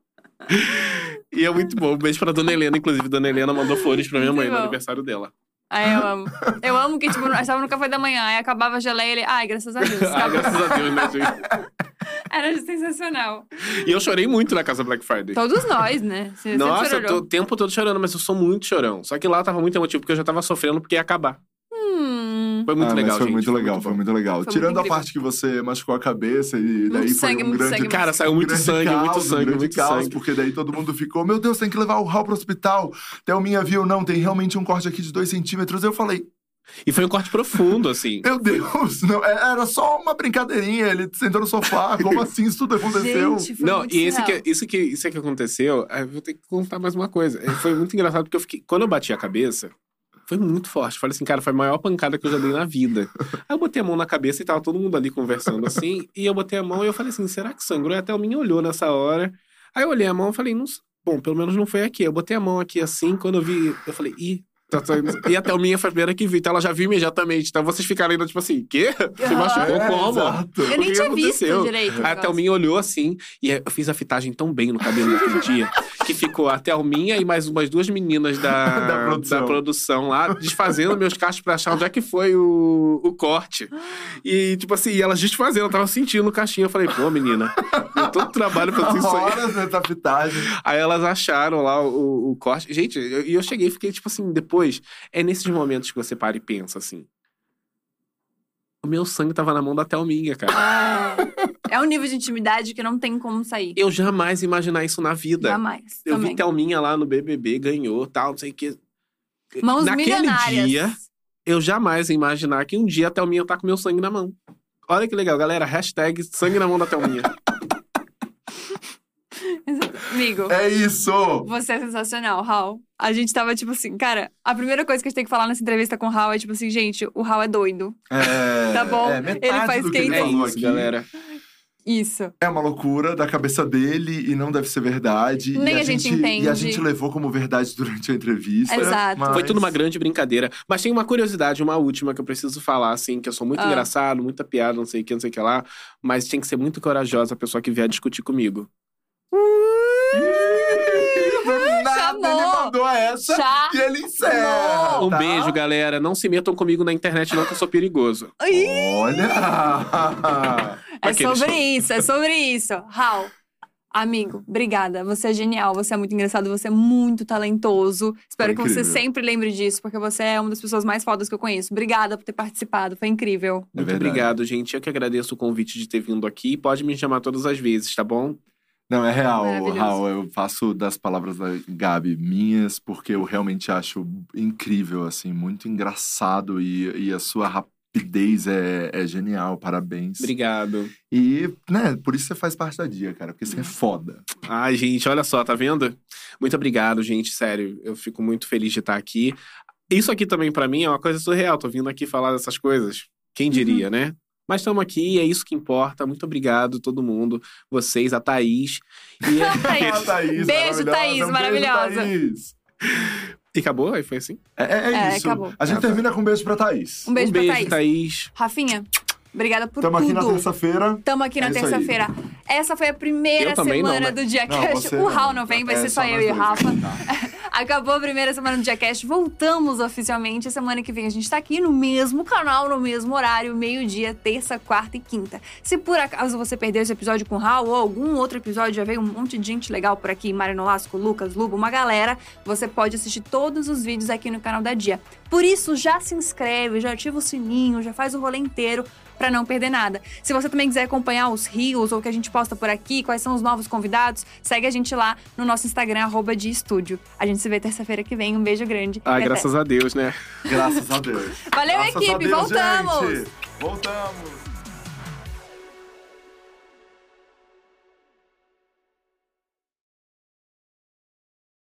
E é muito bom. Um beijo pra Dona Helena, inclusive. Dona Helena mandou flores pra minha Muito mãe no bom. aniversário dela. Ai, eu amo. Eu amo que, tipo, nós estávamos no café da manhã, aí acabava a geleia e ele... Ai, graças a Deus. Ah, acabou. graças a Deus, né, gente? Era sensacional. E eu chorei muito na casa Black Friday. Todos nós, né? Você Nossa, sempre eu tô chorou. o tempo todo chorando, mas eu sou muito chorão. Só que lá tava muito emotivo, porque eu já tava sofrendo porque ia acabar. Hum, Foi muito Ah, legal, mas foi gente. muito legal, foi bom. muito legal. Foi Tirando muito a incrível. parte que você machucou a cabeça e daí Muito foi sangue, um muito grande... sangue. Cara, saiu muito grande sangue, caos, muito um sangue, grande muito caos, sangue. porque daí todo mundo ficou, meu Deus, tem que levar o Raul pro hospital. Thelminha viu, não, tem realmente um corte aqui de dois centímetros. Eu falei, E foi um corte profundo, assim. meu Deus, não, era só uma brincadeirinha, ele sentou no sofá, como assim isso tudo aconteceu? gente, foi Não, muito e esse surreal. que, isso, que, isso que aconteceu, eu vou ter que contar mais uma coisa. É, Foi muito engraçado, porque eu fiquei. Quando eu bati a cabeça, foi muito forte. Falei assim, cara, foi a maior pancada que eu já dei na vida. Aí eu botei a mão na cabeça e tava todo mundo ali conversando assim. E eu botei a mão e eu falei assim, será que sangrou? E até o Minha olhou nessa hora. Aí eu olhei a mão e falei, não, s- bom, pelo menos não foi aqui. Eu botei a mão aqui assim, quando eu vi, eu falei, ih. Tá, tá, e a Thelminha foi a primeira que viu, então ela já viu imediatamente. Então vocês ficaram ainda tipo assim, quê? Você machucou É, como? exato. Eu O nem que que tinha aconteceu? visto direito. o A negócio. Thelminha olhou assim, e eu fiz a fitagem tão bem no cabelo naquele dia, que ficou a Thelminha e mais umas duas meninas da, Da produção. da produção lá, desfazendo meus cachos pra achar onde é que foi o, o corte. E, tipo assim, elas desfazendo, eu tava sentindo o cachinho. Eu falei, pô, menina, deu todo trabalho pra fazer isso aí. Horas nessa fitagem. Aí elas acharam lá o, o corte. Gente, e eu, e eu cheguei e fiquei, tipo assim, depois, é nesses momentos que você para e pensa assim. O meu sangue tava na mão da Thelminha, cara. Ah, é um nível de intimidade que não tem como sair. Eu jamais ia imaginar isso na vida. Jamais. Eu também. vi Thelminha lá no B B B, ganhou, tal, não sei o que. Mãos Naquele milionárias. dia, eu jamais ia imaginar que um dia a Thelminha tá com meu sangue na mão. Olha que legal, galera. Hashtag sangue na mão da Thelminha. Amigo, É isso! você é sensacional, Raul. A gente tava, tipo assim, cara, a primeira coisa que a gente tem que falar nessa entrevista com o Raul é, tipo assim, gente, o Raul é doido. É, Tá bom, é, metade ele faz do que quem ele É tem. falou isso, aqui galera. Isso. É uma loucura da cabeça dele e não deve ser verdade. Nem e a gente entende. E a gente levou como verdade durante a entrevista. Exato. mas- Foi tudo uma grande brincadeira. Mas tem uma curiosidade, uma última que eu preciso falar, assim, que eu sou muito Ah. engraçado, muita piada, não sei o que, não sei o que lá. Mas tem que ser muito corajosa a pessoa que vier discutir comigo. Ih, do nada Chamou. ele mandou essa Já. e ele encerra. Um tá? beijo, galera. Não se metam comigo na internet, não, que eu sou perigoso. Ih, Olha! é Aqueles- sobre isso, é sobre isso. Raul, amigo, obrigada. Você é genial, você é muito engraçado, você é muito talentoso. Espero Foi que você incrível. sempre lembre disso, porque você é uma das pessoas mais fodas que eu conheço. Obrigada por ter participado, foi incrível. É Muito verdade. obrigado, gente. Eu que agradeço o convite de ter vindo aqui. Pode me chamar todas as vezes, tá bom? Não, é real, Maravilhoso. Raul. Eu faço das palavras da Gabi minhas, porque eu realmente acho incrível, assim, muito engraçado. E, e a sua rap- rapidez é, é genial, parabéns. Obrigado. E, né, por isso você faz parte da Dia, cara, porque você é foda. Ai, gente, olha só, tá vendo? Muito obrigado, gente, sério. Eu fico muito feliz de estar aqui. Isso aqui também, pra mim, é uma coisa surreal. Tô vindo aqui falar dessas coisas. Quem diria, uhum. né? Mas estamos aqui, é isso que importa. Muito obrigado, todo mundo. Vocês, a Thaís. E a Thaís, beijo, Thaís, um maravilhosa. Beijo, Thaís. E acabou? Aí foi assim? É, é, é isso. Acabou. A gente Ah, termina com um beijo pra Thaís. Um beijo, um beijo pra Thaís. Thaís. Rafinha, obrigada por Tamo tudo. aqui na terça-feira. Tamo aqui na É isso terça-feira. Essa foi a primeira Eu também semana não, né? do Diacast. Não, você O Raul não. não vem, vai É, ser só só eu nós e o dois, Rafa. tá. Acabou a primeira semana do Diacast. Voltamos oficialmente. Semana que vem a gente tá aqui no mesmo canal, no mesmo horário, meio-dia, terça, quarta e quinta. Se por acaso você perdeu esse episódio com o Raul ou algum outro episódio, já veio um monte de gente legal por aqui, Mari Nolasco, Lucas, Lubo, uma galera, você pode assistir todos os vídeos aqui no canal da Dia. Por isso, já se inscreve, já ativa o sininho, já faz o rolê inteiro pra não perder nada. Se você também quiser acompanhar os reels ou o que a gente posta por aqui, quais são os novos convidados, segue a gente lá no nosso Instagram, arroba de estúdio. A gente se vê terça-feira que vem. Um beijo grande. Ah, graças a Deus, né? Graças a Deus. Valeu, Graças equipe. a Deus, Voltamos. gente. Voltamos.